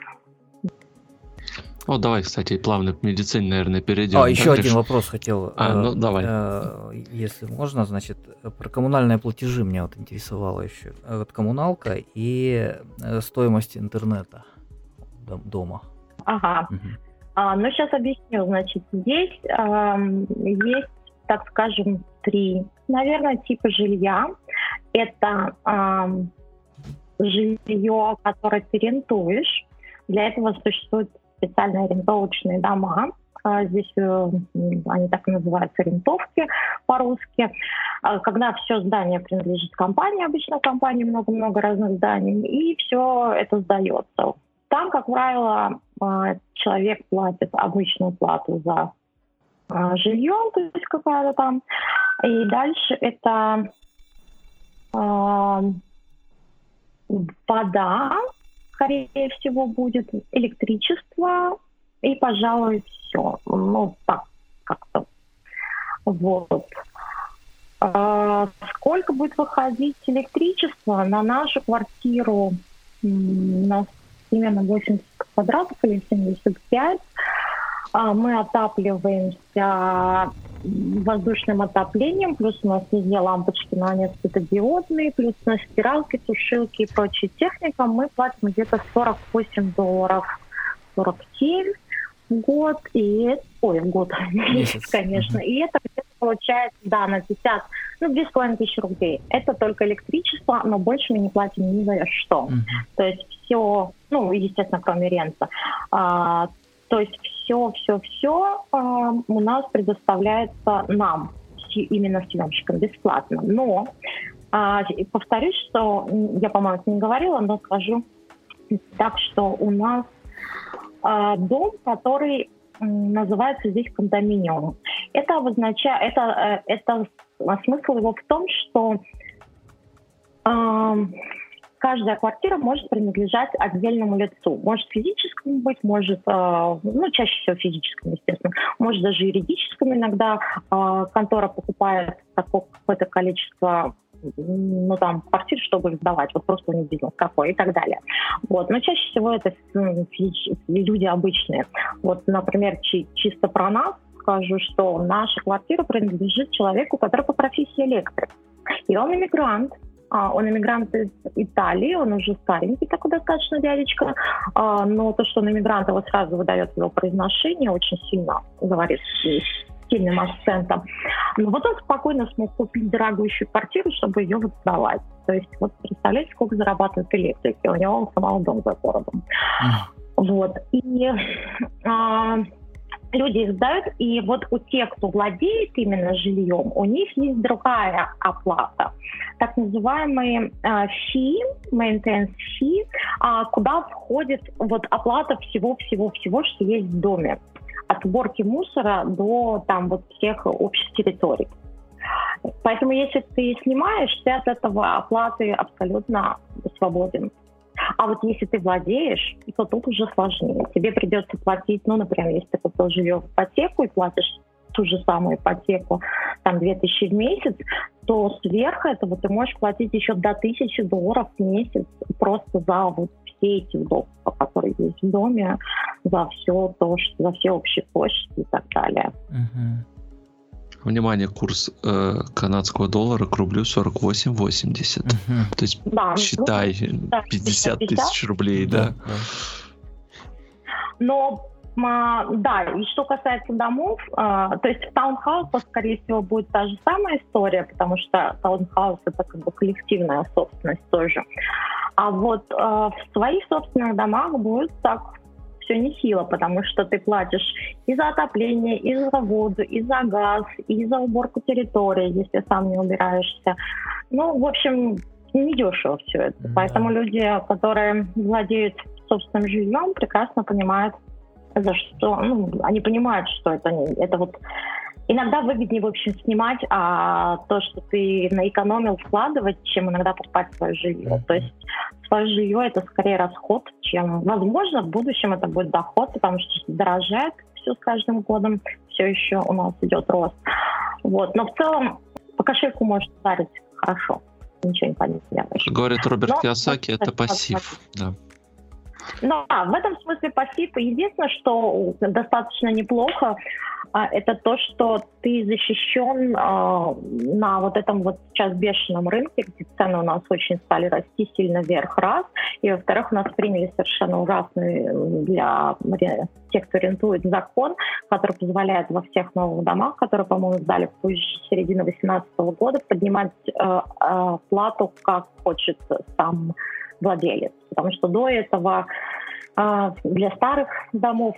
Вот давай, кстати, плавно к медицине, наверное, перейдем. Еще один вопрос хотел. Ну, давай. Если можно, значит, про коммунальные платежи меня вот интересовало еще. Вот коммуналка и стоимость интернета дома. Ага. Ну, сейчас объясню. Значит, здесь есть, так скажем, 3, наверное, типа жилья. Это жилье, которое ты рентуешь. Для этого существует специальные арендовочные дома. Здесь они так и называются, рентовки по-русски. Когда все здание принадлежит компании, обычно компании много-много разных зданий, и все это сдается. Там, как правило, человек платит обычную плату за жилье, то есть какая-то там. И дальше это вода, скорее всего, будет электричество и, пожалуй, все. Ну, так, как-то. Вот. Сколько будет выходить электричество на нашу квартиру? У нас примерно 80 квадратов или 75. Мы отапливаемся воздушным отоплением, плюс у нас везде лампочки, но они светодиодные, плюс на стиралки, сушилки и прочая техника мы платим где-то $48, 47 в год, и в год, месяц, конечно, и это где-то получается, да, на 50, 2500 рублей. Это только электричество, но больше мы не платим ни за что. То есть все, естественно, кроме рента. То есть все у нас предоставляется нам, именно съемщикам, бесплатно. Но повторюсь, что я, по-моему, это не говорила, но скажу так, что у нас дом, который называется здесь кондоминиум. Это обозначает, это смысл его в том, что каждая квартира может принадлежать отдельному лицу. Может физическому быть, может, чаще всего физическому, естественно. Может даже юридическому. Иногда контора покупает какое-то количество квартир, чтобы их сдавать. Вот просто у них бизнес какой и так далее. Вот. Но чаще всего это люди обычные. Вот, например, чисто про нас скажу, что наша квартира принадлежит человеку, который по профессии электрик. И он иммигрант. Он иммигрант из Италии, он уже старенький такой достаточно дядечка, но то, что он иммигрант, его сразу выдает его произношение, очень сильно говорит с сильным акцентом. Но вот он спокойно смог купить дорогущую квартиру, чтобы ее вот сдавать. То есть вот представляете, сколько зарабатывают электрики, у него самого дом за городом. Вот. И люди их сдают, и вот у тех, кто владеет именно жильем, у них есть другая оплата, так называемые fee, maintenance fee, куда входит вот оплата всего-всего-всего, что есть в доме, от уборки мусора до там вот всех общих территорий. Поэтому если ты снимаешь, ты от этого оплаты абсолютно свободен. А вот если ты владеешь, то тут уже сложнее. Тебе придется платить, например, если ты купил жилье в ипотеку и платишь ту же самую ипотеку, там, $2000 в месяц, то сверх этого ты можешь платить еще до $1000 в месяц просто за вот все эти удобства, которые есть в доме, за все то, что за все общие площади и так далее. Внимание, курс канадского доллара к рублю 48,80. То есть, считай, 50 тысяч рублей, да. Но, да, и что касается домов, то есть в таунхаусах, скорее всего, будет та же самая история, потому что таунхаус — это как бы коллективная собственность тоже. А вот в своих собственных домах будет так все нехило, потому что ты платишь и за отопление, и за воду, и за газ, и за уборку территории, если сам не убираешься. Ну, в общем, недешево все это. Поэтому люди, которые владеют собственным жильем, прекрасно понимают, за что. Ну, они понимают, что это вот иногда выгоднее, в общем, снимать, а то, что ты наэкономил, вкладывать, чем иногда покупать свое жилье. То есть свое жилье — это скорее расход, чем, возможно, в будущем это будет доход, потому что дорожает все с каждым годом, все еще у нас идет рост. Вот. Но в целом по кошельку может ударить хорошо. Ничего не поделаешь. Говорит Роберт Кийосаки, это пассив. Да. Ну, в этом смысле пассив. Единственное, что достаточно неплохо, это то, что ты защищен на вот этом вот сейчас бешеном рынке, где цены у нас очень стали расти сильно вверх, раз. И, во-вторых, у нас приняли совершенно ужасный для тех, кто арендует, закон, который позволяет во всех новых домах, которые, по-моему, сдали позже середины 2018 года, поднимать плату, как хочет сам владелец. Потому что до этого для старых домов,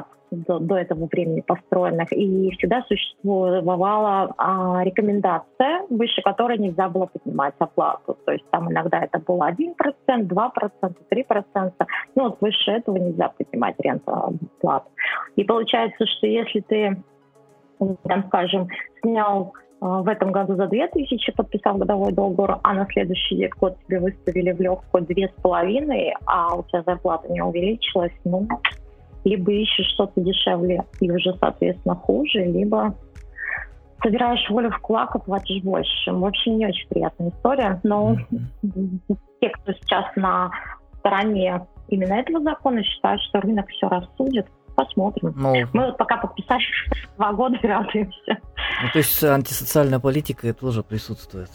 до этого времени построенных, и всегда существовала рекомендация, выше которой нельзя было поднимать оплату. То есть там иногда это было 1%, 2%, 3%. Ну вот выше этого нельзя поднимать рентоплату. И получается, что если ты, там, скажем, снял в этом году за 2000, подписал годовой договор, а на следующий год тебе выставили в легкую 2,5, а у тебя зарплата не увеличилась, ну, либо ищешь что-то дешевле и уже, соответственно, хуже, либо собираешь волю в кулак и платишь больше. В общем, не очень приятная история, но те, кто сейчас на стороне именно этого закона, считают, что рынок все рассудит. Посмотрим. Мы вот пока подписали 2 года и радуемся. Ну, то есть антисоциальная политика тоже присутствует.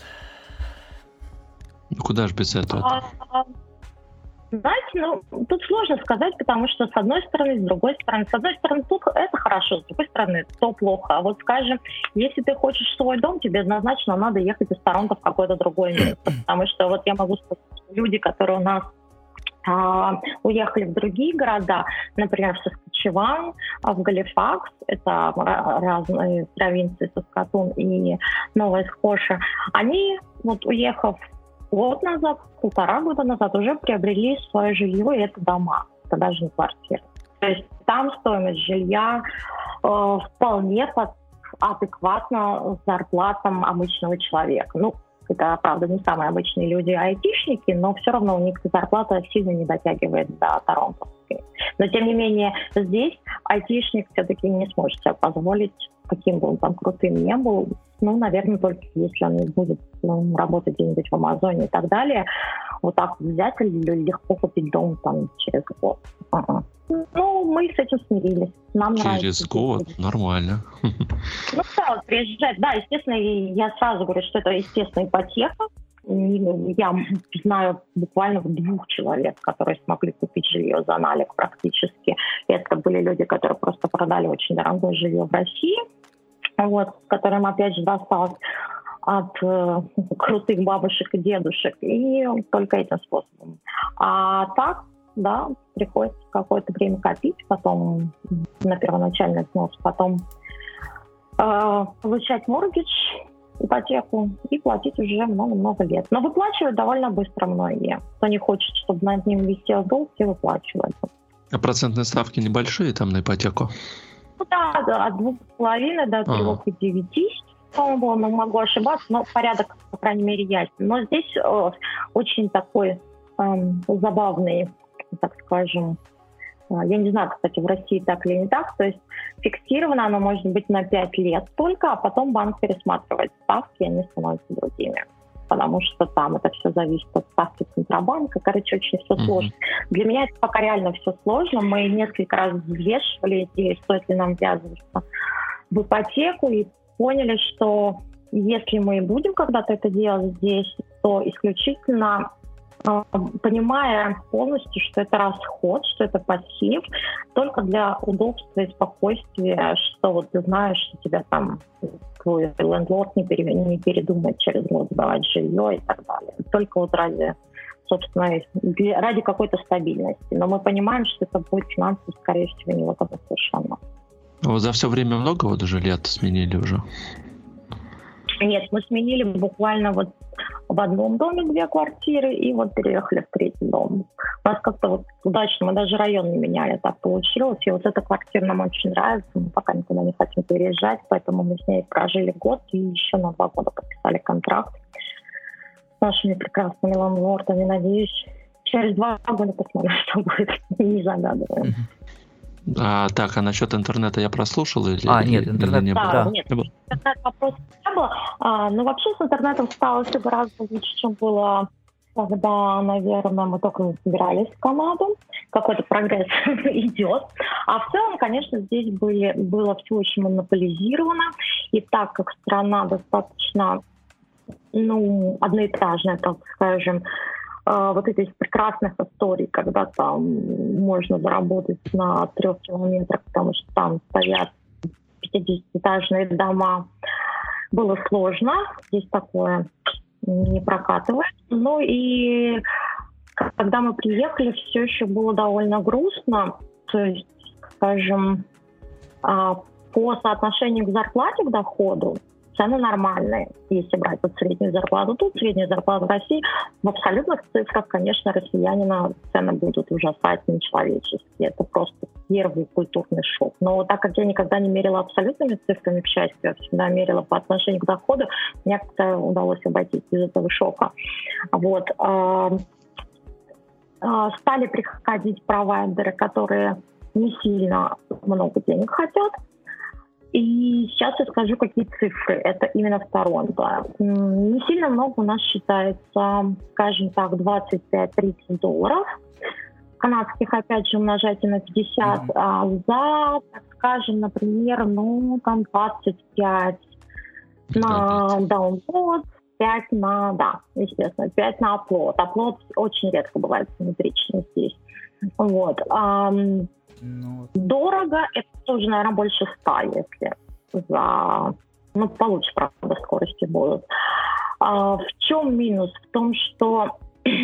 Ну куда же без этого? Знаете, тут сложно сказать, потому что с одной стороны, с другой стороны. С одной стороны, тут это хорошо, с другой стороны, то плохо. А вот, скажем, если ты хочешь свой дом, тебе однозначно надо ехать из Торонто в какое-то другое место. Потому что вот я могу сказать, что люди, которые у нас уехали в другие города, например, в Саскатчеван, в Галифакс, это разные провинции, Саскатун и Новая Схоша, они, вот уехав год назад, 1,5 года назад, уже приобрели свое жилье, и это дома, это даже не квартиры. То есть там стоимость жилья вполне адекватна зарплатам обычного человека. Ну, это, правда, не самые обычные люди, а айтишники, но все равно у них зарплата сильно не дотягивает до торонтовской. Но, тем не менее, здесь айтишник все-таки не сможет себе позволить, каким бы он там крутым не был, ну, наверное, только если он будет работать где-нибудь в Амазоне и так далее, вот так взять и легко купить дом там через год. Ну, мы с этим смирились. Нам через нравится. Год? Нормально. Ну да, вот приезжать. Да, естественно, я сразу говорю, что это, естественно, ипотека. Я знаю буквально 2 человек, которые смогли купить жилье за налик практически. Это были люди, которые просто продали очень дорогое жилье в России, вот, которым, опять же, досталось от крутых бабушек и дедушек, и только этим способом. А так, да, приходится какое-то время копить, потом на первоначальный взнос, потом получать моргидж, ипотеку и платить уже много-много лет. Но выплачивают довольно быстро многие. Кто не хочет, чтобы над ним висел долг, те выплачивают. А процентные ставки небольшие там на ипотеку? Ну да, от 2,5 до 3,9, по-моему, но могу ошибаться, но порядок, по крайней мере, ясен. Но здесь очень такой забавный, так скажем, я не знаю, кстати, в России так или не так, то есть фиксировано оно может быть на 5 лет только, а потом банк пересматривает ставки, и они становятся другими, потому что там это все зависит от ставки Центробанка. Короче, очень все сложно. Для меня это пока реально все сложно. Мы несколько раз взвешивали идею, стоит ли нам ввязываться в ипотеку, и поняли, что если мы и будем когда-то это делать здесь, то исключительно понимая полностью, что это расход, что это пассив, только для удобства и спокойствия, что вот ты знаешь, что тебя там твой лендлорд не передумает через год сдавать жилье и так далее. Только вот ради, собственно, ради какой-то стабильности. Но мы понимаем, что это будет финансово, скорее всего, не вот это совершенно. Вы за все время много вот жилья-то сменили уже? Нет, мы сменили буквально вот в одном доме 2 квартиры и вот переехали в 3-й дом. У нас как-то вот удачно, мы даже район не меняли, так получилось. И вот эта квартира нам очень нравится, мы пока никуда не хотим переезжать, поэтому мы с ней прожили год и еще на 2 года подписали контракт с нашими прекрасными лендлордами. Надеюсь, через 2 года посмотрим, что будет, не загадываем. Так, а насчет интернета я прослушал? Нет, интернет не было? Да, нет, интернет вопросов не было. Но вообще с интернетом стало все гораздо лучше, чем было, когда, наверное, мы только собирались в Канаду. Какой-то прогресс идет. А в целом, конечно, здесь было все очень монополизировано. И так как страна достаточно, одноэтажная, так скажем, вот этих прекрасных историй, когда там можно заработать на 3 километрах, потому что там стоят 50-этажные дома, было сложно. Здесь такое не прокатывает. Ну и когда мы приехали, все еще было довольно грустно. То есть, скажем, по соотношению к зарплате, к доходу, цены нормальные, если брать вот среднюю зарплату тут, среднюю зарплату в России. В абсолютных цифрах, конечно, россиянина цены будут ужасать нечеловеческие. Это просто первый культурный шок. Но так как я никогда не мерила абсолютными цифрами, к счастью, я всегда мерила по отношению к доходу, мне как-то удалось обойтись без этого шока. Вот. Стали приходить провайдеры, которые не сильно много денег хотят. И сейчас я скажу, какие цифры. Это именно в Торонто. Не сильно много у нас считается, скажем так, $25-30. Канадских, опять же, умножайте на 50. А за, так скажем, например, 25 на даунлоад, 5 на, естественно, 5 на upload. Upload очень редко бывает симметричный здесь. Вот. Дорого, это тоже, наверное, больше 100, если за... получше, правда, скорости будут. В чем минус? В том, что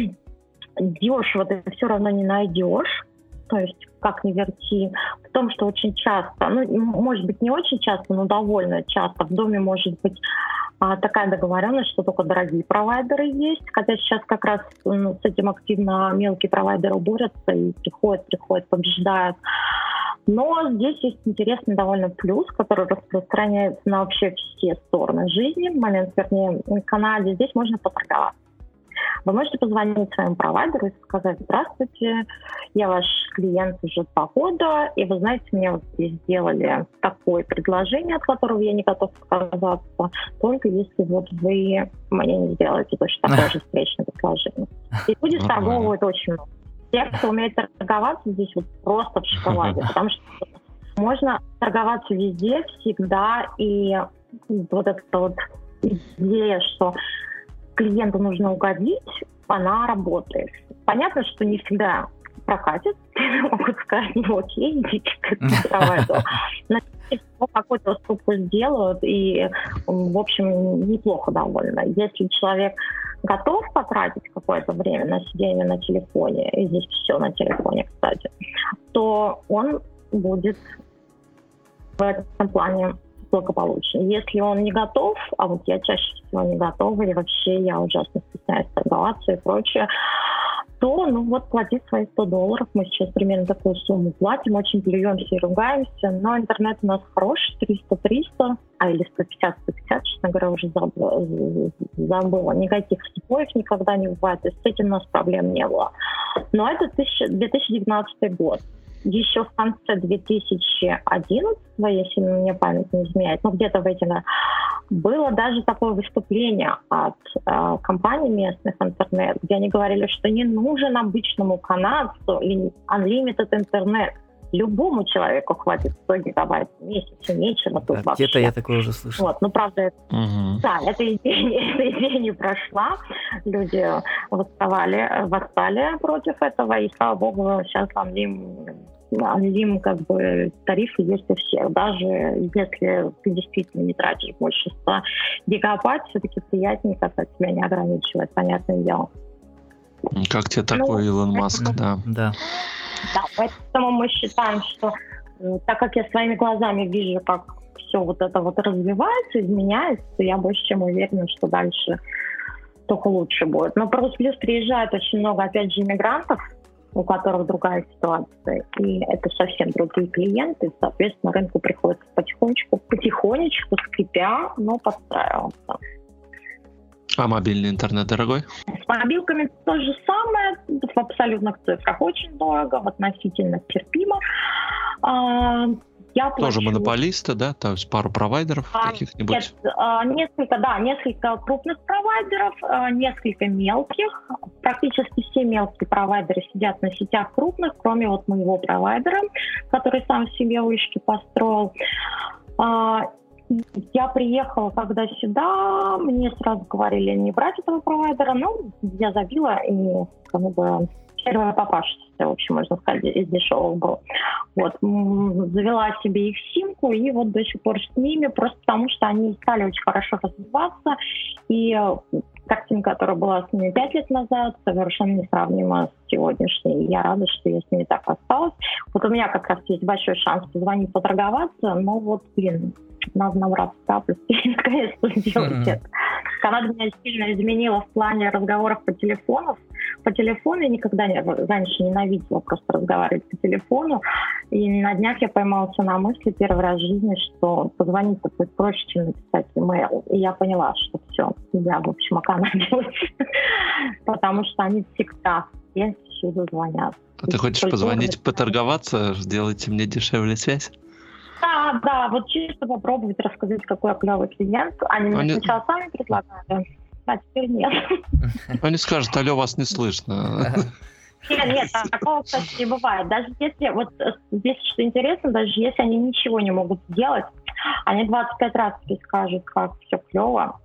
дешево ты все равно не найдешь. То есть, как ни верти. В том, что очень часто, может быть, не очень часто, но довольно часто в доме может быть такая договоренность, что только дорогие провайдеры есть. Хотя сейчас как раз с этим активно мелкие провайдеры борются и приходят, побеждают. Но здесь есть интересный довольно плюс, который распространяется на вообще все стороны жизни. В Канаде здесь можно поторговаться. Вы можете позвонить своему провайдеру и сказать: здравствуйте, я ваш клиент уже 2 года, и вы знаете, мне вот здесь сделали такое предложение, от которого я не готов отказаться, только если вот вы мне не сделаете точно такое же встречное предложение. И люди торговывают очень много. Те, кто умеет торговаться, здесь вот просто в шоколаде, потому что можно торговаться везде, всегда, и вот эта вот идея, что клиенту нужно угодить, она работает. Понятно, что не всегда прокатит. Могут сказать: окей, идите к провайдеру. Но какую-то уступку сделают, и, в общем, неплохо довольно. Если человек готов потратить какое-то время на сидение на телефоне, и здесь все на телефоне, кстати, то он будет в этом плане благополучно. Если он не готов, а вот я чаще всего не готова, и вообще я ужасно стесняюсь торговаться и прочее, то, плати свои $100. Мы сейчас примерно такую сумму платим, очень плюемся и ругаемся, но интернет у нас хороший, 300-300, или 150-150, честно говоря, уже забыла. Никаких сбоев никогда не бывает, то есть с этим у нас проблем не было. Но это 2019 год. Еще в конце 2011, если мне память не изменяет, где-то в эти было даже такое выступление от компаний местных интернет, где они говорили, что не нужен обычному канадцу unlimited интернет. любому человеку хватит 100 гигабайт в месяц и меньше, но тут вообще. Где-то я такое уже слышал. Вот, ну, правда, да, эта идея не прошла. Люди восстали против этого, и, слава богу, сейчас Unlim как бы тарифы есть у всех. Даже если ты действительно не тратишь больше 100 гигабайт, все-таки приятнее, когда тебя не ограничивает, понятное дело. Как тебе такой Илон Маск, да. Да, поэтому мы считаем, что так как я своими глазами вижу, как все вот это вот развивается, изменяется, я больше чем уверена, что дальше только лучше будет. Но плюс приезжает очень много, опять же, иммигрантов, у которых другая ситуация, и это совсем другие клиенты, соответственно, рынку приходится потихонечку, скрипя, но подстраиваться. А мобильный интернет дорогой? С мобилками то же самое, в абсолютных цифрах очень дорого, в относительно терпимо. Я тоже монополисты, да? То есть пару провайдеров каких-нибудь? Нет, несколько крупных провайдеров, несколько мелких. Практически все мелкие провайдеры сидят на сетях крупных, кроме вот моего провайдера, который сам себе вышки построил. Я приехала, когда сюда, мне сразу говорили не брать этого провайдера, но я забила, и как бы первая попавшаяся, в общем, можно сказать, из дешевых был. Вот. Завела себе их симку, и вот до сих пор с ними, просто потому что они стали очень хорошо развиваться, и картинка, которая была с ними 5 лет назад, совершенно несравнима с сегодняшней. Я рада, что я с ними так осталась. Вот у меня как раз есть большой шанс позвонить, поторговаться, но вот, надо набраться капли и наконец-то сделать это. Канада меня сильно изменила в плане разговоров по телефону. По телефону я никогда раньше ненавидела просто разговаривать по телефону. И на днях я поймалась на мысли первый раз в жизни, что позвонить-то будет проще, чем написать имейл. И я поняла, что все, я, в общем, оканабилась. Потому что они всегда всюду звонят. А ты хочешь позвонить, поторговаться, сделайте мне дешевле связь? Да, вот чисто попробовать рассказать, какой я клевый клиент. Они мне сначала сами предлагали, а теперь нет. Они скажут: алло, вас не слышно. Нет, такого, кстати, не бывает. Даже если, вот здесь что интересно, даже если они ничего не могут сделать, они 25 раз тебе скажут, как все клево,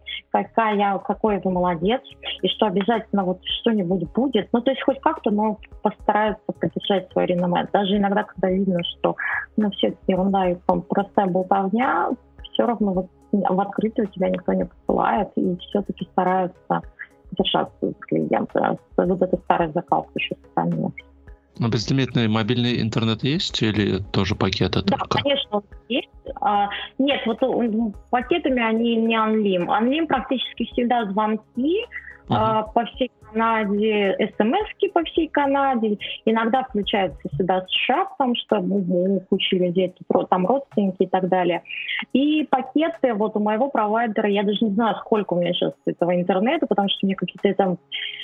какой вы молодец, и что обязательно вот что-нибудь будет. Ну, то есть хоть как-то, но постараются поддержать свой реноме. Даже иногда, когда видно, что все это ерунда и простая болтовня, все равно вот в открытую тебя никто не посылает, и все-таки стараются держаться за клиента. Вот эта старая закалка еще сохранилась. Но безлимитный мобильный интернет есть или тоже пакеты? Да, только? Конечно, он есть. Нет, вот пакетами они не Unlim. Unlim практически всегда звонки по всей Канаде, смс-ки по всей Канаде. Иногда включаются сюда США, потому что у кучи людей там родственники и так далее. И пакеты вот у моего провайдера, я даже не знаю, сколько у меня сейчас этого интернета, потому что мне какие-то там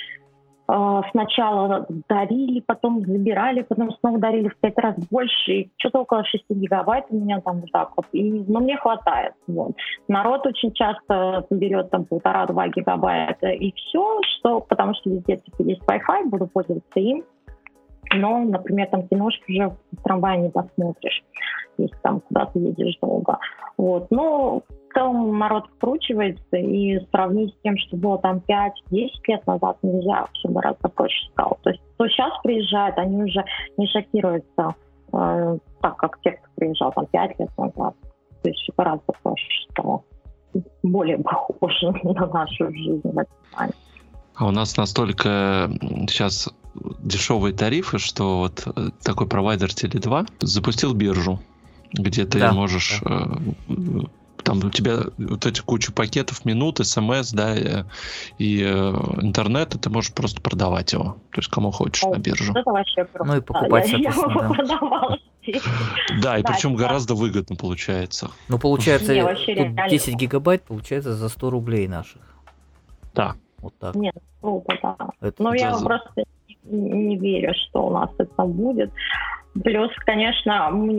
сначала дарили, потом забирали, потом снова дарили в 5 раз больше, и что-то около 6 гигабайт у меня там вот так вот. Но мне хватает. Вот. Народ очень часто берет там 1,5-2 гигабайта и все, потому что везде есть Wi-Fi, буду пользоваться им. Но, например, там киношки уже в трамвае не посмотришь, если там куда-то едешь долго. Вот. Но в целом народ вкручивается, и сравнить с тем, что было там 5-10 лет назад, нельзя, все гораздо проще стало. То есть кто сейчас приезжает, они уже не шокируются так, как те, кто приезжал там 5 лет назад. То есть гораздо проще стало, более похоже на нашу жизнь в этом плане. А у нас настолько сейчас дешевые тарифы, что вот такой провайдер Теле2 запустил биржу, где ты можешь... Там у тебя вот эти кучу пакетов, минут, смс, да, и интернет, и ты можешь просто продавать его. То есть кому хочешь на биржу. Это вообще просто. Ну и покупать, соответственно, продавала. Да, и причем гораздо выгодно получается. Ну, получается, тут 10 гигабайт получается за 100 рублей наших. Да. Вот так. Нет, круто, да. Но я просто не верю, что у нас это будет. Плюс, конечно, мне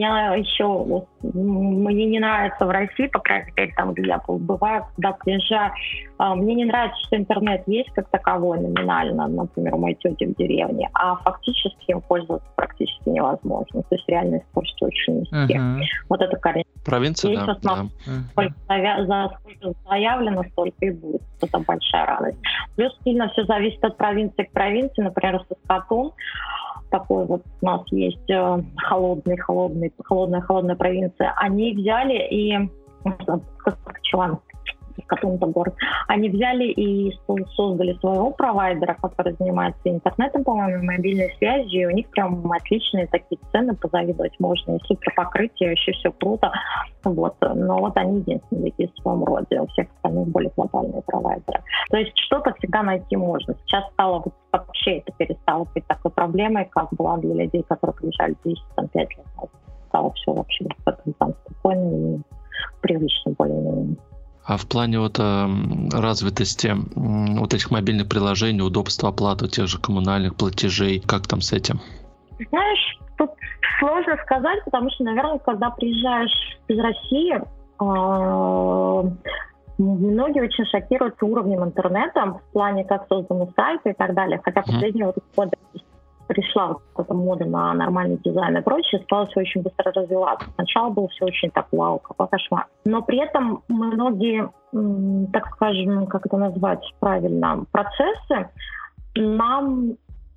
не нравится в России, по крайней мере, там, где я бываю, когда приезжаю, мне не нравится, что интернет есть как таковой номинально, например, у моей тети в деревне, а фактически им пользоваться практически невозможно. То есть реальные скорости очень низкие. Вот это корень. Провинция, здесь, да. Сколько заявлено, столько и будет. Это большая радость. Плюс сильно все зависит от провинции к провинции. Например, Саскатун, такой вот у нас есть холодная провинция. Они взяли и Саскатчеван, город. Они взяли и создали своего провайдера, который занимается интернетом, по-моему, мобильной связью, и у них прям отличные такие цены, позавидовать можно, и супер покрытие, вообще все круто. Вот. Но вот они единственные такие в своем роде, у всех остальных более глобальные провайдеры. То есть что-то всегда найти можно. Сейчас стало вообще это перестало быть такой проблемой, как была для людей, которые приезжали 10-5 лет назад. Стало все вообще там спокойно и привычно более-менее. А в плане вот развитости вот этих мобильных приложений, удобства оплаты тех же коммунальных платежей, как там с этим? Знаешь, тут сложно сказать, потому что, наверное, когда приезжаешь из России, многие очень шокируются уровнем интернета в плане, как созданы сайты и так далее. Хотя последние годы пришла вот эта мода на нормальный дизайн и прочее, стало все очень быстро развиваться. Сначала было все очень так, вау, какой кошмар. Но при этом многие, так скажем, как это назвать правильно, процессы нашим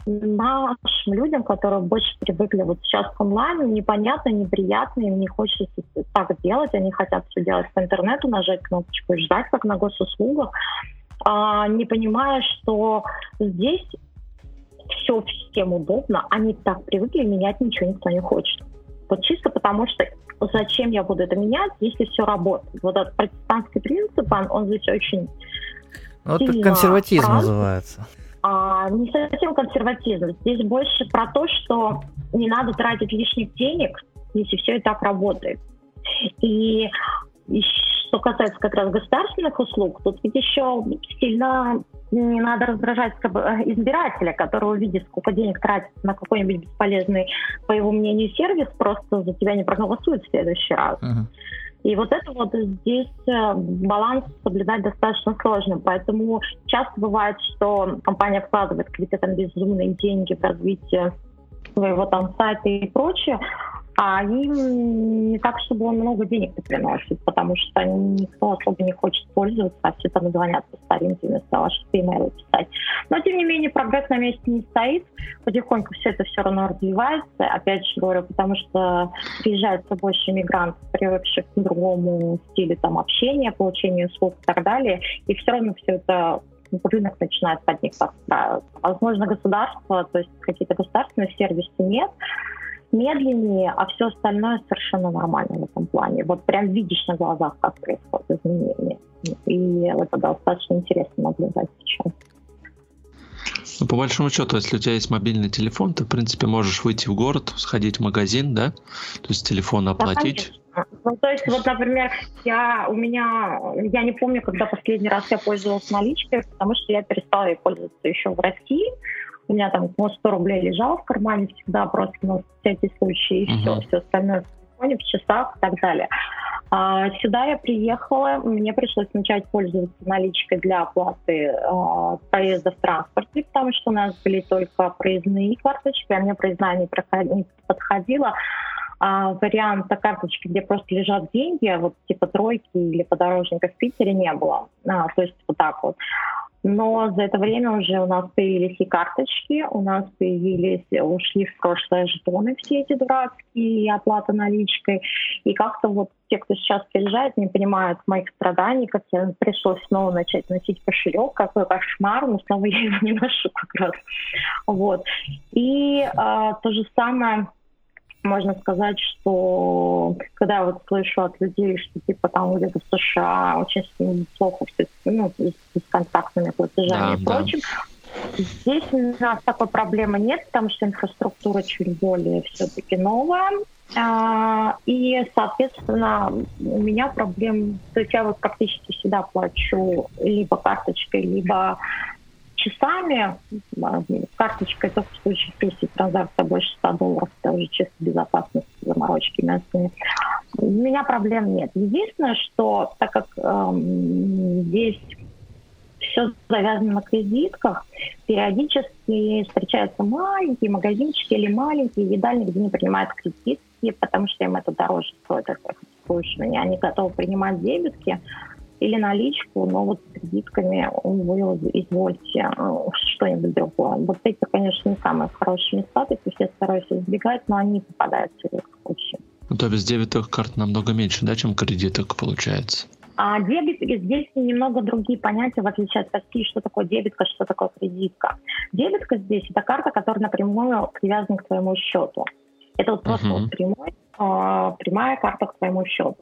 людям, которые больше привыкли вот сейчас к онлайну, непонятно, неприятно, им не хочется так делать, они хотят все делать по интернету, нажать кнопочку и ждать, как на госуслугах, не понимая, что здесь все всем удобно, они так привыкли, менять ничего никто не хочет. Вот чисто потому, что зачем я буду это менять, если все работает. Вот этот протестантский принцип, он здесь очень вот это консерватизм называется. Не совсем консерватизм. Здесь больше про то, что не надо тратить лишних денег, если все и так работает. И что касается как раз государственных услуг, тут ведь еще сильно не надо раздражать избирателя, которого видит, сколько денег тратится на какой-нибудь бесполезный, по его мнению, сервис, просто за тебя не проголосует в следующий раз. И вот это вот здесь баланс соблюдать достаточно сложно. Поэтому часто бывает, что компания вкладывает какие-то там безумные деньги в развитие своего там сайта и прочее, а им не так, чтобы он много денег не приносит, потому что никто особо не хочет пользоваться, а все там звонят по старинке вместо того, чтобы имейлы писать. Но, тем не менее, прогресс на месте не стоит. Потихоньку все это все равно развивается. Опять же говорю, потому что приезжает все больше иммигрантов, привыкших к другому стилю там, общения, получению услуг и так далее. И все равно все это рынок начинает под них подстраиваться. Возможно, государство, то есть какие-то государственные сервисы нет, медленнее, а все остальное совершенно нормально в этом плане. Вот прям видишь на глазах, как происходят изменения. И это достаточно интересно наблюдать сейчас. Ну, по большому счету, если у тебя есть мобильный телефон, ты, в принципе, можешь выйти в город, сходить в магазин, да? То есть телефон оплатить. Да, ну, то есть, вот, например, я не помню, когда последний раз я пользовалась наличкой, потому что я перестала ей пользоваться еще в России. У меня там 100 рублей лежало в кармане всегда, просто на всякий случай, и все остальное в телефоне, в часах и так далее. Сюда я приехала, мне пришлось начать пользоваться наличкой для оплаты проезда в транспорте, потому что у нас были только проездные карточки, а мне проездная не подходила. Варианта карточки, где просто лежат деньги, вот типа тройки или подорожника в Питере не было. То есть вот так вот. Но за это время уже у нас появились и карточки, у нас ушли в прошлое жетоны все эти дурацкие, и оплата наличкой. И как-то вот те, кто сейчас приезжает, не понимают моих страданий, как я пришлось снова начать носить кошелек, какой кошмар, но снова я его не ношу как раз. Вот. И то же самое... Можно сказать, что когда я вот слышу от людей, что типа там где-то в США очень плохо все, с бесконтактными платежами и прочим, здесь у нас такой проблемы нет, потому что инфраструктура чуть более все-таки новая. И, соответственно, у меня проблем... То есть я вот практически всегда плачу либо карточкой, либо часами, карточкой только в случае, если транзакция больше $100, это уже чисто безопасность, заморочки местные. У меня проблем нет. Единственное, что так как здесь все завязано на кредитках, периодически встречаются маленькие магазинчики или маленькие едальни, где не принимают кредитки, потому что им это дороже стоит, это обслуживание. Они готовы принимать дебетки или наличку, но вот с кредитками вы извольте что-нибудь другое. Вот эти, конечно, не самые хорошие места, то есть я стараюсь избегать, но они попадаются в их случае. Ну, то есть дебетовых карт намного меньше, да, чем кредиток получается? А дебет, здесь немного другие понятия, в отличие от России, что такое дебетка, что такое кредитка. Дебетка здесь – это карта, которая напрямую привязана к твоему счету. Это вот просто вот прямая карта к твоему счету.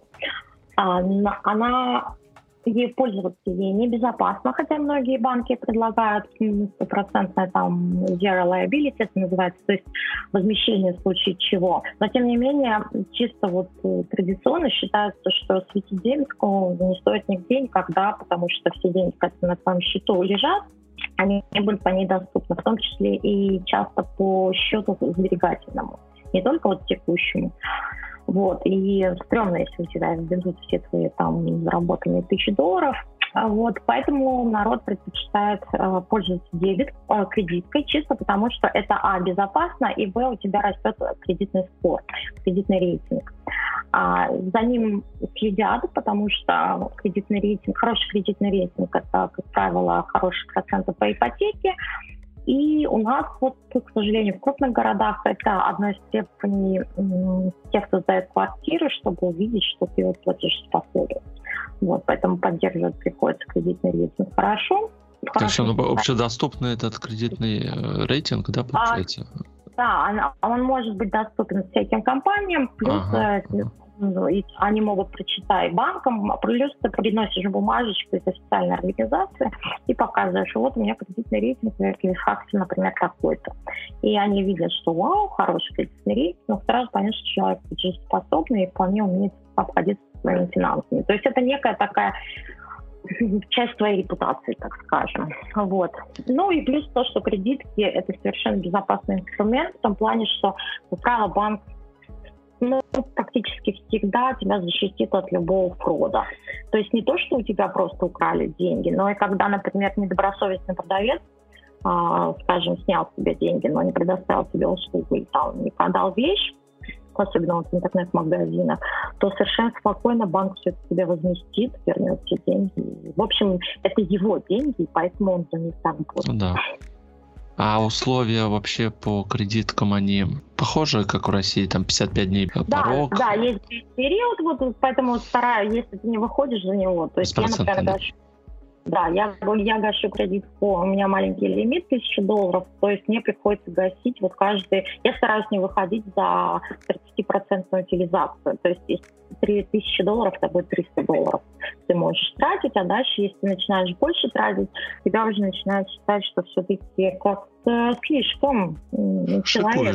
Ей пользоваться ей небезопасно, хотя многие банки предлагают стопроцентное там zero liability, это называется, то есть возмещение в случае чего. Но тем не менее, чисто вот традиционно считается, что светить дебетку не стоит нигде никогда, потому что все деньги, которые на твоем счету лежат, они не будут по ней доступны, в том числе и часто по счету сберегательному, не только вот текущему. Вот, и стрёмно, если у тебя ведут все твои там заработанные $1000. Вот, поэтому народ предпочитает пользоваться кредиткой, чисто потому что это, безопасно, и, у тебя растет кредитный скор, кредитный рейтинг. За ним следят, потому что кредитный рейтинг, хороший кредитный рейтинг – это, как правило, хорошие проценты по ипотеке. И у нас, вот, к сожалению, в крупных городах это одна из степеней тех, кто сдает квартиры, чтобы увидеть, что ты вот платежеспособен. Вот, поэтому поддерживать приходится кредитный рейтинг хорошо. То есть он общедоступный, этот кредитный рейтинг, да, получается? Да, он может быть доступен всяким компаниям, плюс они могут прочитать банкам, плюс ты приносишь бумажечку из официальной организации и показываешь, вот у меня кредитный рейтинг, например, такой-то. И они видят, что вау, хороший кредитный рейтинг, но сразу понятно, что человек платежеспособный и вполне умеет обходиться своими финансами. То есть это некая такая часть твоей репутации, так скажем. Вот. Ну и плюс то, что кредитки – это совершенно безопасный инструмент в том плане, что, как правило, банк практически всегда тебя защитит от любого фрода. То есть не то, что у тебя просто украли деньги, но и когда, например, недобросовестный продавец, скажем, снял с тебя деньги, но не предоставил тебе услугу и там не продал вещь, особенно вот в интернет-магазинах, то совершенно спокойно банк все это тебе возместит, вернет все деньги. В общем, это его деньги, поэтому он за них так будет. Да. А условия вообще по кредиткам, они похожи, как в России, там 55 дней порог? Да, есть период, вот, поэтому стараюсь, если ты не выходишь за него, то есть я, например, гашу. Да, я гашу кредитку, у меня маленький лимит $1000, то есть мне приходится гасить вот каждый... Я стараюсь не выходить за 30% утилизацию, то есть если $3000, это будет $300 ты можешь тратить, а дальше, если ты начинаешь больше тратить, тебя уже начинают считать, что все-таки как-то слишком человек...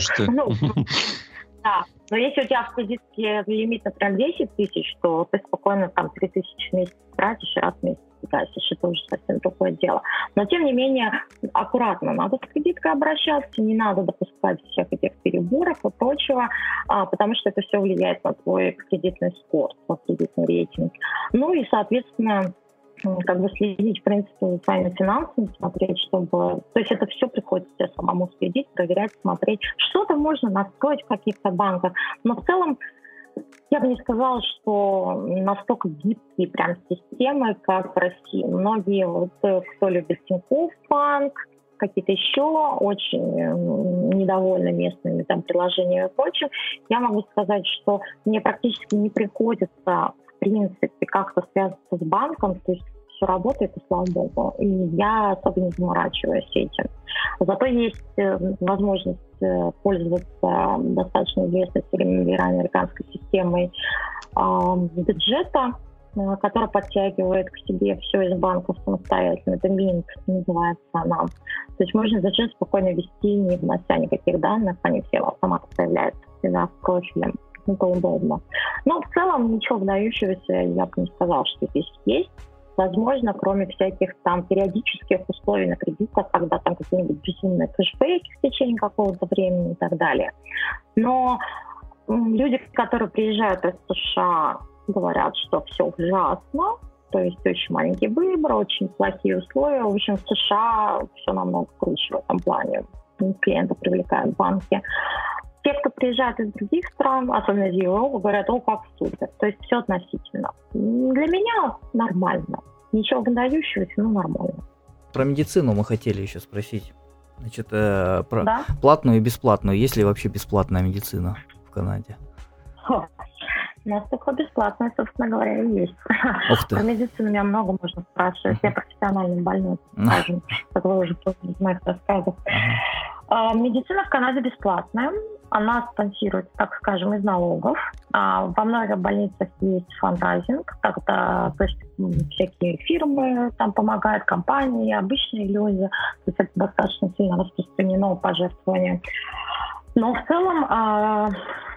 Да, но если у тебя в кредитке лимит, например, 10 тысяч, то ты спокойно там 3000 в месяц тратишь, раз в месяц гасишь, это уже совсем другое дело. Но, тем не менее, аккуратно надо с кредиткой обращаться, не надо допускать всех этих переборов и прочего, потому что это все влияет на твой кредитный скор, на кредитный рейтинг. Ну и, соответственно, как бы следить, в принципе, за своими финансами, смотреть, чтобы... То есть это все приходится тебе самому следить, проверять, смотреть. Что-то можно настроить в каких-то банках, но в целом я бы не сказала, что настолько гибкие прям системы, как в России. Многие, вот, кто любит Тинькофф банк, какие-то еще очень недовольны местными там приложениями и прочим, я могу сказать, что мне практически не приходится, в принципе, как-то связаться с банком, то есть все работает, и слава богу. И я особо не заморачиваюсь этим. Зато есть возможность пользоваться достаточно известной американской системой бюджета, которая подтягивает к себе все из банков самостоятельно. Это Mint называется она. То есть можно бюджет спокойно вести, не внося никаких данных, они все автоматом появляются у себя в профиле. Это удобно. Но в целом ничего выдающегося я бы не сказала, что здесь есть. возможно, кроме всяких там периодических условий на кредитах, когда там какие-нибудь безумные кэшбэки в течение какого-то времени и так далее. Но люди, которые приезжают из США, говорят, что все ужасно, то есть очень маленький выбор, очень плохие условия. В общем, в США все намного круче в этом плане. Клиенты привлекают банки. Те, кто приезжает из других стран, особенно из Европы, говорят, как супер. То есть все относительно. Для меня нормально. Ничего выдающегося, но нормально. Про медицину мы хотели еще спросить. Значит, про платную и бесплатную. Есть ли вообще бесплатная медицина в Канаде? У нас только бесплатная, собственно говоря, и есть. Про медицину меня много можно спрашивать. Я профессиональный больной, скажем, как вы уже поняли из моих рассказов. Медицина в Канаде бесплатная. Она спонсируется, так скажем, из налогов. Во многих больницах есть фандрайзинг, когда то есть, всякие фирмы там помогают, компании, обычные люди. То есть это достаточно сильно распространено пожертвование. Но в целом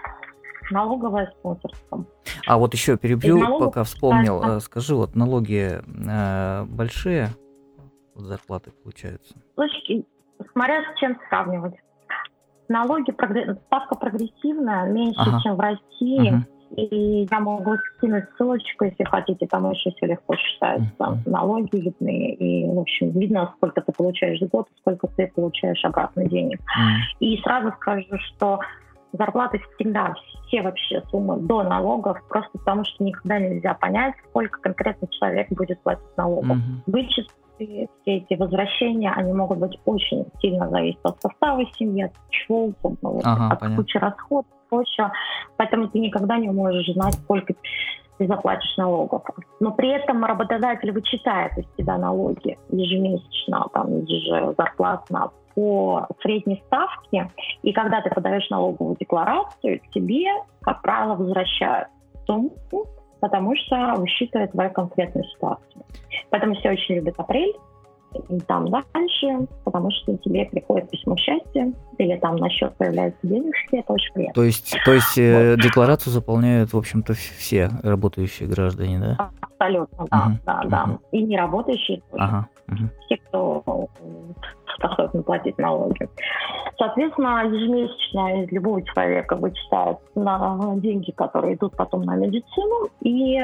налоговое спонсорство. А вот еще перебью, пока вспомнил. Скажи, вот налоги большие зарплаты получаются? Слушай, смотря с чем сравнивать. Налоги, ставка прогрессивная, меньше, чем в России. И я могу скинуть ссылочку, если хотите, там очень все легко считаются. Налоги видны. И, в общем, видно, сколько ты получаешь в год, сколько ты получаешь обратно денег. И сразу скажу, что зарплаты всегда, все вообще суммы до налогов, просто потому что никогда нельзя понять, сколько конкретно человек будет платить налогов. Вычеты, все эти возвращения, они могут быть очень сильно зависеть от состава семьи, от чего угодно, от кучи расходов, прочего. Поэтому ты никогда не можешь знать, сколько ты заплатишь налогов. Но при этом работодатель вычитает из тебя налоги ежемесячно, там, ежезарплатно по средней ставке, и когда ты подаешь налоговую декларацию, тебе, как правило, возвращают сумму, потому что высчитывает твою конкретную ситуацию. Поэтому все очень любят апрель, и там дальше, потому что тебе приходит письмо счастья, или там на счет появляются денежки, это очень приятно. То есть декларацию заполняют, в общем-то, все работающие граждане, да? Абсолютно, да. И не работающие тоже. Все, кто способен платить налоги. Соответственно, ежемесячно из любого человека вычитают на деньги, которые идут потом на медицину, и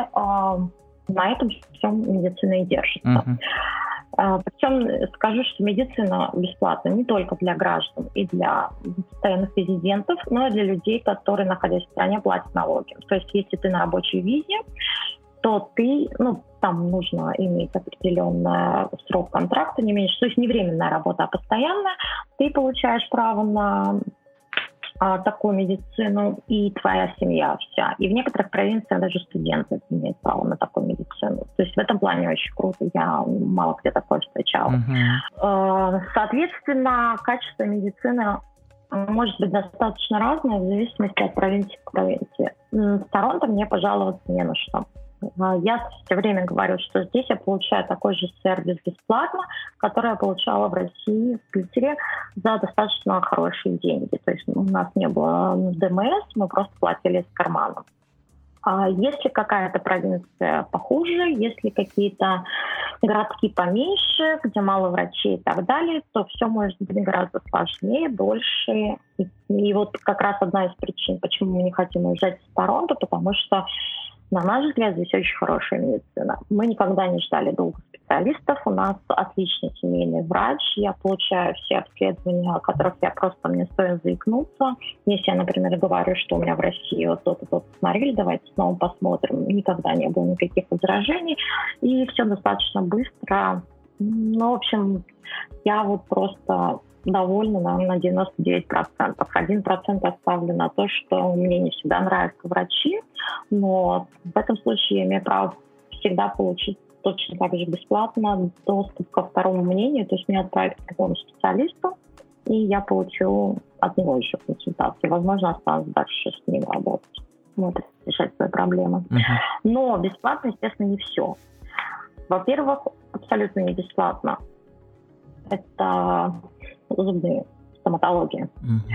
на этом всем медицина и держится. Причем скажу, что медицина бесплатна не только для граждан и для постоянных резидентов, но и для людей, которые, находясь в стране, платят налоги. То есть, если ты на рабочей визе, то ты, там нужно иметь определенный срок контракта, не меньше, то есть не временная работа, а постоянная, ты получаешь право на такую медицину, и твоя семья вся. И в некоторых провинциях даже студенты имеют право на такую медицину. То есть в этом плане очень круто. Я мало где такое встречала. Соответственно, качество медицины может быть достаточно разное в зависимости от провинции к провинции. В Торонто мне пожаловаться не на что. Я все время говорю, что здесь я получаю такой же сервис бесплатно, который я получала в России, в Питере, за достаточно хорошие деньги. То есть у нас не было ДМС, мы просто платили из кармана. А если какая-то провинция похуже, если какие-то городки поменьше, где мало врачей и так далее, то все может быть гораздо сложнее, дольше. И вот как раз одна из причин, почему мы не хотим уезжать из Торонто, потому что, на наш взгляд, здесь очень хорошая медицина. Мы никогда не ждали долго специалистов. У нас отличный семейный врач. Я получаю все обследования, о которых я просто не стоит заикнуться. Если я, например, говорю, что у меня в России вот то-то, то-то смотрели, давайте снова посмотрим. Никогда не было никаких возражений. И все достаточно быстро. В общем, я вот просто довольна, наверное, на 99%. 1% оставлю на то, что мне не всегда нравятся врачи, но в этом случае я имею право всегда получить точно так же бесплатно доступ ко второму мнению, то есть меня отправят к другому специалисту, и я получу от него еще консультации. Возможно, останусь дальше с ним работать. Вот, решать свои проблемы. Но бесплатно, естественно, не все. Во-первых, абсолютно не бесплатно. Это зубные, стоматология.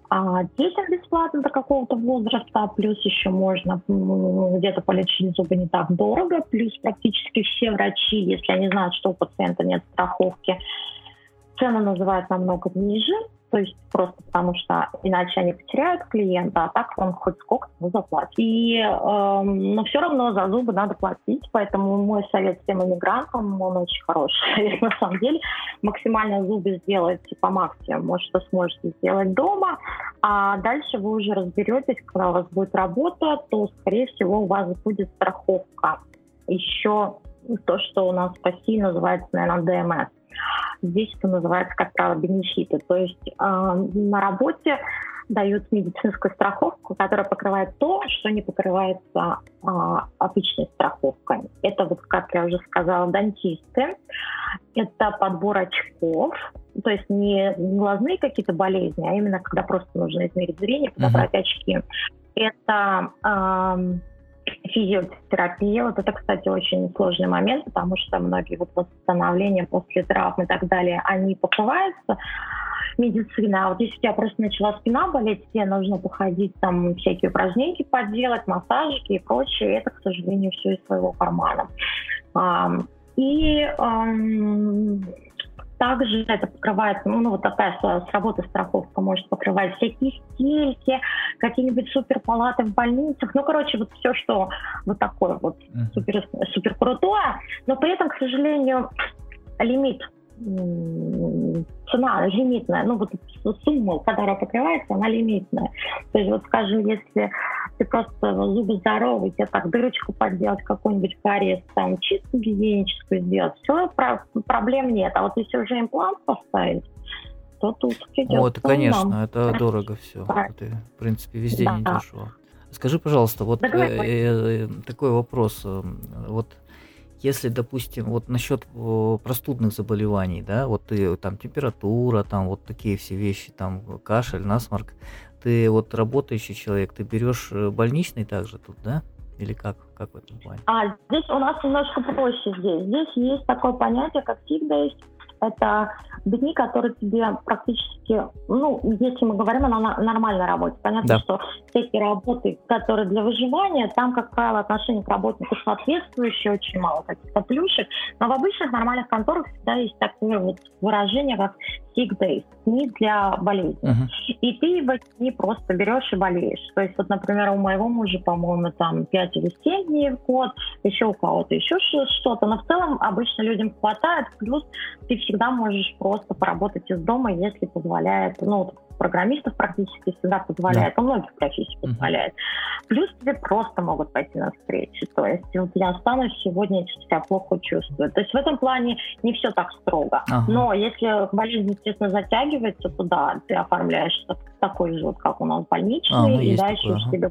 детям бесплатно до какого-то возраста, плюс еще можно где-то полечить зубы не так дорого, плюс практически все врачи, если они знают, что у пациента нет страховки, цену называют намного ниже, то есть просто потому что иначе они потеряют клиента, а так он хоть сколько-то заплатит. Но все равно за зубы надо платить, поэтому мой совет всем иммигрантам, он очень хороший. На самом деле максимально зубы сделайте по максимуму, что сможете сделать дома, а дальше вы уже разберетесь, когда у вас будет работа, то, скорее всего, у вас будет страховка. Еще то, что у нас в России называется, наверное, ДМС. Здесь это называется, как правило, бенефиты. То есть на работе дают медицинскую страховку, которая покрывает то, что не покрывается обычной страховкой. Это, вот, как я уже сказала, дантисты. Это подбор очков. То есть не глазные какие-то болезни, а именно когда просто нужно измерить зрение, подобрать очки. Это физиотерапия. Вот это, кстати, очень сложный момент, потому что многие вот восстановления после травм и так далее, они покрываются медициной. А вот если у тебя просто начала спина болеть, тебе нужно походить, там всякие упражнения поделать, массажики и прочее, это, к сожалению, все из своего кармана. Также это покрывает, вот такая с работы страховка может покрывать всякие стельки, какие-нибудь суперпалаты в больницах. Вот все, что вот такое вот супер крутое. Но при этом, к сожалению, лимит, цена лимитная. Сумма, которая покрывается, она лимитная. То есть, скажем, если ты просто зубы здоровые, тебе так дырочку подделать, какой-нибудь кариес, там, чистку гигиеническую сделать, все, проблем нет. А вот если уже имплант поставить, то тут придется... Это, конечно, это дорого все. Это, в принципе, везде не дешево. Скажи, пожалуйста, такой вопрос. Если, допустим, насчет простудных заболеваний, да, ты там температура, там вот такие все вещи, там кашель, насморк, ты работающий человек, ты берешь больничный также тут, да? Или как в этом плане? Здесь у нас немножко проще здесь. Здесь есть такое понятие, как sick days. Это дни, которые тебе практически, если мы говорим о нормальной работе, понятно, что всякие работы, которые для выживания, там, как правило, отношение к работнику соответствующее, очень мало каких-то плюшек, но в обычных нормальных конторах всегда есть такое выражение, как sick days, дни для болезни. И ты в эти дни просто берешь и болеешь. То есть, например, у моего мужа, по-моему, там 5 или 7 дней в год, еще у кого-то еще что-то, но в целом обычно людям хватает, плюс ты всегда можешь просто поработать из дома, если позволяет, программистов практически всегда позволяет, у многих профессий позволяет. Плюс тебе просто могут пойти на встречу. То есть я останусь сегодня, если себя плохо чувствую. То есть в этом плане не все так строго. Но если болезнь, естественно, затягивается, то да, ты оформляешь такой же, как у нас больничный, и дальше уж тебе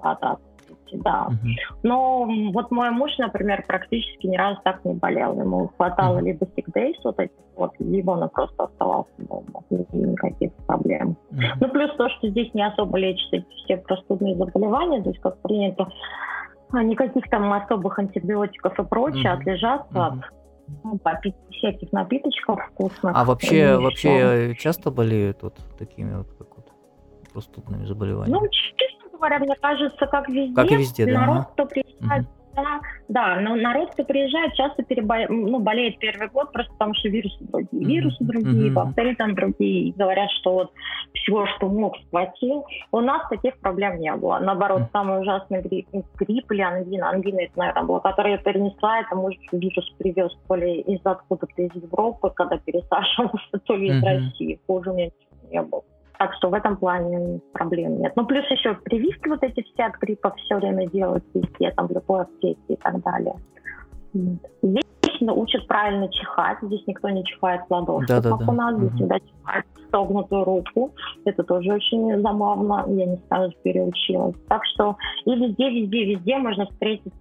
да. Но мой муж, например, практически ни разу так не болел. Ему хватало либо sick days либо он просто оставался дома. Никаких проблем. Плюс то, что здесь не особо лечатся эти все простудные заболевания, то есть как принято, никаких там особых антибиотиков и прочее, отлежаться, попить всяких напиточков вкусных. А вообще часто болеют такими простудными заболеваниями? Честно говоря, мне кажется, как везде. Как и везде, да. Народ, кто приезжает, но народ, кто приезжает, часто болеет первый год, просто потому что вирусы другие, бактерии там другие, и говорят, что всего, что мог, схватил. У нас таких проблем не было. Наоборот, самый ужасный грипп или ангина это, наверное, была, которую я перенесла, это, может, вирус привез то ли из откуда-то из Европы, когда пересаживался, то ли из России. Хуже у меня ничего не было. Так что в этом плане проблем нет. Плюс еще прививки эти все от гриппа все время делают везде, там в любой аптеке и так далее. Здесь учат правильно чихать. Здесь никто не чихает в ладошку, как у нас. Здесь всегда чихает в согнутую руку. Это тоже очень забавно. Я не сразу переучилась. Так что и везде можно встретить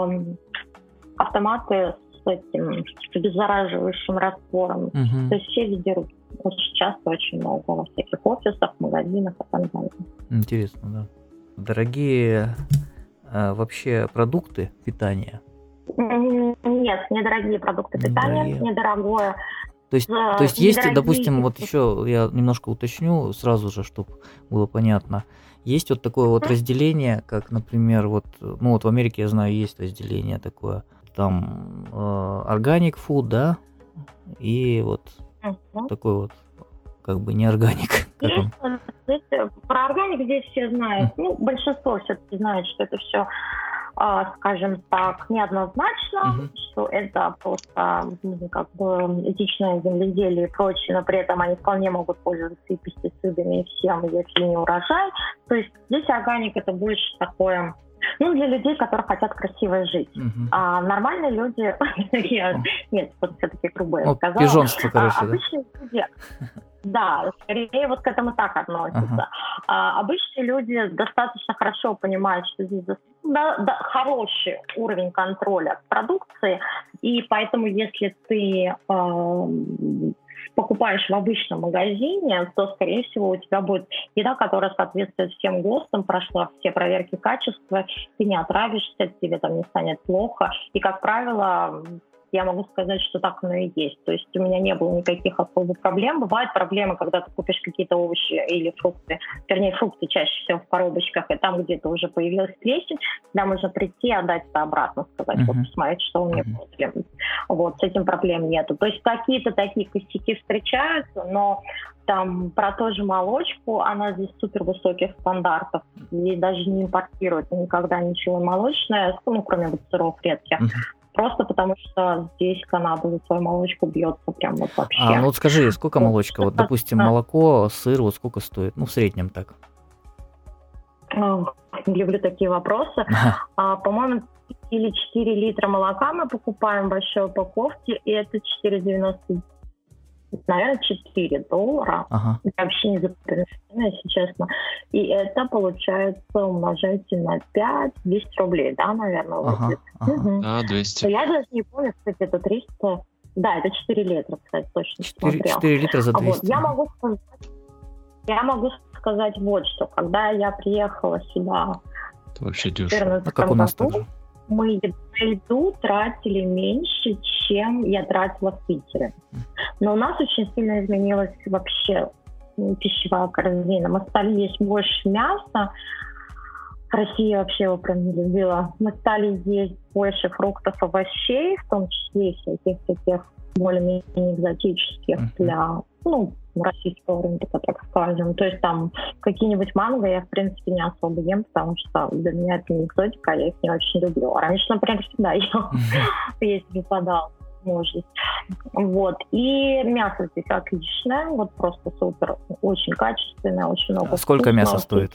автоматы с этим обеззараживающим раствором. То есть все везде руки. Очень часто, очень много во всяких офисах, магазинах и так далее. Интересно, да. Дорогие вообще продукты питания? Нет, недорогие продукты питания, недорогое То есть есть, допустим, вот еще я немножко уточню сразу же, чтобы было понятно. Есть вот такое вот разделение, как, например, вот в Америке, я знаю, есть разделение такое, там organic food, да, и вот такой вот как бы не органик. Про органик здесь все знают. Большинство все-таки знает, что это все, скажем так, неоднозначно, что это просто как бы этичное земледелие и прочее, но при этом они вполне могут пользоваться и пестицидами, и всем, если не урожай. То есть здесь органик это больше такое, для людей, которые хотят красиво жить. А нормальные люди, нет, вот все-таки грубо я сказала. Пижонство, короче, обычные люди, да, скорее вот к этому так относятся. Обычные люди достаточно хорошо понимают, что здесь хороший уровень контроля продукции, и поэтому если ты покупаешь в обычном магазине, то, скорее всего, у тебя будет еда, которая соответствует всем ГОСТам, прошла все проверки качества, ты не отравишься, тебе там не станет плохо. И, как правило, я могу сказать, что так оно и есть. То есть у меня не было никаких особых проблем. Бывают проблемы, когда ты купишь какие-то овощи или фрукты, вернее, фрукты чаще всего в коробочках, и там где-то уже появилась плесень, тогда можно прийти, отдать это обратно, сказать, вот, посмотреть, что у меня проблем. Вот, с этим проблем нету. То есть какие-то такие косяки встречаются, но там про ту же молочку, она здесь супер высоких стандартов. Здесь даже не импортируют никогда ничего молочное, кроме вот сыров редких. Просто потому что здесь Канада за свою молочку бьется прям вот вообще. Вот скажи, сколько молочка? Вот, допустим, молоко, сыр, вот сколько стоит? В среднем так. Люблю такие вопросы. По-моему, или 4 литра молока мы покупаем в большой упаковке, и это 4,90, наверное, $4. Я вообще не запоминаю, если честно. И это, получается, умножайте на 5, 200 рублей, да, наверное, будет. Да, 200. Я даже не помню, кстати, это 300. Да, это 4 литра, кстати, точно 4 литра за 200. Я могу сказать вот что. Когда я приехала сюда это вообще дешево. Как у нас тоже. Мы на еду тратили меньше, чем я тратила в Питере. Но у нас очень сильно изменилась вообще пищевая корзина. Мы стали есть больше мяса. Россия вообще его прям не любила. Мы стали есть больше фруктов, овощей, в том числе всяких таких более-менее экзотических для российского рынка, так скажем. То есть там какие-нибудь манго я, в принципе, не особо ем, потому что для меня это не экзотика, я их не очень люблю. А раньше, например, всегда ела, если выпадала возможность. Вот. И мясо здесь отличное, вот просто супер, очень качественное, очень много. Сколько мяса стоит?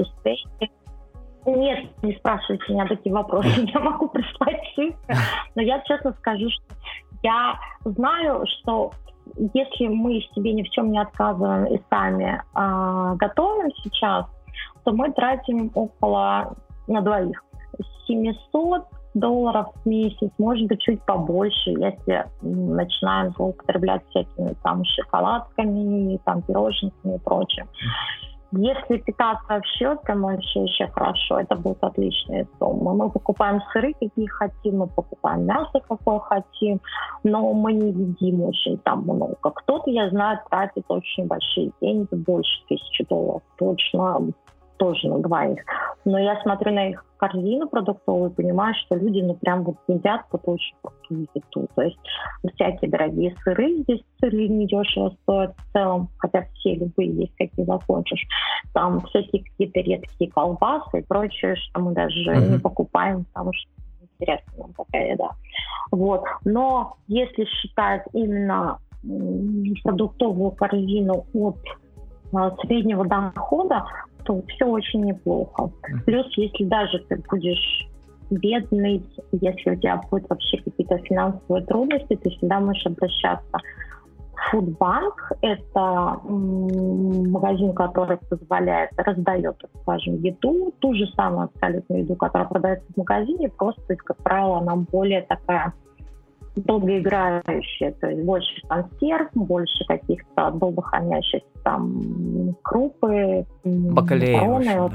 Нет, не спрашивайте меня такие вопросы, я могу прислать цифры, но я честно скажу, что я знаю, что если мы себе ни в чем не отказываем и сами готовим сейчас, то мы тратим около на двоих $700 в месяц, может быть, чуть побольше, если начинаем злоупотреблять всякими там шоколадками, там пироженками и прочим. Если питаться в счет, то вообще хорошо, это будет отличная сумма. Мы покупаем сыры, какие хотим, мы покупаем мясо, какое хотим, но мы не едим очень там много. Кто-то, я знаю, тратит очень большие деньги, больше $1000, точно, тоже на двоих. Но я смотрю на их корзину продуктовую и понимаю, что люди прям вот едят вот очень крутую еду. То есть всякие дорогие сыры, здесь сыры недешево стоят в целом, хотя все любые есть, какие захочешь. Там всякие какие-то редкие колбасы и прочее, что мы даже не покупаем, потому что интересна нам такая еда. Вот. Но если считать именно продуктовую корзину от среднего дохода, то все очень неплохо. Плюс, если даже ты будешь бедный, если у тебя будут вообще какие-то финансовые трудности, ты всегда можешь обращаться в Фудбанк. Это магазин, который позволяет, раздает, так скажем, еду, ту же самую абсолютно еду, которая продается в магазине, просто, как правило, она более такая долгоиграющие, то есть больше консерв, больше каких-то долго хранящихся там крупы, бакалея,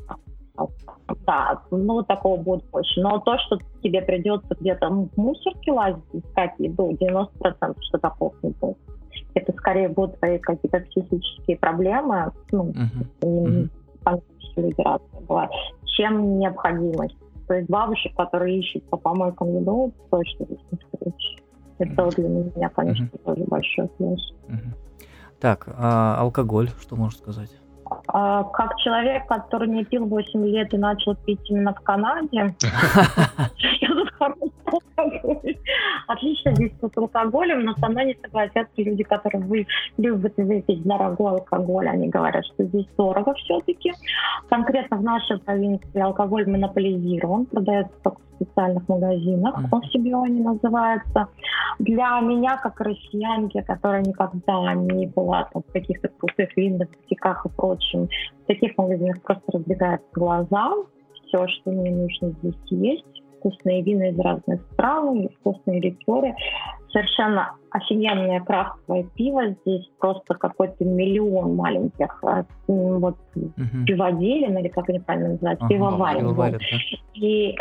да, такого будет больше. Но то, что тебе придется где-то в мусорке лазить, искать еду, 90%, что такого не будет. И скорее будут свои какие-то психические проблемы, и люди разные бывают, чем необходимость. То есть бабушек, которые ищут по помойкам еду, точно здесь не встретишь. Это для меня, конечно, тоже большой плюс. Так, а алкоголь, что можешь сказать? Как человек, который не пил 8 лет и начал пить именно в Канаде, отлично здесь с алкоголем, но со мной не согласятся люди, которые любят выпить дорогой алкоголь. Они говорят, что здесь дорого все-таки. Конкретно в нашей провинции алкоголь монополизирован, продается только в специальных магазинах, он в Сибионе называется. Для меня, как россиянки, которая никогда не была в каких-то крутых винных бутиках и прочем, в таких магазинах просто разбегаются глаза. Все, что мне нужно здесь есть. Вкусные вина из разных стран, вкусные ликеры. Совершенно офигенное крафтовое пиво. Здесь просто какой-то миллион маленьких пиводелин, или как они правильно называют, пивоварен. Да? И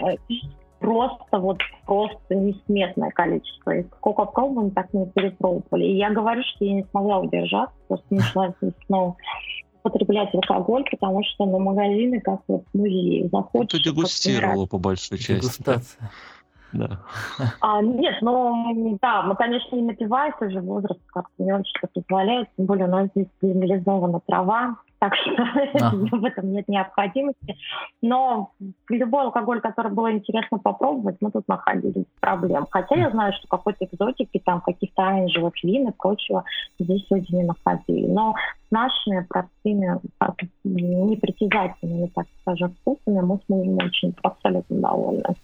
просто несметное количество. И сколько пробовали, так не перепробовали. И я говорю, что я не смогла удержаться, просто начала снова употреблять алкоголь, потому что на магазины, как вот в музее, заходишь... Ты дегустировала по большой части. Дегустация. Да. Нет, мы, конечно, не напиваем, уже возраст как-то не очень позволяет, тем более у нас здесь легализована трава, так что в этом нет необходимости. Но любой алкоголь, который было интересно попробовать, мы тут находили без проблем. Хотя я знаю, что какой-то экзотики, там каких-то оранжевых вин и прочего здесь люди не находили. Но с нашими простыми, непритязательными, так скажем, вкусами мы с мужем очень абсолютно довольны.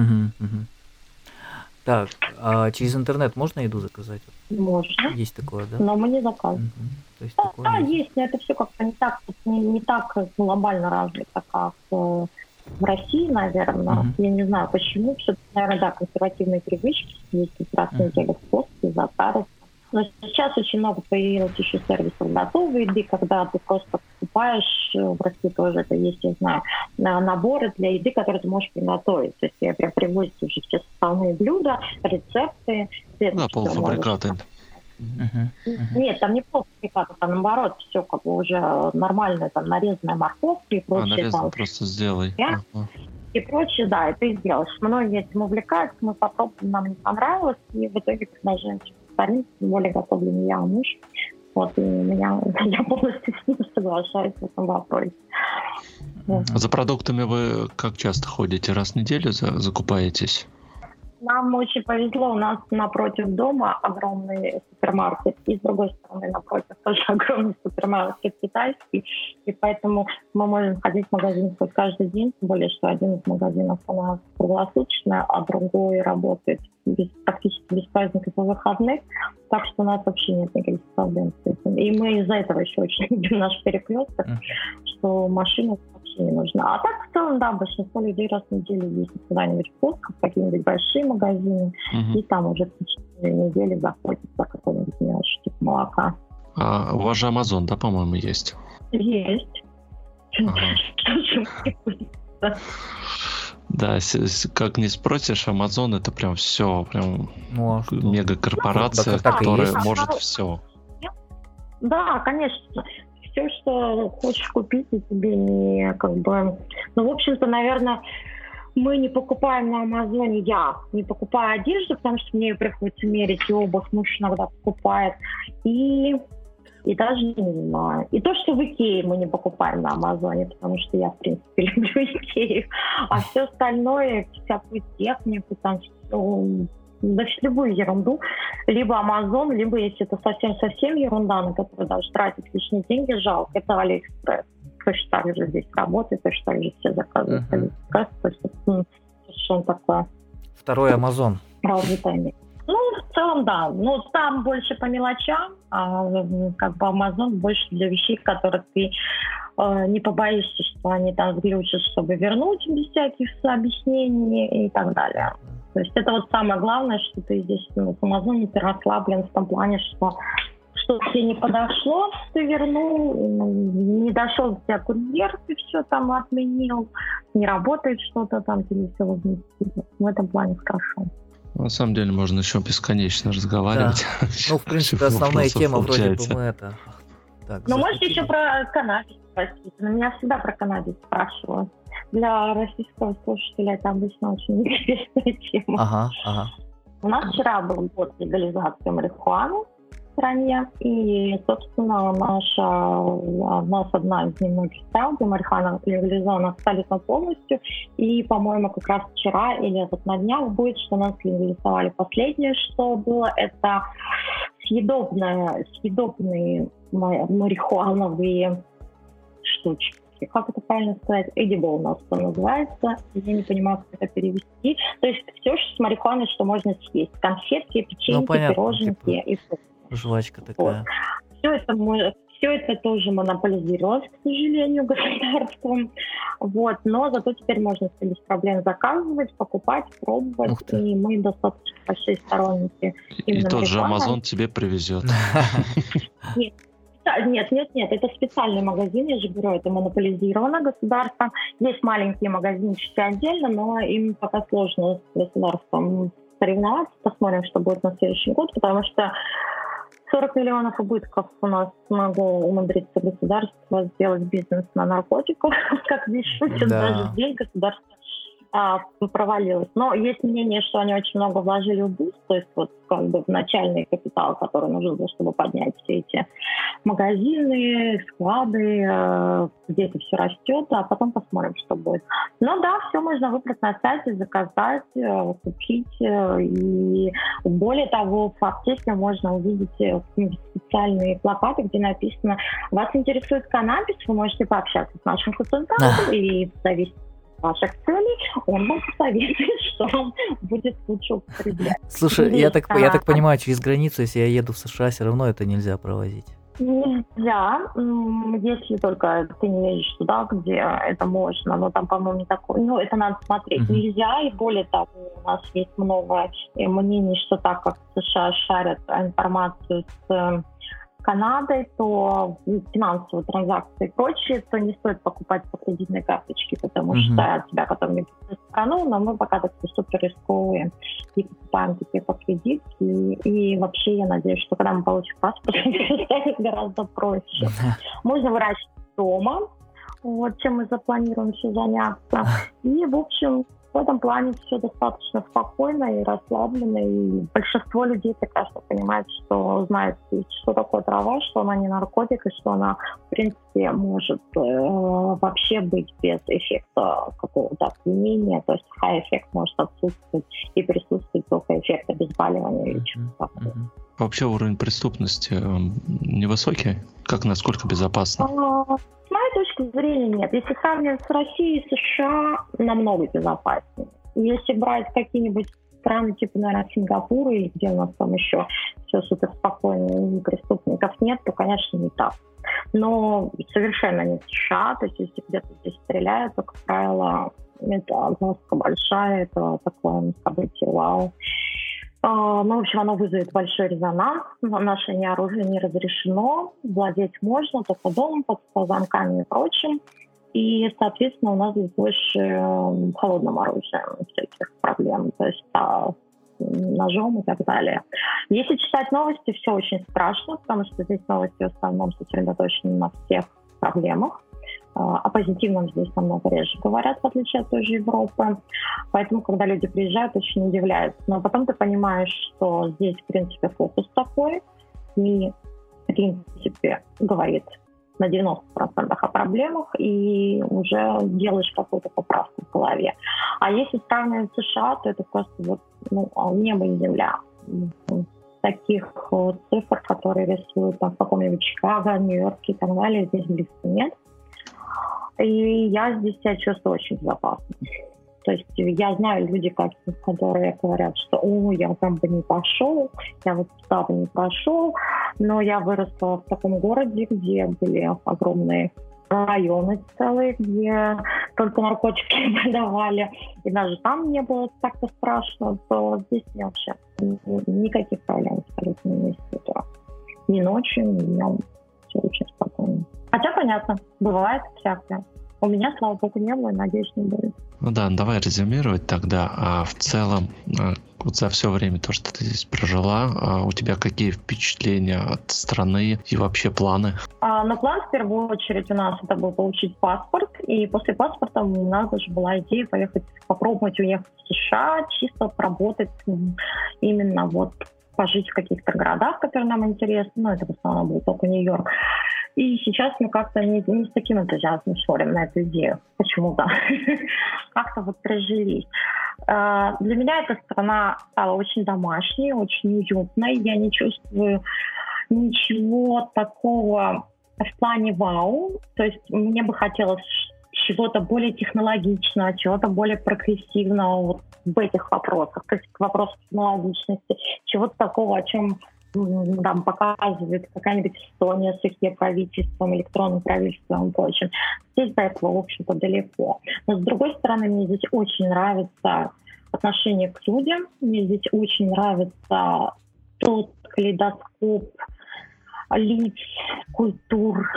Так, а через интернет можно еду заказать? Можно. Есть такое, да? Но мы не заказываем. То есть такое есть, но это все как-то не так глобально развито, как в России, наверное. Я не знаю почему. Все-таки, наверное, консервативные привычки. Есть раз в неделю в пост и затариться. Но сейчас очень много появилось еще сервисов готовой еды, когда ты просто покупаешь, в России тоже это есть, я знаю, наборы для еды, которые ты можешь приготовить. То есть тебе прям привозят уже все составные блюда, рецепты. Да, полуфабрикаты. Нет, там не полуфабрикаты, там наоборот, все как бы уже нормальная, там нарезанная морковка и прочее. Нарезанная просто сделай. И прочее, да, это и сделаешь. Многие этим увлекаются, мы попробовали, нам не понравилось, и в итоге продолжаем повторить, тем более готовлю не я, а муж. Вот, и я полностью с ним соглашаюсь в этом вопросе. За продуктами вы как часто ходите? Раз в неделю закупаетесь? Нам очень повезло, у нас напротив дома огромный супермаркет, и с другой стороны напротив тоже огромный супермаркет китайский, и поэтому мы можем ходить в магазин хоть каждый день, тем более, что один из магазинов у нас круглосуточно, а другой работает практически без праздников и выходных, так что у нас вообще нет никаких проблем с этим. И мы из-за этого еще очень любим наш перекресток, что машина вообще не нужна. А так в целом, да, большинство людей раз в неделю ездят куда-нибудь в Costco, в какие-нибудь большие магазины, и там уже в течение недели заходят за какой-нибудь мелочь, типа молока. А у вас же Amazon, да, по-моему, есть? Есть. Да, как не спросишь, Amazon это прям все, прям мегакорпорация, которая может все. Да, конечно. Все, что хочешь купить, и тебе не как бы... Ну, в общем-то, наверное, мы не покупаем на Амазоне, я не покупаю одежду, потому что мне ее приходится мерить, и обувь муж иногда покупает. И даже не знаю. И то, что в Икее мы не покупаем на Амазоне, потому что я, в принципе, люблю Икею. А все остальное, всякую технику, там все... любую ерунду, либо Amazon, либо, если это совсем ерунда, на которую даже тратить лишние деньги жалко, это AliExpress. Точно так же здесь работает, точно так же все заказывают AliExpress. То есть это совершенно такое... Второй Amazon. Развитое место. Ну, в целом, да. Но там больше по мелочам, а как бы Amazon больше для вещей, которые ты не побоишься, что они там сглючат, чтобы вернуть без всяких объяснений и так далее. То есть это вот самое главное, что ты здесь с Amazon ты расслаблен в том плане, что тебе не подошло, ты вернул, не дошел до тебя курьер, ты все там отменил, не работает что-то там, тебе все возместили. В этом плане хорошо. На самом деле можно еще бесконечно разговаривать. Да. Ну, в принципе, основная тема вроде бы мы это... Ну, можете еще про каннабис спросить. Меня всегда про каннабис спрашивают. Для российского слушателя это обычно очень интересная тема. Ага. У нас вчера был год легализации марихуаны в стране, и, собственно, у нас одна из немногих стран, где марихуана легализована абсолютно полностью, и, по-моему, как раз вчера или вот на днях будет, что нас легализовали. Последнее, что было, это съедобные марихуановые штучки. Как это правильно сказать? Edible у нас это называется. Я не понимаю, как это перевести. То есть все, что с марихуаной, что можно съесть. Конфетки, печеньки, пироженки. Типа и все. Жвачка такая. Вот. Все это тоже монополизировалось, к сожалению, государством. Вот. Но зато теперь можно без проблем заказывать, покупать, пробовать. И мы достаточно большие сторонники. И тот же Amazon тебе привезет. Нет, это специальный магазин, я же говорю, это монополизировано государством. Есть маленькие магазинчики отдельно, но им пока сложно с государством соревноваться. Посмотрим, что будет на следующий год, потому что 40 миллионов убытков у нас могло умудриться государство сделать бизнес на наркотиках, как здесь шутят, даже здесь государство провалилось. Но есть мнение, что они очень много вложили в буст, то есть вот как бы в начальный капитал, который нужен был, чтобы поднять все эти магазины, склады, где это все растет, а потом посмотрим, что будет. Но да, все можно выбрать на сайте, заказать, купить. И более того, в аптеке можно увидеть специальные плакаты, где написано: вас интересует каннабис, вы можете пообщаться с нашим консультантом и зависеть ваших целей, он вам посоветует, что вам будет лучше употреблять. Слушай, я так понимаю, через границу, если я еду в США, все равно это нельзя провозить. Нельзя, если только ты не едешь туда, где это можно, но там, по-моему, не такое. Ну, это надо смотреть. Нельзя, и более того, у нас есть много мнений, что так как США шарят информацию с Канадой, то финансовые транзакции и прочее, то не стоит покупать по кредитной карточке, потому что тебя потом не пустят в страну, но мы пока так супер рисковые и покупаем теперь по кредитке. И вообще я надеюсь, что когда мы получим паспорт, это станет гораздо проще. Можно выращивать дома, вот, чем мы запланируем все заняться. И, в общем, в этом плане все достаточно спокойно и расслабленно, и большинство людей прекрасно понимает, что знает, что такое трава, что она не наркотик, и что она, в принципе, может вообще быть без эффекта какого-то опьянения, то есть хай-эффект может отсутствовать и присутствует только эффект обезболивания или чего-то такого. Вообще уровень преступности невысокий? Насколько безопасно? С моей точки зрения, нет. Если сравнивать с Россией и США, намного безопаснее. Если брать какие-нибудь страны, типа, наверное, Сингапура, или где у нас там еще все супер спокойно и преступников нет, то, конечно, не так. Но совершенно не США. То есть, если где-то здесь стреляют, то, как правило, это огласка большая, это такое событие вау. Ну, в общем, оно вызовет большой резонанс. Ношение оружия не разрешено. Владеть можно только дома, под замками и прочим. И, соответственно, у нас здесь больше холодным оружием всяких проблем. То есть ножом и так далее. Если читать новости, все очень страшно, потому что здесь новости в основном сосредоточены на всех проблемах. О позитивном здесь намного реже говорят, в отличие от той же Европы. Поэтому, когда люди приезжают, очень удивляются. Но потом ты понимаешь, что здесь, в принципе, фокус такой. СМИ, в принципе, говорит на 90% о проблемах и уже делаешь какую-то поправку в голове. А если сравнивать с США, то это просто вот, небо и земля. Таких цифр, которые рисуют там в каком-нибудь Чикаго, Нью-Йорке и так далее, здесь близко нет. И я здесь себя чувствую очень безопасно. То есть я знаю люди, которые говорят, что я там бы не пошел, я вот сюда бы не пошел, но я выросла в таком городе, где были огромные районы целые, где только наркотики продавали, и даже там не было так-то страшно, то здесь мне вообще никаких проблем абсолютно не испытываю. Ни ночью, ни днем. Все очень спокойно. Хотя, понятно, бывает всякое. У меня, слава богу, не было, и, надеюсь, не будет. Ну да, давай резюмировать тогда. В целом, Вот за все время, то, что ты здесь прожила, у тебя какие впечатления от страны и вообще планы? Но план в первую очередь у нас это был получить паспорт, и после паспорта у нас даже была идея попробовать уехать в США, чисто поработать именно пожить в каких-то городах, которые нам интересны, это в основном был только Нью-Йорк. И сейчас мы как-то не с таким энтузиазмом смотрим на эту идею. Почему-то. Как-то прижились. Для меня эта страна стала очень домашней, очень уютной. Я не чувствую ничего такого в плане вау. То есть мне бы хотелось чего-то более технологичного, чего-то более прогрессивного в этих вопросах. То есть к вопросу технологичности. Чего-то такого, о чем там показывает какая-нибудь Эстония с их правительством, электронным правительством и прочим. Здесь до этого, в общем-то, далеко. Но, с другой стороны, мне здесь очень нравится отношение к людям. Мне здесь очень нравится тот калейдоскоп лиц, культур,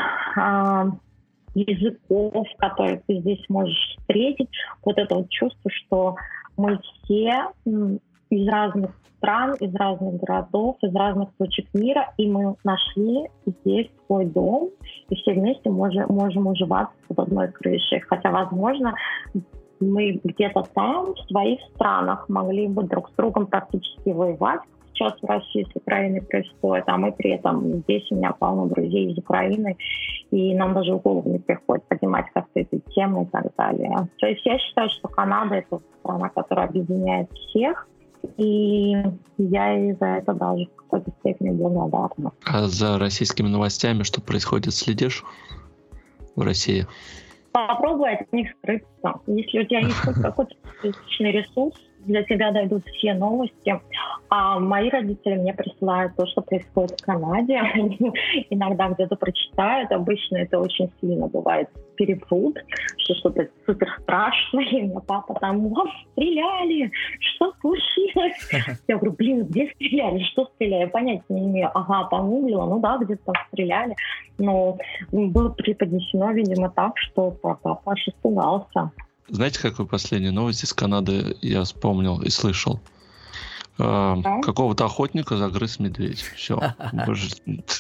языков, которые ты здесь можешь встретить. Вот это чувство, что мы все из разных стран, из разных городов, из разных точек мира, и мы нашли здесь свой дом, и все вместе можем уживаться под одной крышей. Хотя, возможно, мы где-то там, в своих странах, могли бы друг с другом практически воевать. Сейчас в России с Украиной происходит, а мы при этом здесь у меня полно друзей из Украины, и нам даже в голову не приходит поднимать как-то эти темы и так далее. То есть я считаю, что Канада — это страна, которая объединяет всех, и я ей за это даже в какой-то степени благодарна. А за российскими новостями что происходит, следишь в России? Попробуй от них скрыться. Если у тебя есть хоть какой-то личный ресурс, для тебя дойдут все новости. А мои родители мне присылают то, что происходит в Канаде. Иногда где-то прочитают. Обычно это очень сильно бывает перепут, что что-то супер страшное. И мне папа там: вас стреляли, что случилось? Я говорю: где стреляли, что стреляли? Я понятия не имею. Ага, погуглила, да, где-то там стреляли. Но было преподнесено, видимо, так, что папа аж испугался. Знаете, какую последнюю новость из Канады я вспомнил и слышал? Какого-то охотника загрыз медведь. Все. Больше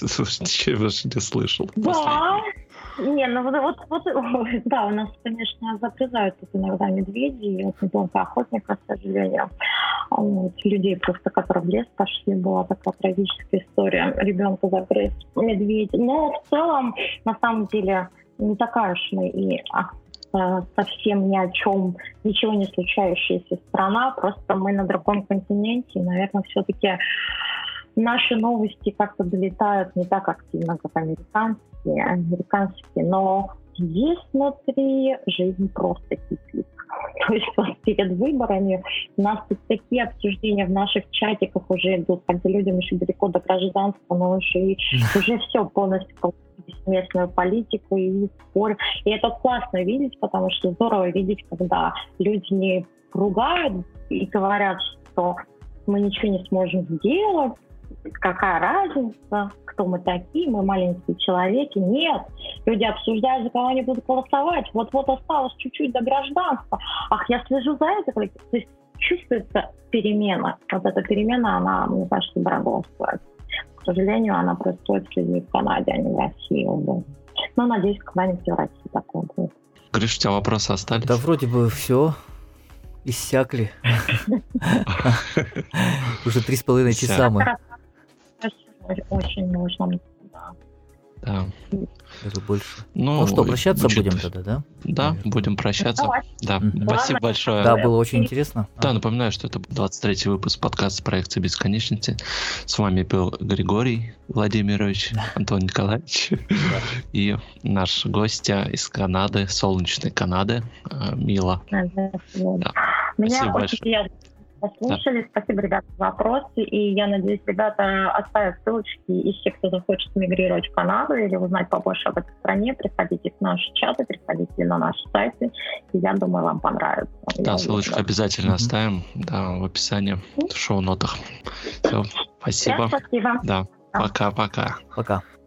не слышал. Да. Не, да, у нас, конечно, загрызают тут иногда медведи, и не только охотника, к сожалению. Людей просто, которые в лес пошли, была такая трагическая история. Ребенка загрыз медведь. Но в целом, на самом деле, не такая уж мы и совсем ни о чем, ничего не случающаяся страна, просто мы на другом континенте, и, наверное, все-таки наши новости как-то долетают не так активно, как американские, но здесь внутри жизнь просто кипит. То есть перед выборами у нас тут такие обсуждения в наших чатиках уже идут, когда людям еще далеко до гражданства, но уже все полностью местную политику и споры. И это классно видеть, потому что здорово видеть, когда люди не ругают и говорят, что мы ничего не сможем сделать, какая разница, кто мы такие, мы маленькие человеки. Нет, люди обсуждают, за кого они будут голосовать. Вот осталось чуть-чуть до гражданства. Ах, я слежу за это. То есть чувствуется перемена. Вот эта перемена, она, мне кажется, дорого стоит. К сожалению, она происходит с людьми в Канаде, а не в России. Но, надеюсь, когда-нибудь в России такое будет. Гриш, у тебя вопросы остались? Да вроде бы все. Иссякли. Уже 3,5 часа мы. Очень нужно. Да. Даже больше. Ну что, прощаться будем тогда, да? Да, будем прощаться. Да. Спасибо большое. Да, было очень интересно. Да, напоминаю, что это 23-й выпуск подкаста «Проекция бесконечности». С вами был Григорий Владимирович, Антон Николаевич и наш гость из Канады, солнечной Канады, Мила. Меня очень приятно послушали. Спасибо, ребята, за вопросы. И я надеюсь, ребята оставят ссылочки. И все, кто захочет мигрировать в Канаду или узнать побольше об этой стране, приходите в наши чаты, приходите на наши сайты. И я думаю, вам понравится. Да, ссылочку обязательно оставим в описании, в шоу-нотах. Все, спасибо. Всем спасибо. Да, пока-пока. Пока.